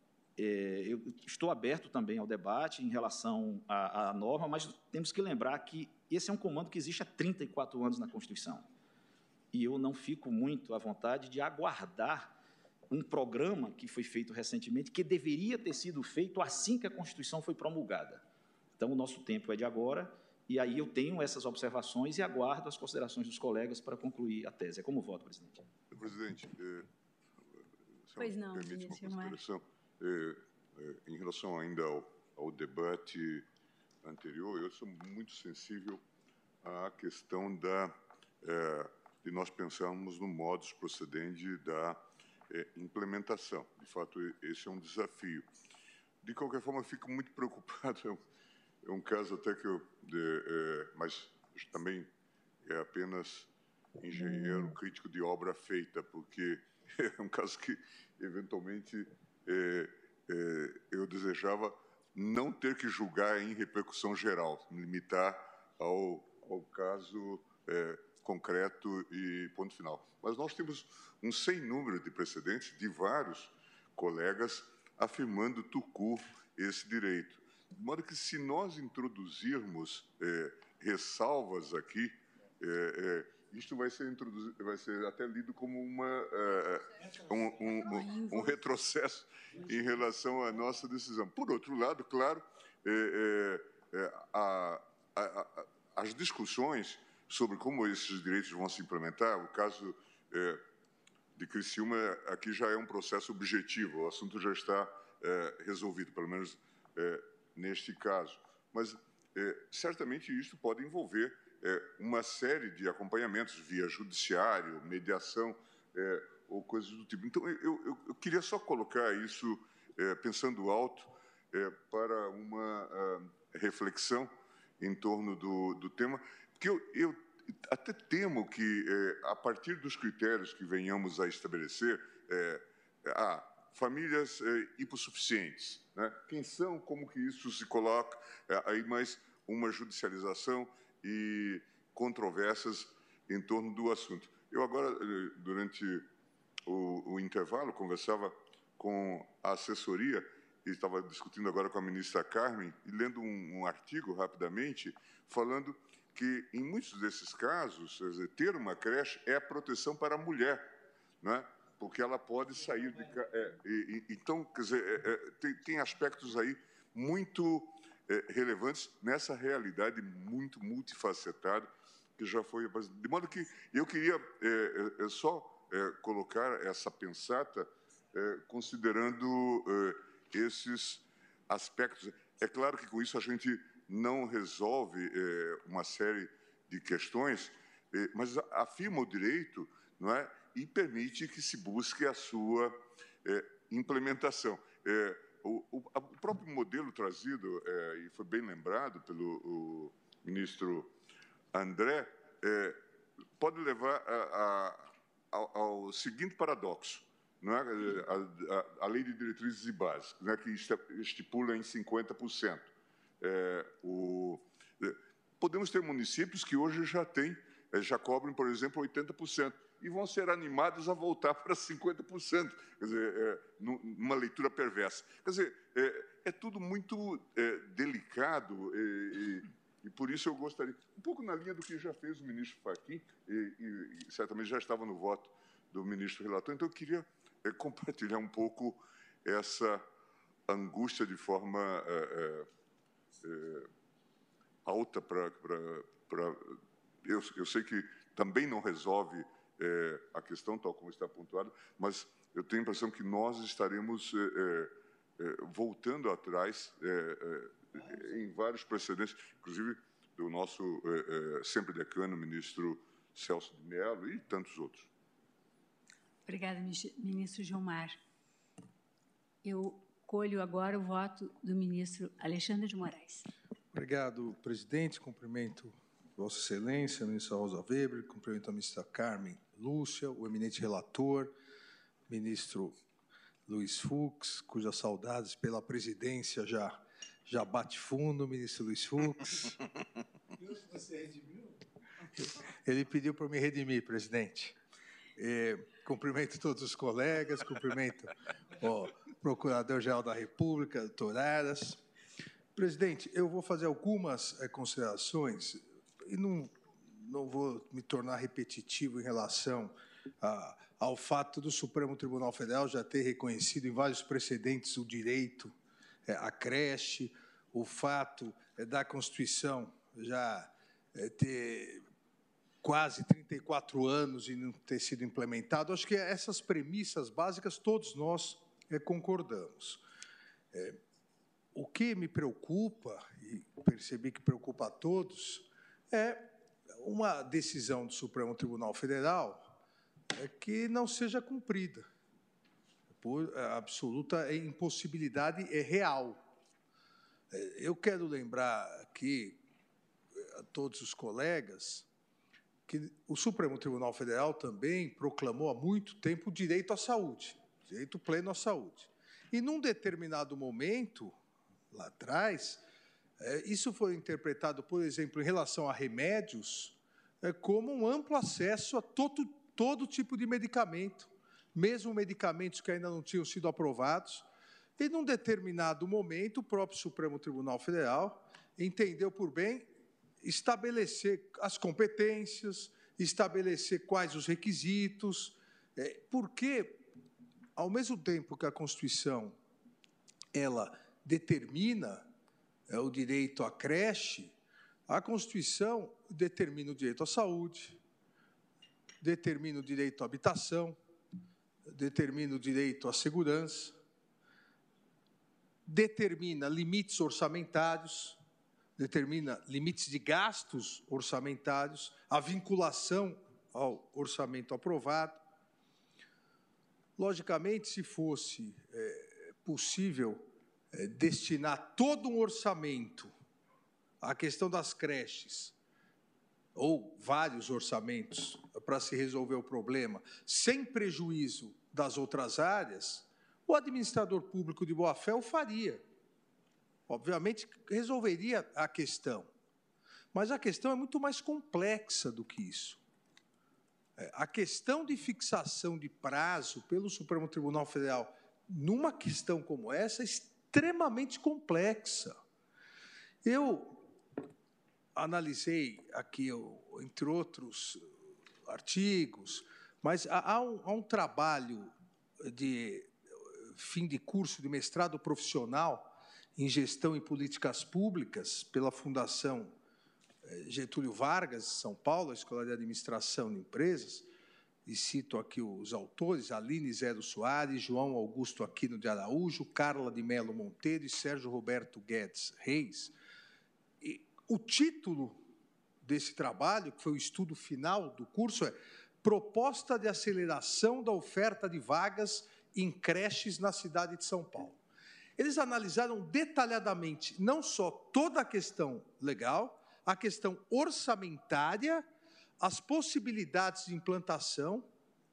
É, eu estou aberto também ao debate em relação à, à norma, mas temos que lembrar que esse é um comando que existe há trinta e quatro anos na Constituição. E eu não fico muito à vontade de aguardar um programa que foi feito recentemente, que deveria ter sido feito assim que a Constituição foi promulgada. Então, o nosso tempo é de agora, e aí eu tenho essas observações e aguardo as considerações dos colegas para concluir a tese. É como voto, presidente. Presidente, é, pois não, permite uma ministro, consideração. É, é, em relação ainda ao, ao debate anterior, eu sou muito sensível à questão da, é, de nós pensarmos no modus procedente da É, implementação. De fato, esse é um desafio. De qualquer forma, eu fico muito preocupado. É um, é um caso até que eu... De, é, mas também é apenas engenheiro crítico de obra feita, porque é um caso que, eventualmente, é, é, eu desejava não ter que julgar em repercussão geral, me limitar ao, ao caso é, concreto e ponto final. Mas nós temos um sem número de precedentes de vários colegas afirmando tucu esse direito. De modo que, se nós introduzirmos é, ressalvas aqui, é, é, isto vai ser, introduzido, vai ser até lido como uma, é, um, um, um retrocesso em relação à nossa decisão. Por outro lado, claro, é, é, a, a, a, as discussões sobre como esses direitos vão se implementar, o caso é, de Criciúma, aqui já é um processo objetivo, o assunto já está é, resolvido, pelo menos é, neste caso. Mas, é, certamente, isso pode envolver é, uma série de acompanhamentos via judiciário, mediação, é, ou coisas do tipo. Então, eu, eu, eu queria só colocar isso, é, pensando alto, é, para uma a, reflexão em torno do, do tema, porque eu, eu até temo que, é, a partir dos critérios que venhamos a estabelecer, é, há famílias é, hipossuficientes, né? Quem são, como que isso se coloca, é, aí mais uma judicialização e controvérsias em torno do assunto. Eu agora, durante o, o intervalo, conversava com a assessoria e estava discutindo agora com a ministra Carmen e lendo um, um artigo rapidamente falando que, em muitos desses casos, dizer, ter uma creche é proteção para a mulher, né? Porque ela pode sair de... É, e, e, então, quer dizer, é, é, tem, tem aspectos aí muito é, relevantes nessa realidade muito multifacetada que já foi... De modo que eu queria é, é, só é, colocar essa pensata é, considerando é, esses aspectos. É claro que, com isso, a gente não resolve é, uma série de questões, é, mas afirma o direito, não é? E permite que se busque a sua é, implementação. É, o, o, o próprio modelo trazido, é, e foi bem lembrado pelo o ministro André, é, pode levar a, a, ao, ao seguinte paradoxo, não é? a, a, a Lei de Diretrizes e Bases, né, que estipula em cinquenta por cento. É, o, é, podemos ter municípios que hoje já têm, é, já cobrem, por exemplo, oitenta por cento, e vão ser animados a voltar para cinquenta por cento, quer dizer, é, numa leitura perversa. Quer dizer, é, é tudo muito é, delicado, e, e, e por isso eu gostaria, um pouco na linha do que já fez o ministro Fachin, e, e, e certamente já estava no voto do ministro relator, então eu queria é, compartilhar um pouco essa angústia de forma... É, é, É, alta para... Eu, eu sei que também não resolve é, a questão, tal como está pontuado, mas eu tenho a impressão que nós estaremos é, é, voltando atrás é, é, em vários precedentes, inclusive do nosso é, é, sempre decano, ministro Celso de Mello, e tantos outros. Obrigada, ministro Gilmar. Eu Acolho agora o voto do ministro Alexandre de Moraes. Obrigado, presidente. Cumprimento Vossa Excelência, a ministra Rosa Weber, cumprimento a ministra Carmen Lúcia, o eminente relator, ministro Luiz Fux, cujas saudades pela presidência já, já bate fundo, ministro Luiz Fux. Você redimiu? Ele pediu para me redimir, presidente. É, cumprimento todos os colegas, cumprimento o Procurador-Geral da República, doutor Aras. Presidente, eu vou fazer algumas é, considerações e não, não vou me tornar repetitivo em relação a, ao fato do Supremo Tribunal Federal já ter reconhecido em vários precedentes o direito é, à creche, o fato é, da Constituição já é, ter quase trinta e quatro anos e não ter sido implementado. Acho que essas premissas básicas todos nós é, concordamos. É, o que me preocupa, e percebi que preocupa a todos, é uma decisão do Supremo Tribunal Federal é, que não seja cumprida, por absoluta impossibilidade é real. É, eu quero lembrar aqui a todos os colegas que o Supremo Tribunal Federal também proclamou há muito tempo o direito à saúde, direito pleno à saúde. E, num determinado momento, lá atrás, é, isso foi interpretado, por exemplo, em relação a remédios, é, como um amplo acesso a todo, todo tipo de medicamento, mesmo medicamentos que ainda não tinham sido aprovados. E, num determinado momento, o próprio Supremo Tribunal Federal entendeu por bem estabelecer as competências, estabelecer quais os requisitos, é, porque, ao mesmo tempo que a Constituição ela determina é, o direito à creche, a Constituição determina o direito à saúde, determina o direito à habitação, determina o direito à segurança, determina limites orçamentários, determina limites de gastos orçamentários, a vinculação ao orçamento aprovado. Logicamente, se fosse é, possível é, destinar todo um orçamento à questão das creches, ou vários orçamentos, para se resolver o problema, sem prejuízo das outras áreas, o administrador público de boa-fé o faria. Obviamente, resolveria a questão. Mas a questão é muito mais complexa do que isso. A questão de fixação de prazo pelo Supremo Tribunal Federal numa questão como essa é extremamente complexa. Eu analisei aqui, entre outros artigos, mas há um, há um trabalho de fim de curso de mestrado profissional em Gestão e Políticas Públicas, pela Fundação Getúlio Vargas, de São Paulo, a Escola de Administração de Empresas, e cito aqui os autores, Aline Zero Soares, João Augusto Aquino de Araújo, Carla de Melo Monteiro e Sérgio Roberto Guedes Reis. E o título desse trabalho, que foi o estudo final do curso, é Proposta de Aceleração da Oferta de Vagas em Creches na cidade de São Paulo. Eles analisaram detalhadamente não só toda a questão legal, a questão orçamentária, as possibilidades de implantação,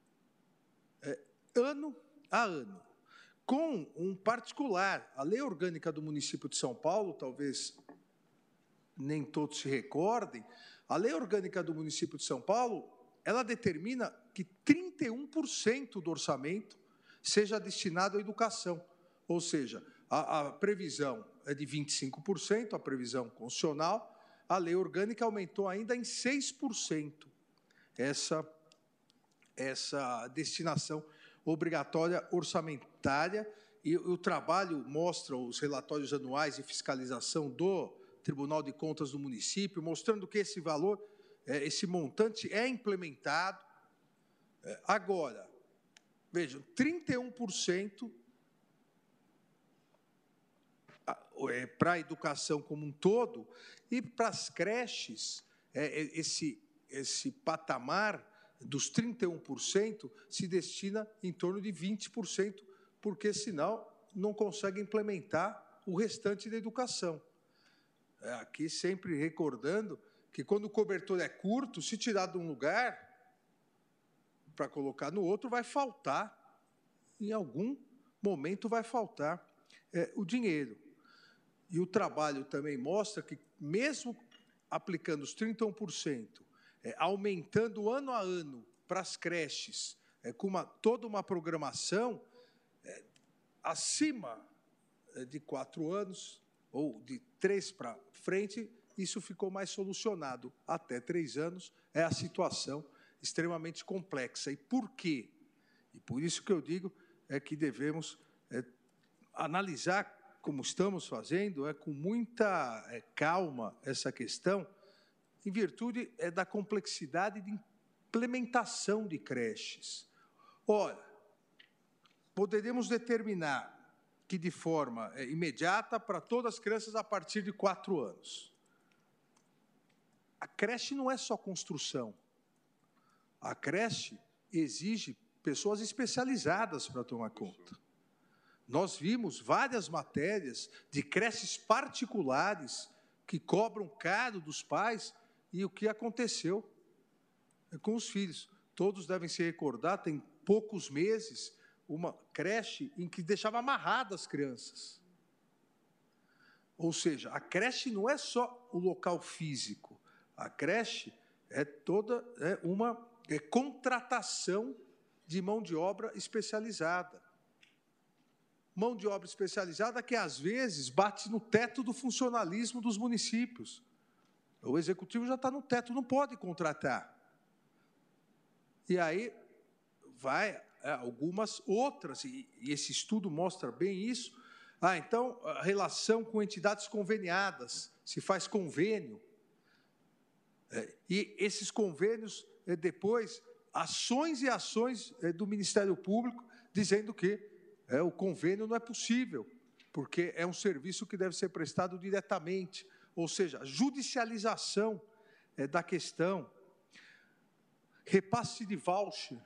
é, ano a ano, com um particular. A Lei Orgânica do Município de São Paulo, talvez nem todos se recordem, a Lei Orgânica do Município de São Paulo, ela determina que trinta e um por cento do orçamento seja destinado à educação, ou seja, A, a previsão é de vinte e cinco por cento, a previsão constitucional, a lei orgânica aumentou ainda em seis por cento essa, essa destinação obrigatória orçamentária, e o trabalho mostra os relatórios anuais de fiscalização do Tribunal de Contas do município, mostrando que esse valor, esse montante é implementado. Agora, vejam, trinta e um por cento para a educação como um todo, e para as creches, esse, esse patamar dos trinta e um por cento se destina em torno de vinte por cento, porque, senão, não consegue implementar o restante da educação. É, aqui sempre recordando que quando o cobertor é curto, se tirar de um lugar para colocar no outro, vai faltar, em algum momento vai faltar é, o dinheiro. E o trabalho também mostra que, mesmo aplicando os trinta e um por cento, é, aumentando ano a ano para as creches, é, com uma, toda uma programação, é, acima é, de quatro anos, ou de três para frente, isso ficou mais solucionado. Até três anos é a situação extremamente complexa. E por quê? E por isso que eu digo é que devemos é, analisar, como estamos fazendo, é, com muita é, calma essa questão, em virtude é, da complexidade de implementação de creches. Ora, poderíamos determinar que, de forma é, imediata, para todas as crianças a partir de quatro anos. A creche não é só construção. A creche exige pessoas especializadas para tomar conta. Nós vimos várias matérias de creches particulares que cobram caro dos pais, e o que aconteceu com os filhos. Todos devem se recordar, tem poucos meses, uma creche em que deixava amarradas as crianças. Ou seja, a creche não é só o local físico, a creche é toda é uma é contratação de mão de obra especializada. Mão de obra especializada que, às vezes, bate no teto do funcionalismo dos municípios. O executivo já está no teto, não pode contratar. E aí vai é, algumas outras, e, e esse estudo mostra bem isso. Ah, então, a relação com entidades conveniadas, se faz convênio. É, e esses convênios, é, depois, ações e ações é, do Ministério Público, dizendo que é, o convênio não é possível, porque é um serviço que deve ser prestado diretamente, ou seja, judicialização é, da questão. Repasse de voucher.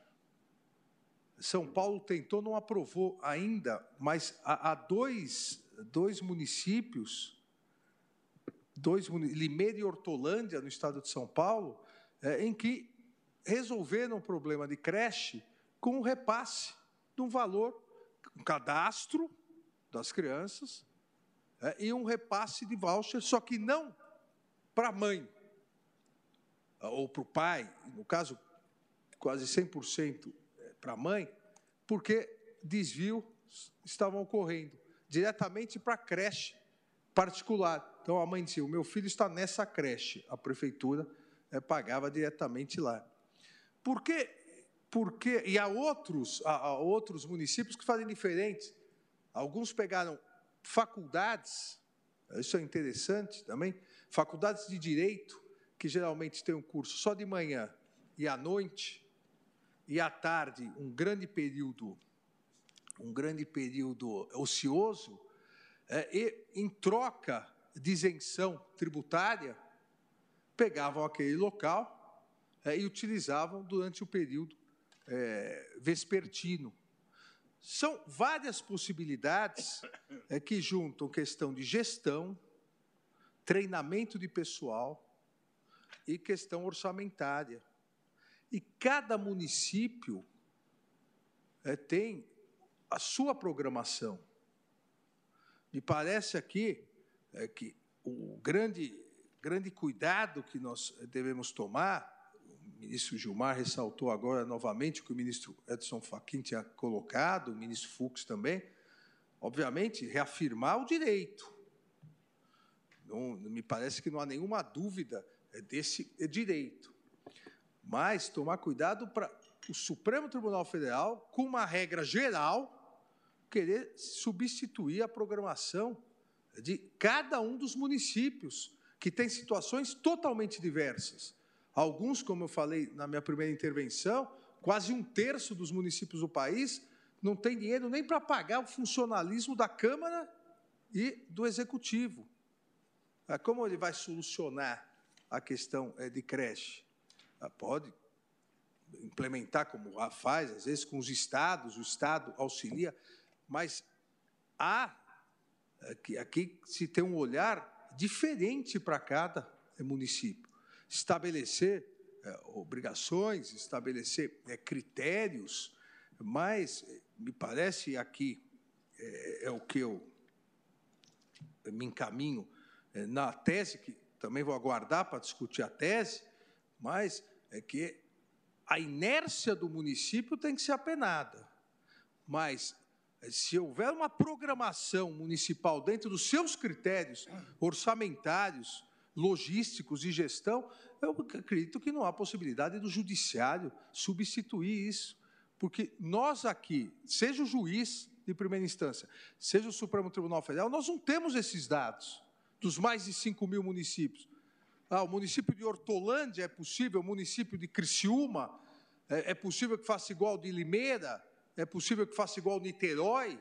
São Paulo tentou, não aprovou ainda, mas há, há dois, dois municípios, dois, Limeira e Hortolândia, no estado de São Paulo, é, em que resolveram o problema de creche com um repasse de um valor, um cadastro das crianças, é, e um repasse de voucher, só que não para a mãe, ou para o pai, no caso, quase cem por cento para a mãe, porque desvios estavam ocorrendo diretamente para a creche particular. Então, a mãe dizia, o meu filho está nessa creche, a prefeitura é, pagava diretamente lá. Por quê? Porque, e há outros, há, há outros municípios que fazem diferente. Alguns pegaram faculdades, isso é interessante também, faculdades de direito, que geralmente tem um curso só de manhã e à noite, e à tarde um grande período, um grande período ocioso, é, e em troca de isenção tributária, pegavam aquele local é, e utilizavam durante o período é, vespertino. São várias possibilidades é, que juntam questão de gestão, treinamento de pessoal e questão orçamentária. E cada município é, tem a sua programação. Me parece aqui é, que o grande, grande cuidado que nós devemos tomar, o ministro Gilmar ressaltou agora novamente o que o ministro Edson Fachin tinha colocado, o ministro Fux também, obviamente, reafirmar o direito. Não, me parece que não há nenhuma dúvida desse direito. Mas tomar cuidado para o Supremo Tribunal Federal, com uma regra geral, querer substituir a programação de cada um dos municípios, que tem situações totalmente diversas. Alguns, como eu falei na minha primeira intervenção, quase um terço dos municípios do país não tem dinheiro nem para pagar o funcionalismo da Câmara e do Executivo. Como ele vai solucionar a questão de creche? Pode implementar como faz, às vezes, com os estados, o Estado auxilia, mas há, aqui, aqui se tem um olhar diferente para cada município. Estabelecer é, obrigações, estabelecer é, critérios, mas me parece aqui, é, é o que eu me encaminho é, na tese, que também vou aguardar para discutir a tese, mas é que a inércia do município tem que ser apenada. Mas, se houver uma programação municipal dentro dos seus critérios orçamentários, logísticos de gestão, eu acredito que não há possibilidade do judiciário substituir isso. Porque nós aqui, seja o juiz de primeira instância, seja o Supremo Tribunal Federal, nós não temos esses dados dos mais de cinco mil municípios. Ah, o município de Hortolândia é possível, o município de Criciúma, é, é possível que faça igual de Limeira, é possível que faça igual de Niterói?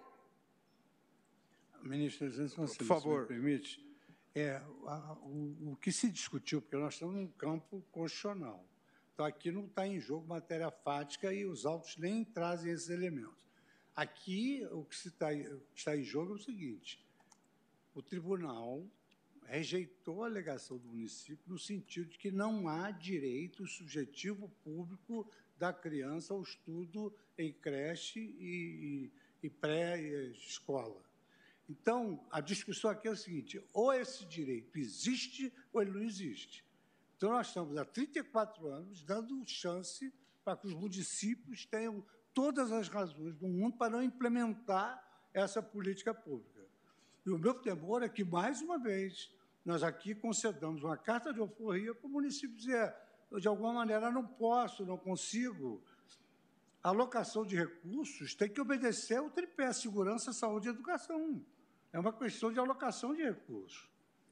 Ministro, se você Por favor. me permite, é, a, o, o que se discutiu, porque nós estamos num campo constitucional, então aqui não está em jogo matéria fática e os autos nem trazem esses elementos. Aqui, o que se está, está em jogo é o seguinte, o tribunal rejeitou a alegação do município no sentido de que não há direito subjetivo público da criança ao estudo em creche e, e, e pré-escola. Então, a discussão aqui é o seguinte, ou esse direito existe ou ele não existe. Então, nós estamos há trinta e quatro anos dando chance para que os municípios tenham todas as razões do mundo para não implementar essa política pública. E o meu temor é que, mais uma vez, nós aqui concedamos uma carta de alforria para o município dizer, eu, de alguma maneira, não posso, não consigo. A alocação de recursos tem que obedecer ao tripé, segurança, saúde e educação. É uma questão de alocação de recursos.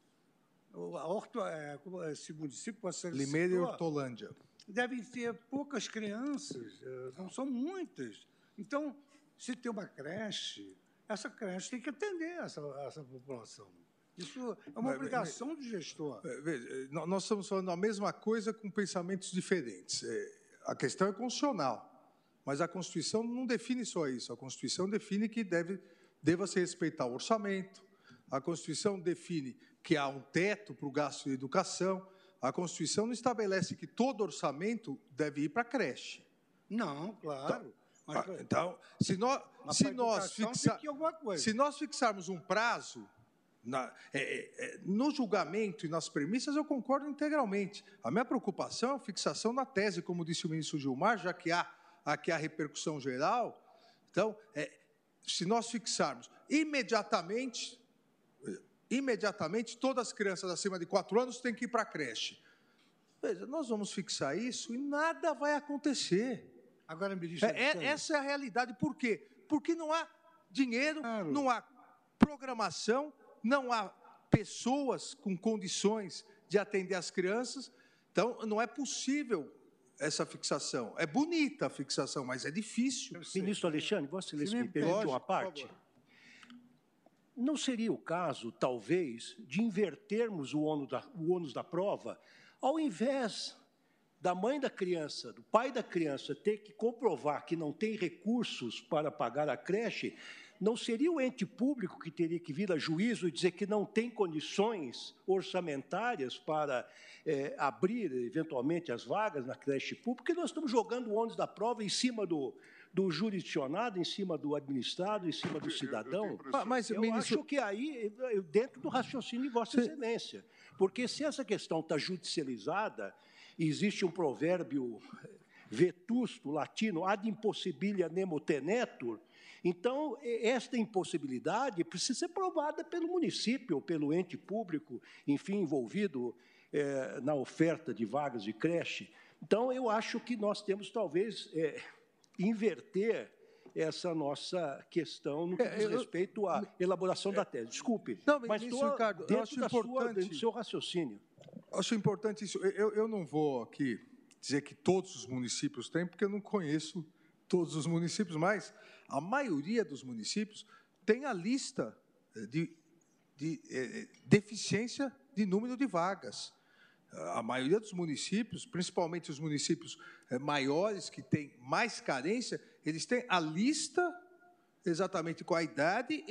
A Horto, é, esse município pode ser... Limeira e Hortolândia. Devem ter poucas crianças, não são muitas. Então, se tem uma creche, essa creche tem que atender essa, essa população. Isso é uma obrigação do gestor. Veja, nós estamos falando a mesma coisa com pensamentos diferentes. A questão é constitucional, mas a Constituição não define só isso. A Constituição define que deve, deva se respeitar o orçamento, a Constituição define que há um teto para o gasto de educação, a Constituição não estabelece que todo orçamento deve ir para a creche. Não, claro. Então, mas, então se nós, se nós, fixa, se nós fixarmos um prazo, Na, é, é, no julgamento e nas premissas, eu concordo integralmente. A minha preocupação é a fixação na tese, como disse o ministro Gilmar, já que há aqui a repercussão geral. Então, é, se nós fixarmos imediatamente, imediatamente, todas as crianças acima de quatro anos têm que ir para a creche. Veja, nós vamos fixar isso e nada vai acontecer. Agora, ministro... É, é, essa é a realidade. Por quê? Porque não há dinheiro, claro. Não há programação, não há pessoas com condições de atender as crianças, então não é possível essa fixação. É bonita a fixação, mas é difícil. Ministro Alexandre, Vossa Excelência me permite uma parte? Não seria o caso, talvez, de invertermos o ônus da, o ônus da prova, ao invés da mãe da criança, do pai da criança, ter que comprovar que não tem recursos para pagar a creche, não seria o ente público que teria que vir a juízo e dizer que não tem condições orçamentárias para é, abrir, eventualmente, as vagas na creche pública, porque nós estamos jogando o ônus da prova em cima do, do jurisdicionado, em cima do administrado, em cima do cidadão. Eu, eu, Mas, eu ministro... acho que aí, dentro do raciocínio de Vossa Sim. Excelência, porque se essa questão está judicializada, existe um provérbio vetusto latino, ad impossibilia nemo tenetur. Então, esta impossibilidade precisa ser provada pelo município, pelo ente público, enfim, envolvido é, na oferta de vagas de creche. Então, eu acho que nós temos, talvez, é, inverter essa nossa questão no que diz é, eu, respeito à elaboração é, da tese. Desculpe, não, mas ministro Ricardo, dentro eu acho da importante, sua, do seu raciocínio. Acho importante isso. Eu, eu não vou aqui dizer que todos os municípios têm, porque eu não conheço todos os municípios, mas a maioria dos municípios tem a lista de, de, de deficiência de número de vagas. A maioria dos municípios, principalmente os municípios maiores, que têm mais carência, eles têm a lista exatamente com a idade e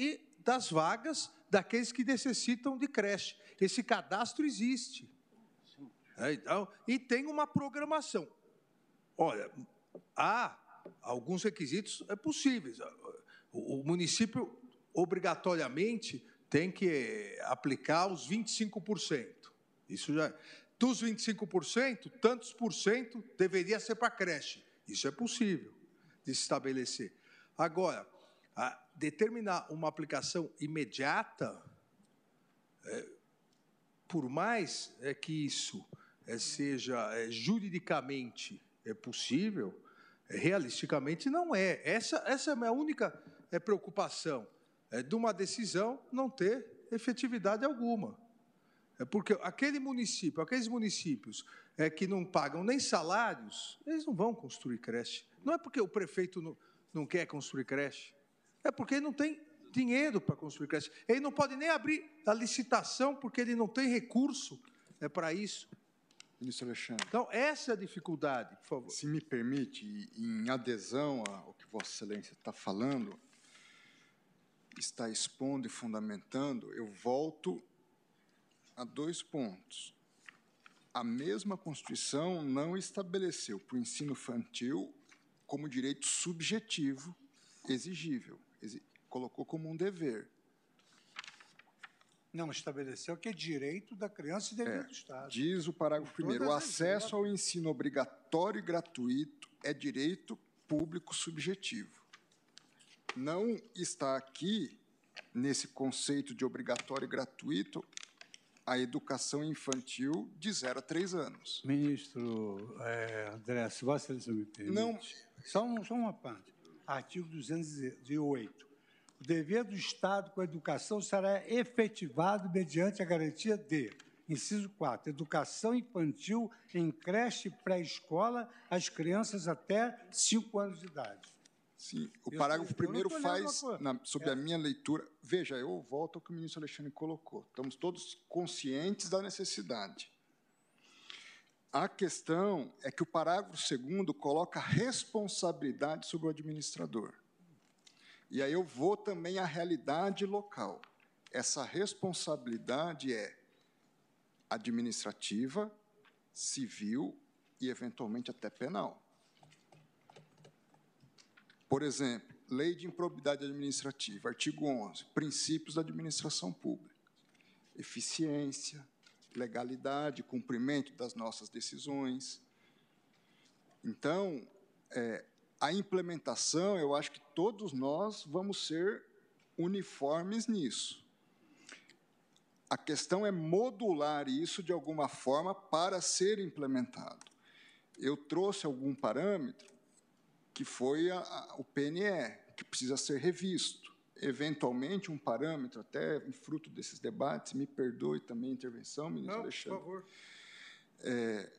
das vagas daqueles que necessitam de creche. Esse cadastro existe. É, então, e tem uma programação. Olha, há alguns requisitos é possíveis. O, o município, obrigatoriamente, tem que aplicar os vinte e cinco por cento. Isso já, dos vinte e cinco por cento, tantos por cento deveria ser para creche. Isso é possível de se estabelecer. Agora, a determinar uma aplicação imediata, é, por mais é, que isso é, seja é, juridicamente é possível, é, realisticamente não é. Essa, essa é a minha única é, preocupação, é, de uma decisão não ter efetividade alguma. É porque aquele município, aqueles municípios é, que não pagam nem salários, eles não vão construir creche. Não é porque o prefeito não, não quer construir creche, é porque ele não tem dinheiro para construir creche. Ele não pode nem abrir a licitação porque ele não tem recurso é, para isso. Ministro Alexandre. Então, essa é a dificuldade, por favor. Se me permite, em adesão ao que Vossa Excelência está falando, está expondo e fundamentando, eu volto a dois pontos. A mesma Constituição não estabeleceu para o ensino infantil como direito subjetivo exigível, exi- colocou como um dever. Não estabeleceu que é direito da criança e dever É, do Estado. diz o parágrafo primeiro, o Todas as acesso leis. ao ensino obrigatório e gratuito é direito público subjetivo. Não está aqui, nesse conceito de obrigatório e gratuito, a educação infantil de zero a três anos. Ministro é, André, se Vossa Excelência me permite. Não. Só, um, só uma parte. Artigo duzentos e oito. O dever do Estado com a educação será efetivado mediante a garantia de, inciso quatro, educação infantil em creche pré-escola às crianças até cinco anos de idade. Sim, o Eu- parágrafo eu não primeiro tô lendo faz, uma coisa. na, sob É. a minha leitura, veja, eu volto ao que o ministro Alexandre colocou. Estamos todos conscientes da necessidade. A questão é que o parágrafo segundo coloca responsabilidade sobre o administrador. E aí eu vou também à realidade local. Essa responsabilidade é administrativa, civil e, eventualmente, até penal. Por exemplo, Lei de Improbidade Administrativa, artigo onze, princípios da administração pública. Eficiência, legalidade, cumprimento das nossas decisões. Então, é, a implementação, eu acho que todos nós vamos ser uniformes nisso. A questão é modular isso de alguma forma para ser implementado. Eu trouxe algum parâmetro que foi a, a, o P N E, que precisa ser revisto. Eventualmente, um parâmetro, até em fruto desses debates, me perdoe também a intervenção, ministro Não, Alexandre. por favor. É,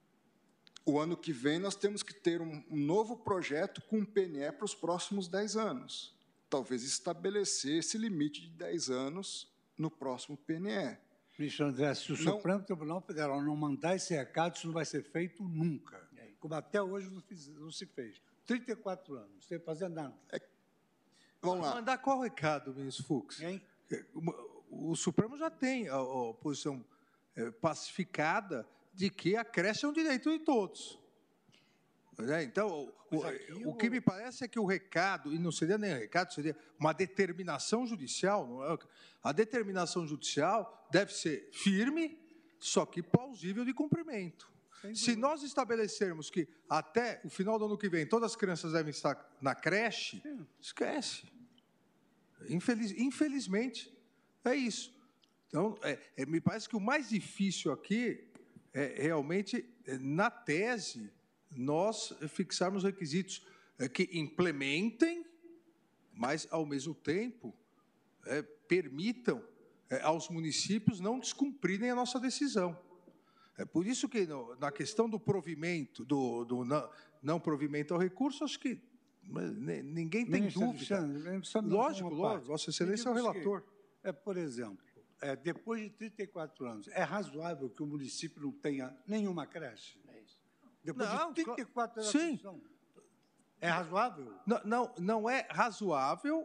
o ano que vem, nós temos que ter um, um novo projeto com P N E para os próximos dez anos. Talvez estabelecer esse limite de dez anos no próximo P N E. Ministro André, se o Não. Supremo Tribunal Federal não mandar esse recado, isso não vai ser feito nunca. Como até hoje não, fiz- não se fez. trinta e quatro anos, sem fazer nada. Vamos lá. Mandar qual recado, ministro Fux? Hein? O, o Supremo já tem a, a posição é, pacificada de que a creche é um direito de todos. Né? Então, o, Mas aqui o, o- que me parece é que o recado, e não seria nem um recado, seria uma determinação judicial, não é? A determinação judicial deve ser firme, só que plausível de cumprimento. Se nós estabelecermos que até o final do ano que vem todas as crianças devem estar na creche, esquece. Infeliz, infelizmente, é isso. Então, é, é, me parece que o mais difícil aqui é realmente, é, na tese, nós fixarmos requisitos é, que implementem, mas, ao mesmo tempo, é, permitam é, aos municípios não descumprirem a nossa decisão. É por isso que, no, na questão do provimento, do, do não, não provimento ao recurso, acho que mas, ne- ninguém tem Ministro dúvida. Alexandre, só me Lógico, uma lógico, parte. Vossa Excelência é o Me diga o relator. seguinte, É, por exemplo, é, depois de trinta e quatro anos, é razoável que o município não tenha nenhuma creche? Depois Não, de trinta e quatro anos sim. da Constituição. É razoável? Não, não, não é razoável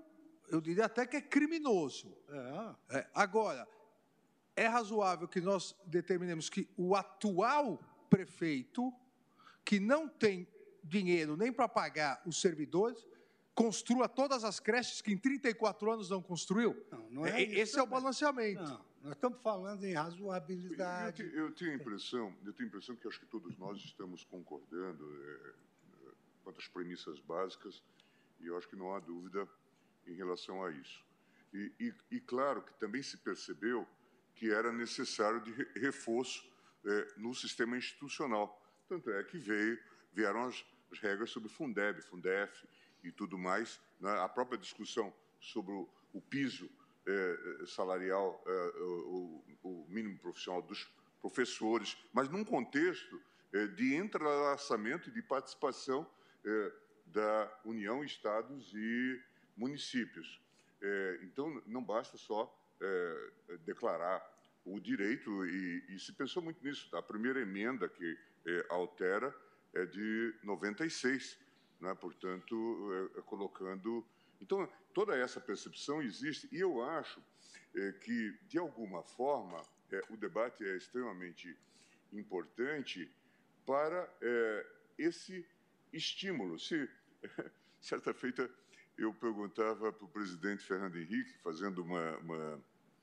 eu diria até que é criminoso. É. É, agora, é razoável que nós determinemos que o atual prefeito, que não tem dinheiro nem para pagar os servidores, construa todas as creches que em trinta e quatro anos não construiu? Não, não é É, isso esse é o também. balanceamento. Não, nós estamos falando em Eu, razoabilidade. te- eu tenho a impressão, eu tenho a impressão que acho que todos nós estamos concordando é, é, quanto às premissas básicas, e eu acho que não há dúvida em relação a isso. E, e, e claro que também se percebeu que era necessário de re- reforço é, no sistema institucional. Tanto é que veio, vieram as, as regras sobre Fundeb, Fundef e tudo mais, né? A própria discussão sobre o, o piso é, salarial, é, o, o mínimo profissional dos professores, mas num contexto é, de entrelaçamento e de participação é, da União, Estados e municípios. É, então, não basta só é, declarar o direito, e, e se pensou muito nisso. A primeira emenda que é, altera é de noventa e seis, né? Portanto, é, é, colocando... Então, toda essa percepção existe, e eu acho é, que, de alguma forma, é, o debate é extremamente importante para é, esse estímulo. Se, certa feita, eu perguntava para o presidente Fernando Henrique, fazendo uma, uma,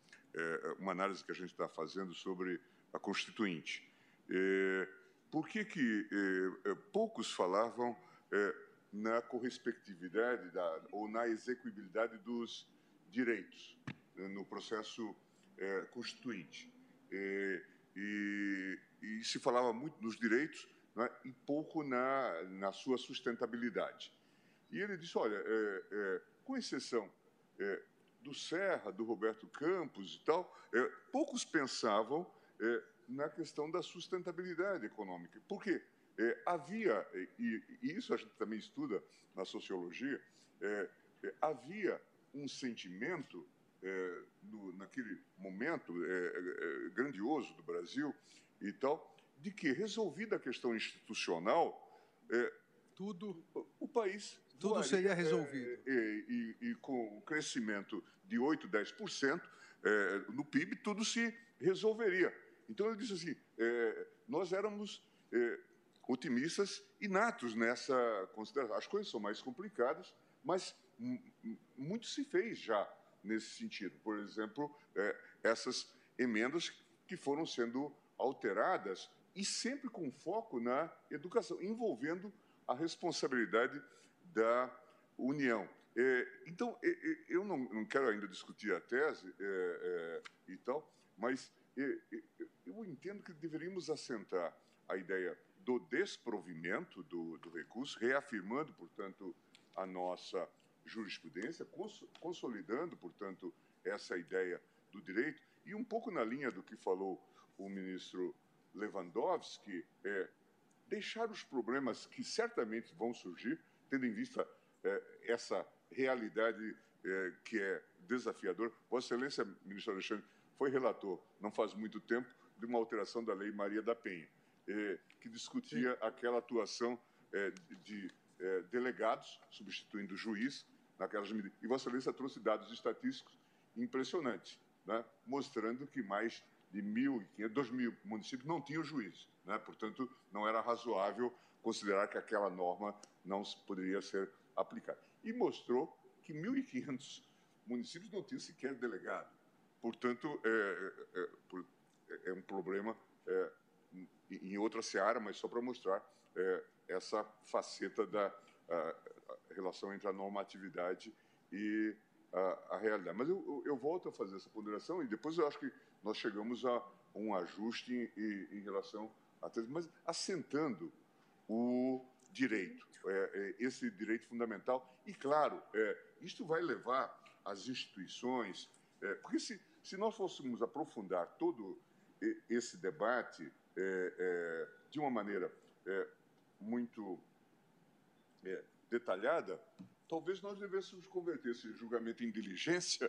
é, uma análise que a gente está fazendo sobre a Constituinte, é, por que, que é, poucos falavam é, na correspectividade da, ou na execuibilidade dos direitos né, no processo é, constituinte? É, e, e se falava muito nos direitos, né, e pouco na, na sua sustentabilidade. E ele disse, olha, é, é, com exceção é, do Serra, do Roberto Campos e tal, é, poucos pensavam é, na questão da sustentabilidade econômica. Por quê? É, havia, e, e isso a gente também estuda na sociologia, é, é, havia um sentimento, é, no, naquele momento é, é, grandioso do Brasil e tal, de que, resolvida a questão institucional, é, Tudo, o, o país tudo voaria, seria resolvido. É, e, e, e com o crescimento de oito, dez por cento é, no P I B, tudo se resolveria. Então, ele disse assim, é, nós éramos é, otimistas inatos nessa consideração. As coisas são mais complicadas, mas muito se fez já nesse sentido. Por exemplo, é, essas emendas que foram sendo alteradas e sempre com foco na educação, envolvendo a responsabilidade da União. É, então, é, é, eu não, não quero ainda discutir a tese é, é, e tal, mas é, é, eu entendo que deveríamos assentar a ideia do desprovimento do, do recurso, reafirmando, portanto, a nossa jurisprudência, cons consolidando, portanto, essa ideia do direito, e um pouco na linha do que falou o ministro Lewandowski, é, deixar os problemas que certamente vão surgir, tendo em vista é, essa realidade é, que é desafiadora. Vossa Excelência, ministro Alexandre, foi relator, não faz muito tempo, de uma alteração da Lei Maria da Penha, é, que discutia Sim. aquela atuação é, de, de é, delegados, substituindo o juiz, naquelas medidas. E Vossa Excelência trouxe dados estatísticos impressionantes, né, mostrando que mais de mil e quinhentos, dois mil municípios não tinham juiz, né? Portanto, não era razoável considerar que aquela norma não poderia ser aplicada. E mostrou que mil e quinhentos municípios não tinham sequer delegado. Portanto, é, é, é, é um problema é, em outra seara, mas só para mostrar é, essa faceta da a, a relação entre a normatividade e a, a realidade. Mas eu, eu volto a fazer essa ponderação e depois eu acho que nós chegamos a um ajuste em, em relação a... Mas assentando o direito, é, é, esse direito fundamental. E, claro, é, isto vai levar as instituições... É, porque se, se nós fôssemos aprofundar todo esse debate é, é, de uma maneira é, muito é, detalhada, talvez nós devêssemos converter esse julgamento em diligência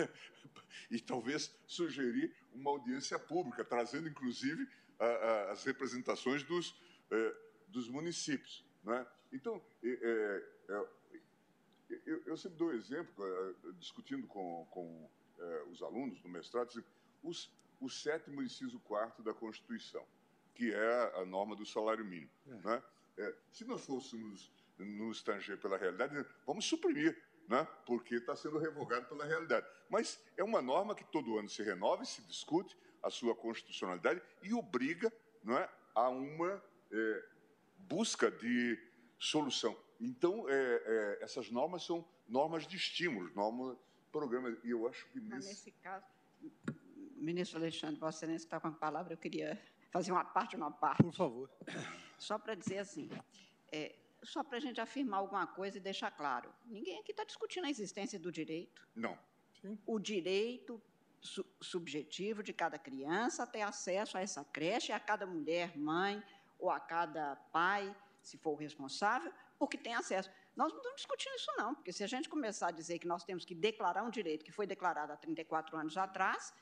e talvez sugerir uma audiência pública, trazendo, inclusive, a, a, as representações dos, eh, dos municípios. Né? Então, é, é, eu, eu sempre dou exemplo, discutindo com, com eh, os alunos do mestrado, os, o sétimo, inciso quarto da Constituição, que é a norma do salário mínimo. É. Né? É, se nós fôssemos nos tanger pela realidade, vamos suprimir, né? Porque está sendo revogado pela realidade. Mas é uma norma que todo ano se renova e se discute a sua constitucionalidade e obriga, não é, a uma é, busca de solução. Então, é, é, essas normas são normas de estímulo, normas, programas, e eu acho que nesse... Mas nesse caso, ministro Alexandre, Vossa Excelência está com a palavra, eu queria fazer uma parte, uma parte. Por favor. Só para dizer assim, é, só para a gente afirmar alguma coisa e deixar claro, ninguém aqui está discutindo a existência do direito. Não. Sim. O direito su subjetivo de cada criança a ter acesso a essa creche, a cada mulher, mãe, ou a cada pai, se for o responsável, porque tem acesso. Nós não estamos discutindo isso, não, porque se a gente começar a dizer que nós temos que declarar um direito que foi declarado há trinta e quatro anos atrás,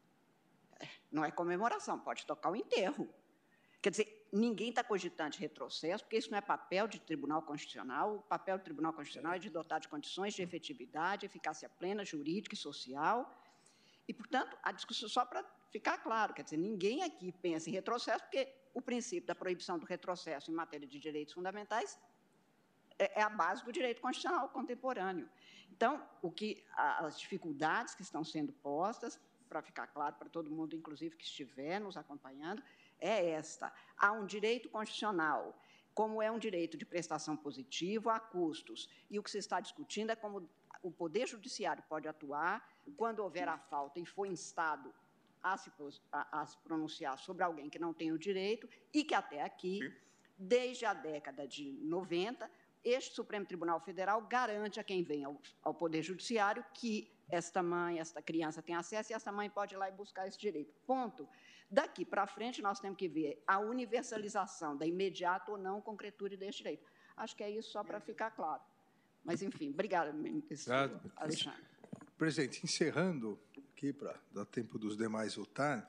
não é comemoração, pode tocar o enterro. Quer dizer, ninguém está cogitando de retrocesso, porque isso não é papel de Tribunal Constitucional. O papel do Tribunal Constitucional é de dotar de condições de efetividade, eficácia plena, jurídica e social. E, portanto, a discussão, só para ficar claro, quer dizer, ninguém aqui pensa em retrocesso, porque o princípio da proibição do retrocesso em matéria de direitos fundamentais é a base do direito constitucional contemporâneo. Então, o que, as dificuldades que estão sendo postas, para ficar claro para todo mundo, inclusive que estiver nos acompanhando, é esta. Há um direito constitucional, como é um direito de prestação positiva a custos, e o que se está discutindo é como o Poder Judiciário pode atuar quando houver a falta e for instado a se, a, a se pronunciar sobre alguém que não tem o direito e que até aqui, Sim. desde a década de noventa, este Supremo Tribunal Federal garante a quem vem ao, ao Poder Judiciário que esta mãe, esta criança tem acesso e essa mãe pode ir lá e buscar esse direito. Ponto. Daqui para frente, nós temos que ver a universalização da imediata ou não concretude deste direito. Acho que é isso só para ficar claro. Mas, enfim, obrigada, ministro Alexandre. Presidente, encerrando aqui, para dar tempo dos demais votarem,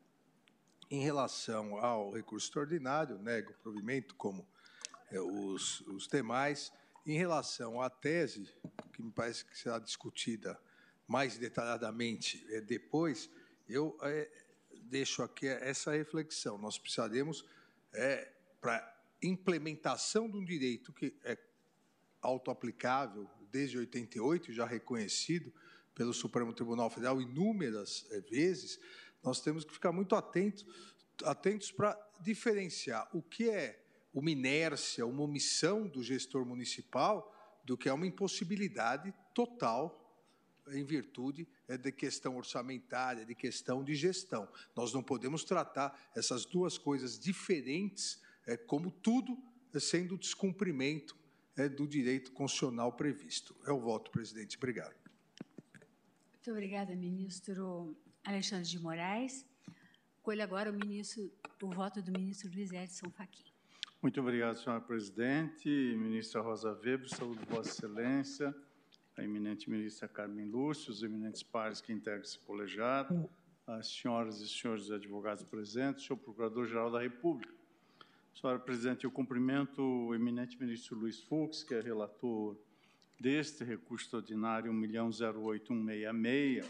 em relação ao recurso extraordinário, nego o provimento, como é, os, os demais, em relação à tese, que me parece que será discutida mais detalhadamente é, depois, eu é, deixo aqui essa reflexão. Nós precisaremos, é, para implementação de um direito que é autoaplicável desde oitenta e oito, já reconhecido pelo Supremo Tribunal Federal inúmeras é, vezes, nós temos que ficar muito atentos, atentos para diferenciar o que é uma inércia, uma omissão do gestor municipal do que é uma impossibilidade total em virtude é, de questão orçamentária, de questão de gestão. Nós não podemos tratar essas duas coisas diferentes é, como tudo é, sendo descumprimento é, do direito constitucional previsto. É o voto, presidente. Obrigado. Muito obrigada, ministro Alexandre de Moraes. Colho agora o, ministro, o voto do ministro Luiz Edson Fachin. Muito obrigado, senhora presidente. Ministra Rosa Weber, saúdo Vossa Excelência, a eminente ministra Carmen Lúcia, os eminentes pares que integram esse colegiado, as senhoras e senhores advogados presentes, senhor Procurador-Geral da República. Senhora presidente, eu cumprimento o eminente ministro Luiz Fux, que é relator deste recurso extraordinário um milhão zero oito um seis seis,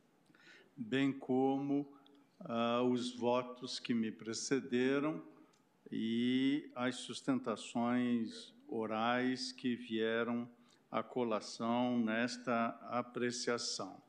bem como ah, os votos que me precederam e as sustentações orais que vieram à colação nesta apreciação.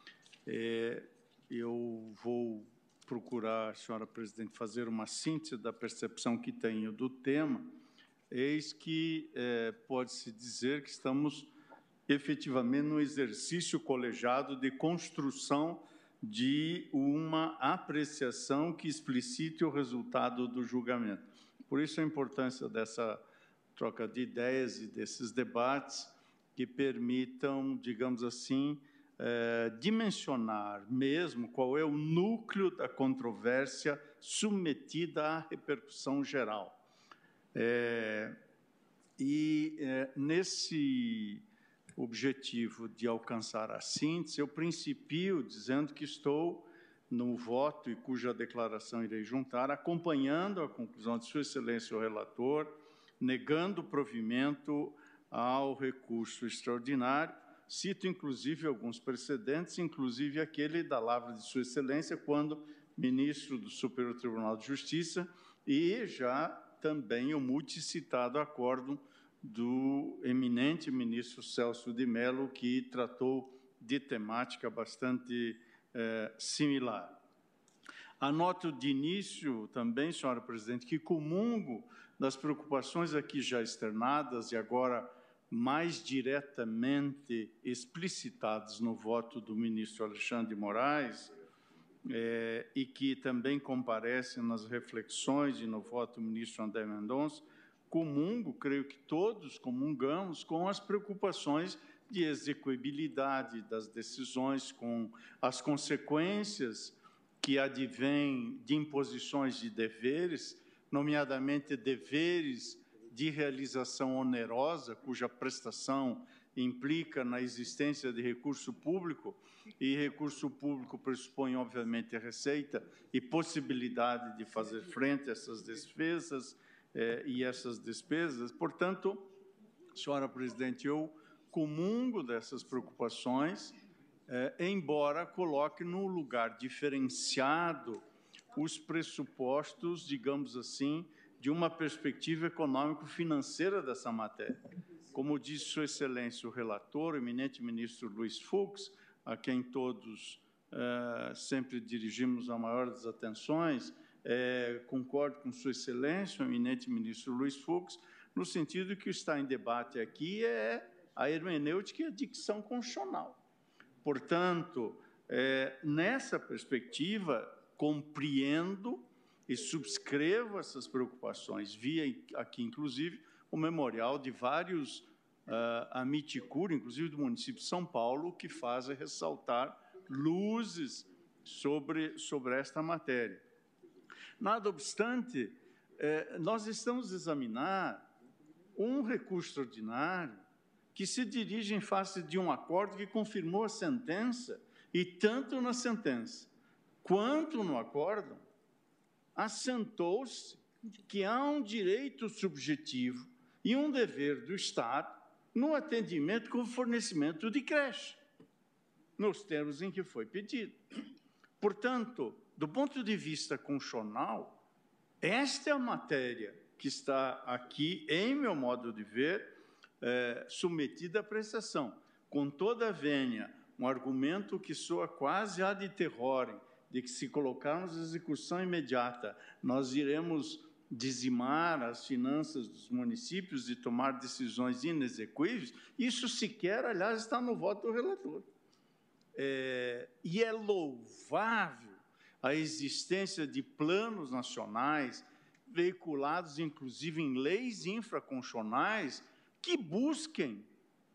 É, eu vou procurar, senhora presidente, fazer uma síntese da percepção que tenho do tema. Eis que é, pode-se dizer que estamos efetivamente no exercício colegiado de construção de uma apreciação que explicite o resultado do julgamento. Por isso a importância dessa troca de ideias e desses debates que permitam, digamos assim, é, dimensionar mesmo qual é o núcleo da controvérsia submetida à repercussão geral. É, e é, nesse objetivo de alcançar a síntese, eu principio dizendo que estou no voto e cuja declaração irei juntar, acompanhando a conclusão de Sua Excelência o relator, negando o provimento ao recurso extraordinário. Cito, inclusive, alguns precedentes, inclusive aquele da lavra de Sua Excelência, quando ministro do Superior Tribunal de Justiça, e já também o multicitado acórdão do eminente ministro Celso de Mello, que tratou de temática bastante eh, similar. Anoto de início também, senhora presidente, que comungo das preocupações aqui já externadas e agora mais diretamente explicitadas no voto do ministro Alexandre de Moraes, eh, e que também comparecem nas reflexões e no voto do ministro André Mendonça. Comungo, creio que todos comungamos com as preocupações de execuibilidade das decisões, com as consequências que advêm de imposições de deveres, nomeadamente deveres de realização onerosa, cuja prestação implica na existência de recurso público, e recurso público pressupõe, obviamente, a receita e possibilidade de fazer frente a essas despesas, Eh, e essas despesas. Portanto, senhora presidente, eu comungo dessas preocupações, eh, embora coloque num lugar diferenciado os pressupostos, digamos assim, de uma perspectiva econômico-financeira dessa matéria. Como disse Sua Excelência o relator, o eminente ministro Luiz Fux, a quem todos eh, sempre dirigimos a maior das atenções, É, concordo com Sua Excelência, o eminente ministro Luiz Fux, no sentido que o que está em debate aqui é a hermenêutica e a dicção constitucional. Portanto, é, nessa perspectiva, compreendo e subscrevo essas preocupações. Vi aqui, inclusive, o memorial de vários uh, amiticuri, inclusive do município de São Paulo, que fazem ressaltar luzes sobre, sobre esta matéria. Nada obstante, eh, nós estamos a examinar um recurso extraordinário que se dirige em face de um acordo que confirmou a sentença, e tanto na sentença quanto no acordo, assentou-se que há um direito subjetivo e um dever do Estado no atendimento com o fornecimento de creche, nos termos em que foi pedido. Portanto, do ponto de vista constitucional, esta é a matéria que está aqui, em meu modo de ver, é, submetida à apreciação. Com toda a vênia, um argumento que soa quase ad terrorem, de que se colocarmos a execução imediata, nós iremos dizimar as finanças dos municípios e tomar decisões inexequíveis, isso sequer, aliás, está no voto do relator. É, e é louvável a existência de planos nacionais, veiculados inclusive em leis infraconstitucionais, que busquem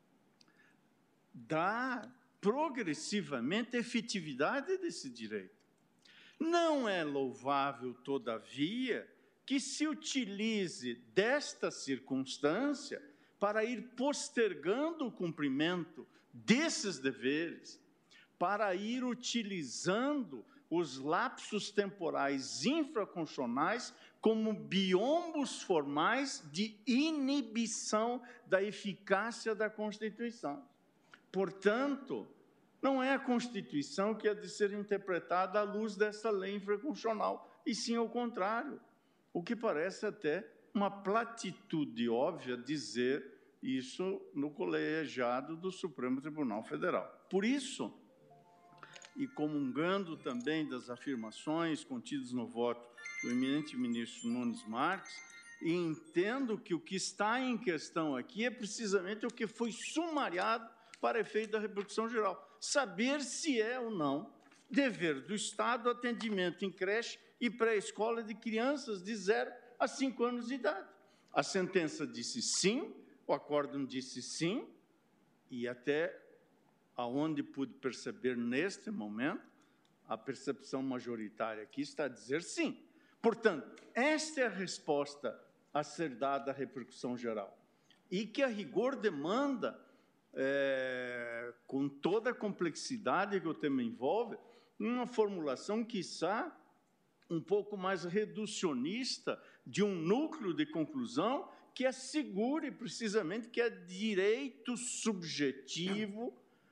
dar progressivamente efetividade desse direito. Não é louvável, todavia, que se utilize desta circunstância para ir postergando o cumprimento desses deveres, para ir utilizando os lapsos temporais infraconstitucionais como biombos formais de inibição da eficácia da Constituição. Portanto, não é a Constituição que é de ser interpretada à luz dessa lei infraconstitucional, e sim ao contrário, o que parece até uma platitude óbvia dizer isso no colegiado do Supremo Tribunal Federal. Por isso, e comungando também das afirmações contidas no voto do eminente ministro Nunes Marques, e entendo que o que está em questão aqui é precisamente o que foi sumariado para efeito da repercussão geral. Saber se é ou não dever do Estado atendimento em creche e pré-escola de crianças de zero a cinco anos de idade. A sentença disse sim, o acórdão disse sim, e até aonde pude perceber neste momento, a percepção majoritária aqui está a dizer sim. Portanto, esta é a resposta a ser dada à repercussão geral, e que a rigor demanda, é, com toda a complexidade que o tema envolve, uma formulação, quiçá, um pouco mais reducionista de um núcleo de conclusão que assegure precisamente que é direito subjetivo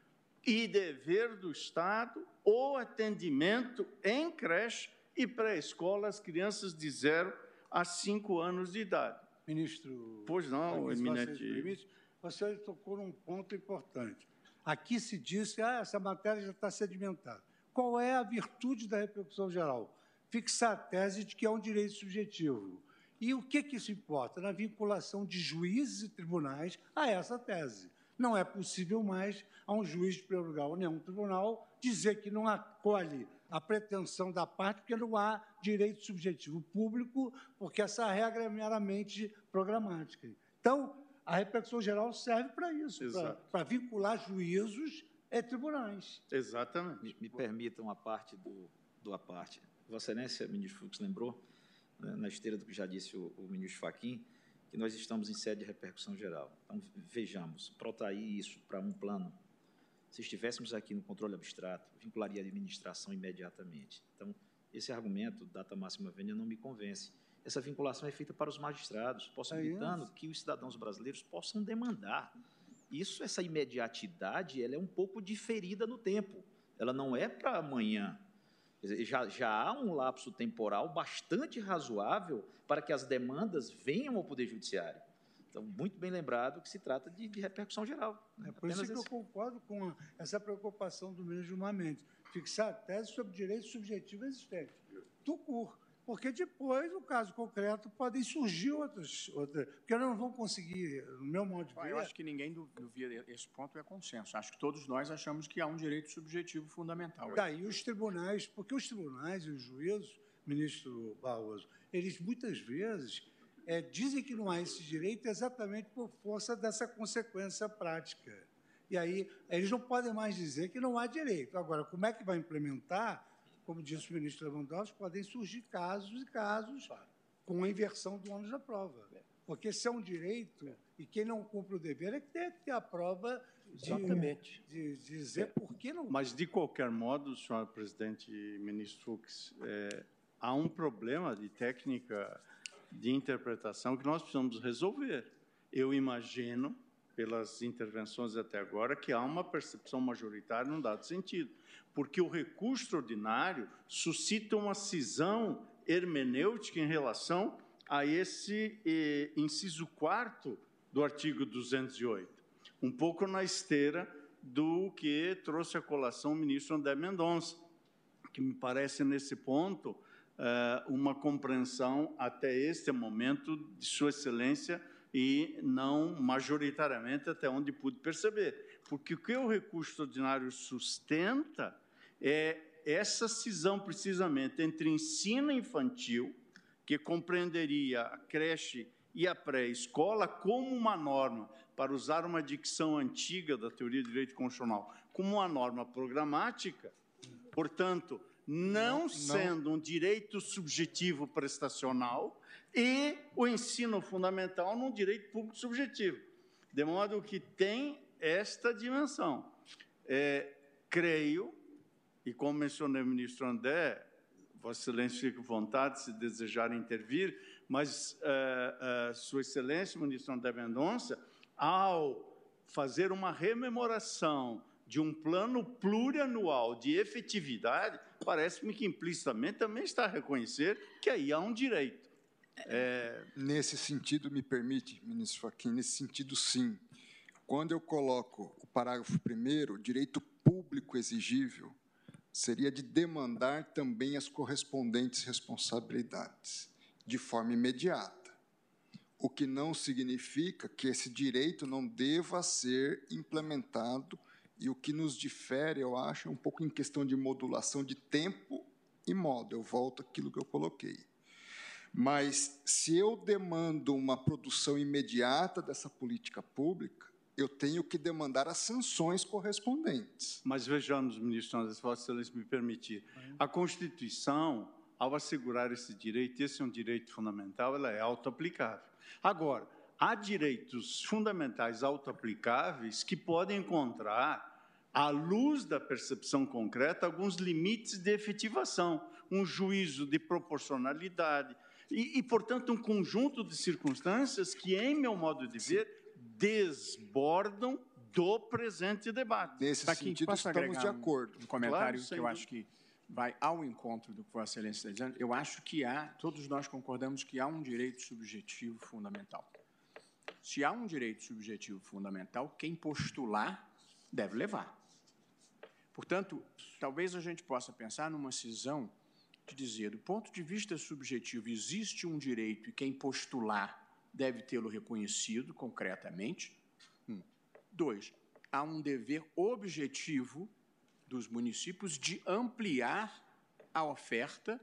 e dever do Estado o atendimento em creche e pré-escola às crianças de zero a cinco anos de idade. Ministro, pois não, eminente. Você tocou num ponto importante. Aqui se diz que ah, essa matéria já está sedimentada. Qual é a virtude da repercussão geral? Fixar a tese de que é um direito subjetivo. E o que, que isso importa? Na vinculação de juízes e tribunais a essa tese. Não é possível mais a um juiz de primeiro grau ou nenhum tribunal dizer que não acolhe a pretensão da parte porque não há direito subjetivo público, porque essa regra é meramente programática. Então, a repercussão geral serve para isso, para vincular juízos e tribunais. Exatamente. Me, me permitam a parte do, do a parte. Vossa Excelência, ministro Fux, lembrou, né, na esteira do que já disse o, o ministro Fachin, que nós estamos em sede de repercussão geral. Então, vejamos, protair isso para um plano. Se estivéssemos aqui no controle abstrato, vincularia a administração imediatamente. Então, esse argumento, data máxima vênia, não me convence. Essa vinculação é feita para os magistrados, possibilitando é que os cidadãos brasileiros possam demandar. Isso, essa imediatidade, ela é um pouco diferida no tempo. Ela não é para amanhã. Já, já há um lapso temporal bastante razoável para que as demandas venham ao Poder Judiciário. Então, muito bem lembrado que se trata de, de repercussão geral. Né? É por Apenas isso que esse... eu concordo com a, essa preocupação do ministro Gilmar Mendes, fixar a tese sobre direito subjetivo existente. Tucur. Porque depois, no caso concreto, podem surgir outras, outras... Porque nós não vamos conseguir, no meu modo de ver... Eu acho que ninguém duvida esse ponto, é consenso. Acho que todos nós achamos que há um direito subjetivo fundamental. Daí os tribunais, porque os tribunais e os juízes, ministro Barroso, eles muitas vezes é, dizem que não há esse direito exatamente por força dessa consequência prática. E aí, eles não podem mais dizer que não há direito. Agora, como é que vai implementar... Como disse o ministro Lewandowski, podem surgir casos e casos com a inversão do ônus da prova. Porque se é um direito, e quem não cumpre o dever é que tem que ter a prova de, Exatamente. de, de dizer por que não... Mas, de qualquer modo, senhor presidente e ministro Fux, é, há um problema de técnica de interpretação que nós precisamos resolver. Eu imagino, pelas intervenções até agora, que há uma percepção majoritária num dado sentido, porque o recurso extraordinário suscita uma cisão hermenêutica em relação a esse eh, inciso quarto do artigo duzentos e oito, um pouco na esteira do que trouxe à colação o ministro André Mendonça, que me parece, nesse ponto, eh, uma compreensão até este momento de Sua Excelência e não majoritariamente até onde pude perceber. Porque o que o recurso extraordinário sustenta é essa cisão, precisamente, entre ensino infantil, que compreenderia a creche e a pré-escola, como uma norma, para usar uma dicção antiga da teoria de direito constitucional, como uma norma programática, portanto, não, não sendo não. um direito subjetivo prestacional, e o ensino fundamental num direito público subjetivo, de modo que tem esta dimensão. É, creio, e como mencionei o ministro André, Vossa Excelência fica à vontade se desejar intervir, mas uh, uh, Sua Excelência, o ministro André Mendonça, ao fazer uma rememoração de um plano plurianual de efetividade, parece-me que implicitamente também está a reconhecer que aí há um direito. É... Nesse sentido, me permite, ministro Fachin, nesse sentido, sim. Quando eu coloco o parágrafo primeiro, direito público exigível, seria de demandar também as correspondentes responsabilidades, de forma imediata, o que não significa que esse direito não deva ser implementado, e o que nos difere, eu acho, é um pouco em questão de modulação de tempo e modo. Eu volto àquilo que eu coloquei. Mas, se eu demando uma produção imediata dessa política pública, eu tenho que demandar as sanções correspondentes. Mas vejamos, ministro André, se Vossa Excelência me permitir, a Constituição, ao assegurar esse direito, esse é um direito fundamental, ela é auto-aplicável. Agora, há direitos fundamentais auto-aplicáveis que podem encontrar, à luz da percepção concreta, alguns limites de efetivação, um juízo de proporcionalidade, E, e, portanto, um conjunto de circunstâncias que, em meu modo de ver, desbordam do presente debate. Nesse Aqui, sentido, estamos de acordo. Um, um comentário Claro, que eu dúvida. acho que vai ao encontro do que Vossa Excelência está dizendo. Eu acho que há, todos nós concordamos que há um direito subjetivo fundamental. Se há um direito subjetivo fundamental, quem postular deve levar. Portanto, talvez a gente possa pensar numa cisão de dizer, do ponto de vista subjetivo, existe um direito e quem postular deve tê-lo reconhecido concretamente. Um. Dois, há um dever objetivo dos municípios de ampliar a oferta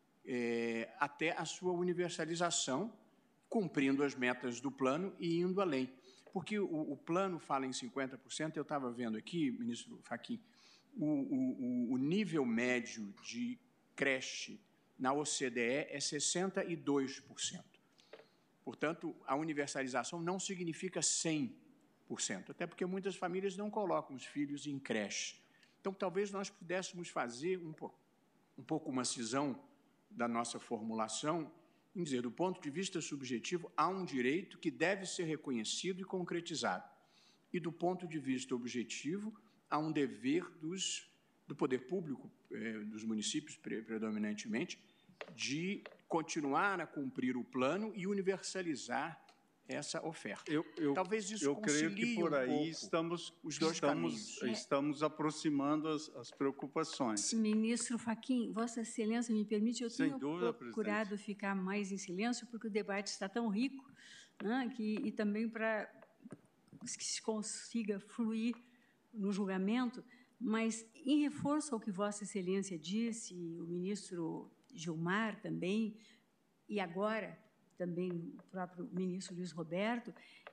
é, até a sua universalização, cumprindo as metas do plano e indo além. Porque o, o plano fala em cinquenta por cento, eu estava vendo aqui, ministro Fachin, o, o, o nível médio de creche na O C D E é sessenta e dois por cento. Portanto, a universalização não significa cem por cento, até porque muitas famílias não colocam os filhos em creche. Então, talvez nós pudéssemos fazer um, po um pouco uma cisão da nossa formulação, em dizer, do ponto de vista subjetivo, há um direito que deve ser reconhecido e concretizado. E, do ponto de vista objetivo, há um dever dos, do poder público, eh, dos municípios, pre predominantemente, de continuar a cumprir o plano e universalizar essa oferta. Eu, eu, Talvez isso eu creio que por um aí estamos, os dois estamos, caminhos. estamos aproximando as, as preocupações. Ministro Fachin, Vossa Excelência me permite, eu Sem tenho dúvida, procurado presidente. ficar mais em silêncio, porque o debate está tão rico, né, que, e também para que se consiga fluir no julgamento, mas em reforço ao que Vossa Excelência disse, o ministro Gilmar também, e agora também o próprio ministro Luiz Roberto,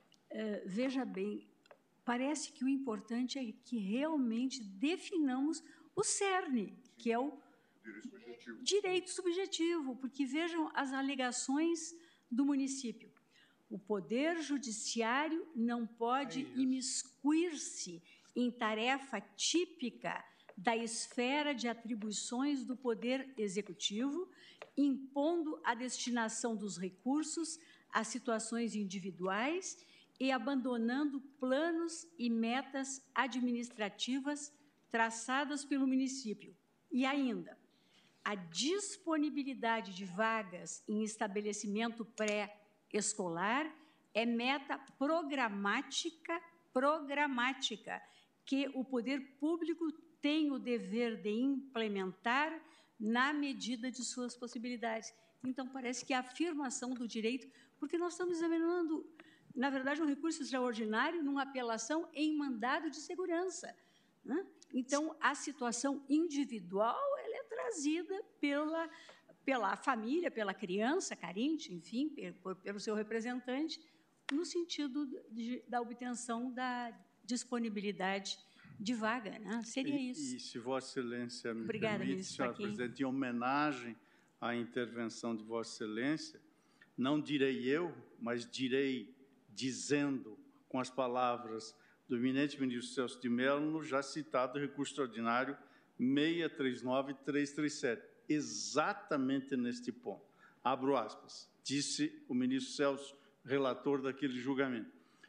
uh, veja bem, parece que o importante é que realmente definamos o cerne, que é o Direito subjetivo. direito subjetivo, porque vejam as alegações do município. O Poder Judiciário não pode É imiscuir-se em tarefa típica da esfera de atribuições do Poder Executivo, impondo a destinação dos recursos a situações individuais e abandonando planos e metas administrativas traçadas pelo município. E ainda, a disponibilidade de vagas em estabelecimento pré-escolar é meta programática, programática, que o poder público tem o dever de implementar na medida de suas possibilidades. Então, parece que a afirmação do direito, porque nós estamos examinando, na verdade, um recurso extraordinário numa apelação em mandado de segurança, né? Então, a situação individual ela é trazida pela, pela família, pela criança carente, enfim, por, pelo seu representante, no sentido de, da obtenção da disponibilidade de vaga, né? Seria e, isso. E, se Vossa Excelência me Obrigada, permite, ministro senhora Fachin. Presidente, em homenagem à intervenção de Vossa Excelência, não direi eu, mas direi dizendo com as palavras do eminente ministro Celso de Mello, no já citado recurso extraordinário seis três nove três três sete, exatamente neste ponto. Abro aspas, disse o ministro Celso, relator daquele julgamento.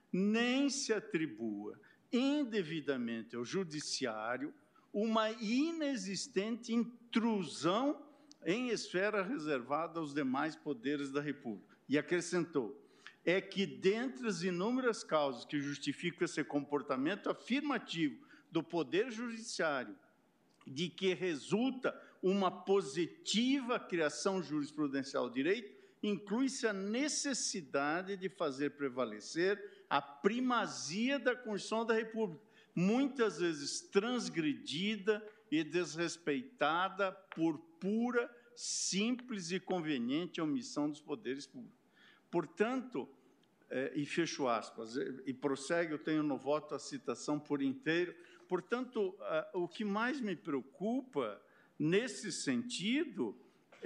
Nem se atribua indevidamente ao judiciário uma inexistente intrusão em esfera reservada aos demais poderes da República. E acrescentou, é que, dentre as inúmeras causas que justificam esse comportamento afirmativo do Poder Judiciário, de que resulta uma positiva criação jurisprudencial do direito, inclui-se a necessidade de fazer prevalecer a primazia da Constituição da República, muitas vezes transgredida e desrespeitada por pura, simples e conveniente omissão dos poderes públicos. Portanto, eh, e fecho aspas, e prossegue, eu tenho no voto a citação por inteiro, portanto, ah, o que mais me preocupa nesse sentido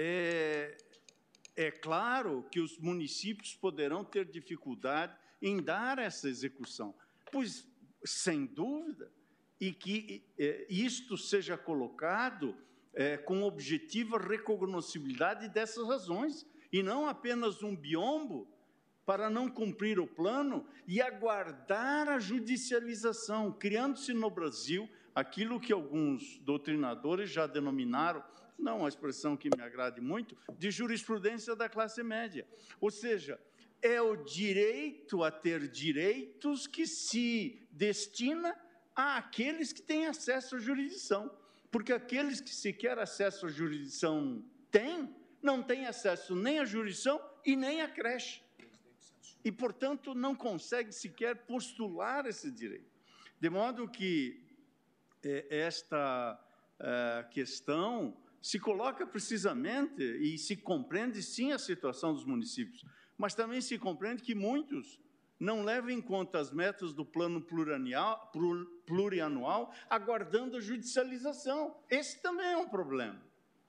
é, é claro que os municípios poderão ter dificuldade em dar essa execução, pois, sem dúvida, e que eh, isto seja colocado eh, com objetiva recognoscibilidade dessas razões. e não apenas um biombo para não cumprir o plano e aguardar a judicialização, criando-se no Brasil aquilo que alguns doutrinadores já denominaram, não a expressão que me agrade muito, de jurisprudência da classe média. Ou seja, é o direito a ter direitos que se destina àqueles que têm acesso à jurisdição. Porque aqueles que sequer acesso à jurisdição têm, não têm acesso nem à jurisdição e nem à creche. E, portanto, não conseguem sequer postular esse direito. De modo que eh, esta eh, questão se coloca precisamente e se compreende, sim, a situação dos municípios, mas também se compreende que muitos não levam em conta as metas do plano plurianual, plurianual aguardando a judicialização. Esse também é um problema,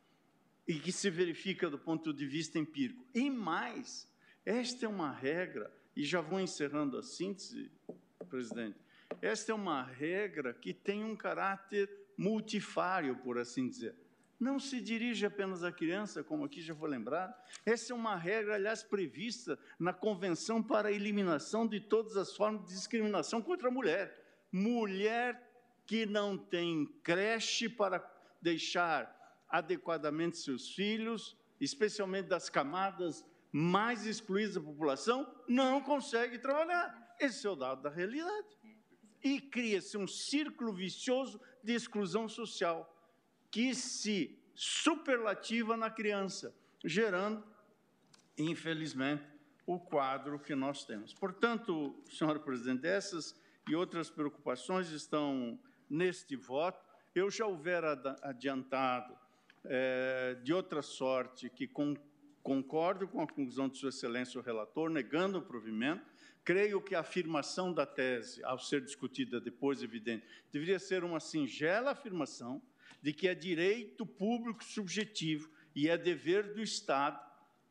e que se verifica do ponto de vista empírico. E mais, esta é uma regra, e já vou encerrando a síntese, presidente, esta é uma regra que tem um caráter multifário, por assim dizer. Não se dirige apenas à criança, como aqui já foi lembrado. Essa é uma regra, aliás, prevista na Convenção para a Eliminação de Todas as Formas de Discriminação contra a Mulher. Mulher que não tem creche para deixar adequadamente seus filhos, especialmente das camadas mais excluídas da população, não consegue trabalhar. Esse é o dado da realidade. E cria-se um círculo vicioso de exclusão social, que se superlativa na criança, gerando, infelizmente, o quadro que nós temos. Portanto, senhora presidente, essas e outras preocupações estão neste voto. Eu já houvera adiantado, é, de outra sorte, que com, concordo com a conclusão de Sua Excelência o relator, negando o provimento. Creio que a afirmação da tese, ao ser discutida depois, evidente, deveria ser uma singela afirmação de que é direito público subjetivo e é dever do Estado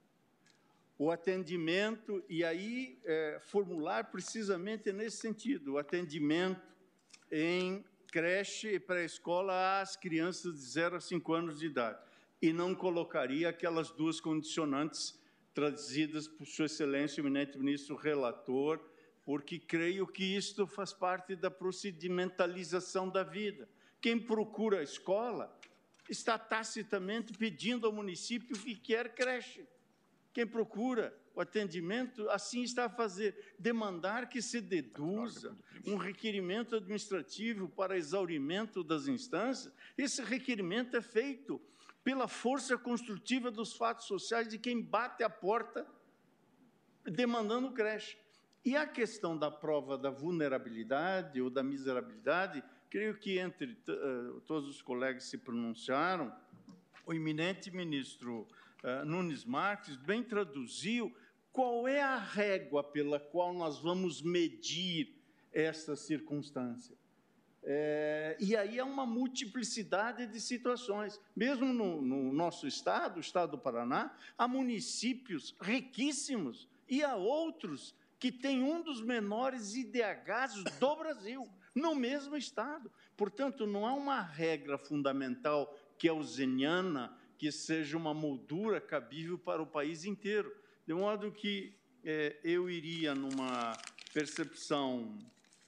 o atendimento, e aí é, formular precisamente nesse sentido, o atendimento em creche e pré-escola às crianças de zero a cinco anos de idade, e não colocaria aquelas duas condicionantes trazidas por Sua Excelência, o eminente ministro relator, porque creio que isto faz parte da procedimentalização da vida. Quem procura a escola está tacitamente pedindo ao município que quer creche. Quem procura o atendimento, assim está a fazer. Demandar que se deduza um requerimento administrativo para exaurimento das instâncias, esse requerimento é feito pela força construtiva dos fatos sociais de quem bate a porta demandando creche. E a questão da prova da vulnerabilidade ou da miserabilidade, creio que entre uh, todos os colegas que se pronunciaram, o eminente ministro uh, Nunes Marques bem traduziu qual é a régua pela qual nós vamos medir essa circunstância. É, e aí há uma multiplicidade de situações. Mesmo no, no nosso estado, o estado do Paraná, há municípios riquíssimos e há outros que têm um dos menores I D Hs do Brasil, no mesmo estado. Portanto, não há uma regra fundamental keynesiana que seja uma moldura cabível para o país inteiro. De modo que é, eu iria numa percepção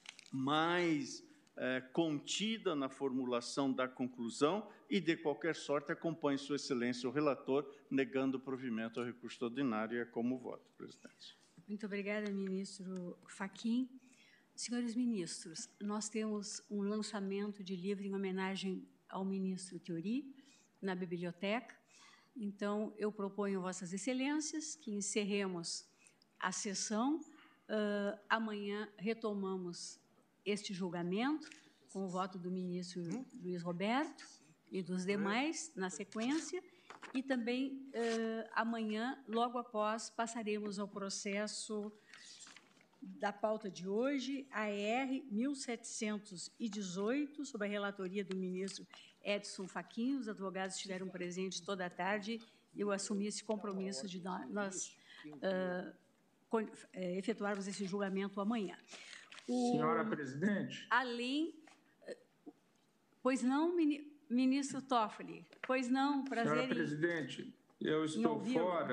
mais é, contida na formulação da conclusão e, de qualquer sorte, acompanhe Sua Excelência o relator, negando o provimento ao recurso ordinário. E é como voto, presidente. Muito obrigada, ministro Fachin. Senhores ministros, nós temos um lançamento de livro em homenagem ao ministro Thiori, na biblioteca. Então, eu proponho a Vossas Excelências que encerremos a sessão. Uh, amanhã retomamos este julgamento com o voto do ministro Luiz Roberto e dos demais na sequência. E também, uh, amanhã, logo após, passaremos ao processo da pauta de hoje, A R mil setecentos e dezoito, sob a relatoria do ministro Edson Fachin. Os advogados estiveram presentes toda a tarde. Eu assumi esse compromisso de nós uh, con, uh, efetuarmos esse julgamento amanhã. O, Senhora presidente. Além... Uh, pois não, ministro Toffoli? Pois não, prazer Senhora presidente, eu estou fora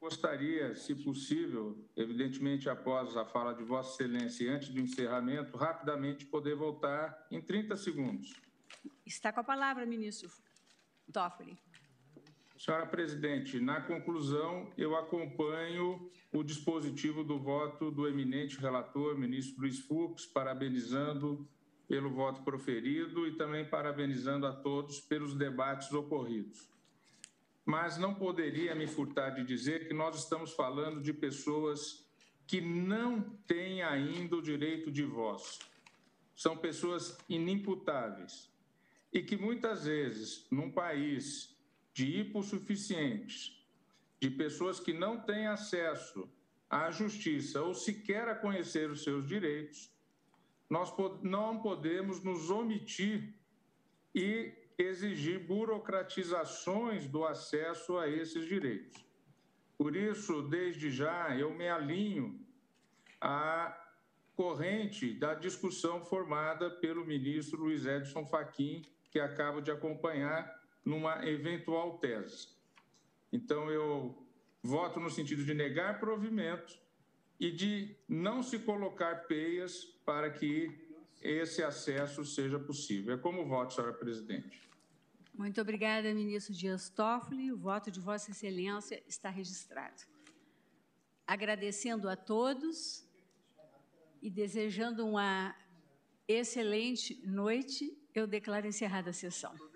gostaria, se possível, evidentemente após a fala de Vossa Excelência e antes do encerramento, rapidamente poder voltar em trinta segundos. Está com a palavra, ministro Toffoli. Senhora Presidente, na conclusão, eu acompanho o dispositivo do voto do eminente relator, ministro Luiz Fux, parabenizando pelo voto proferido e também parabenizando a todos pelos debates ocorridos. Mas não poderia me furtar de dizer que nós estamos falando de pessoas que não têm ainda o direito de voz. São pessoas inimputáveis e que muitas vezes, num país de hipossuficientes, de pessoas que não têm acesso à justiça ou sequer a conhecer os seus direitos, nós não podemos nos omitir e exigir burocratizações do acesso a esses direitos. Por isso, desde já, eu me alinho à corrente da discussão formada pelo ministro Luiz Edson Fachin, que acabo de acompanhar numa eventual tese. Então, eu voto no sentido de negar provimento e de não se colocar peias para que esse acesso seja possível. É como voto, senhora presidente. Muito obrigada, ministro Dias Toffoli. O voto de Vossa Excelência está registrado. Agradecendo a todos e desejando uma excelente noite, eu declaro encerrada a sessão.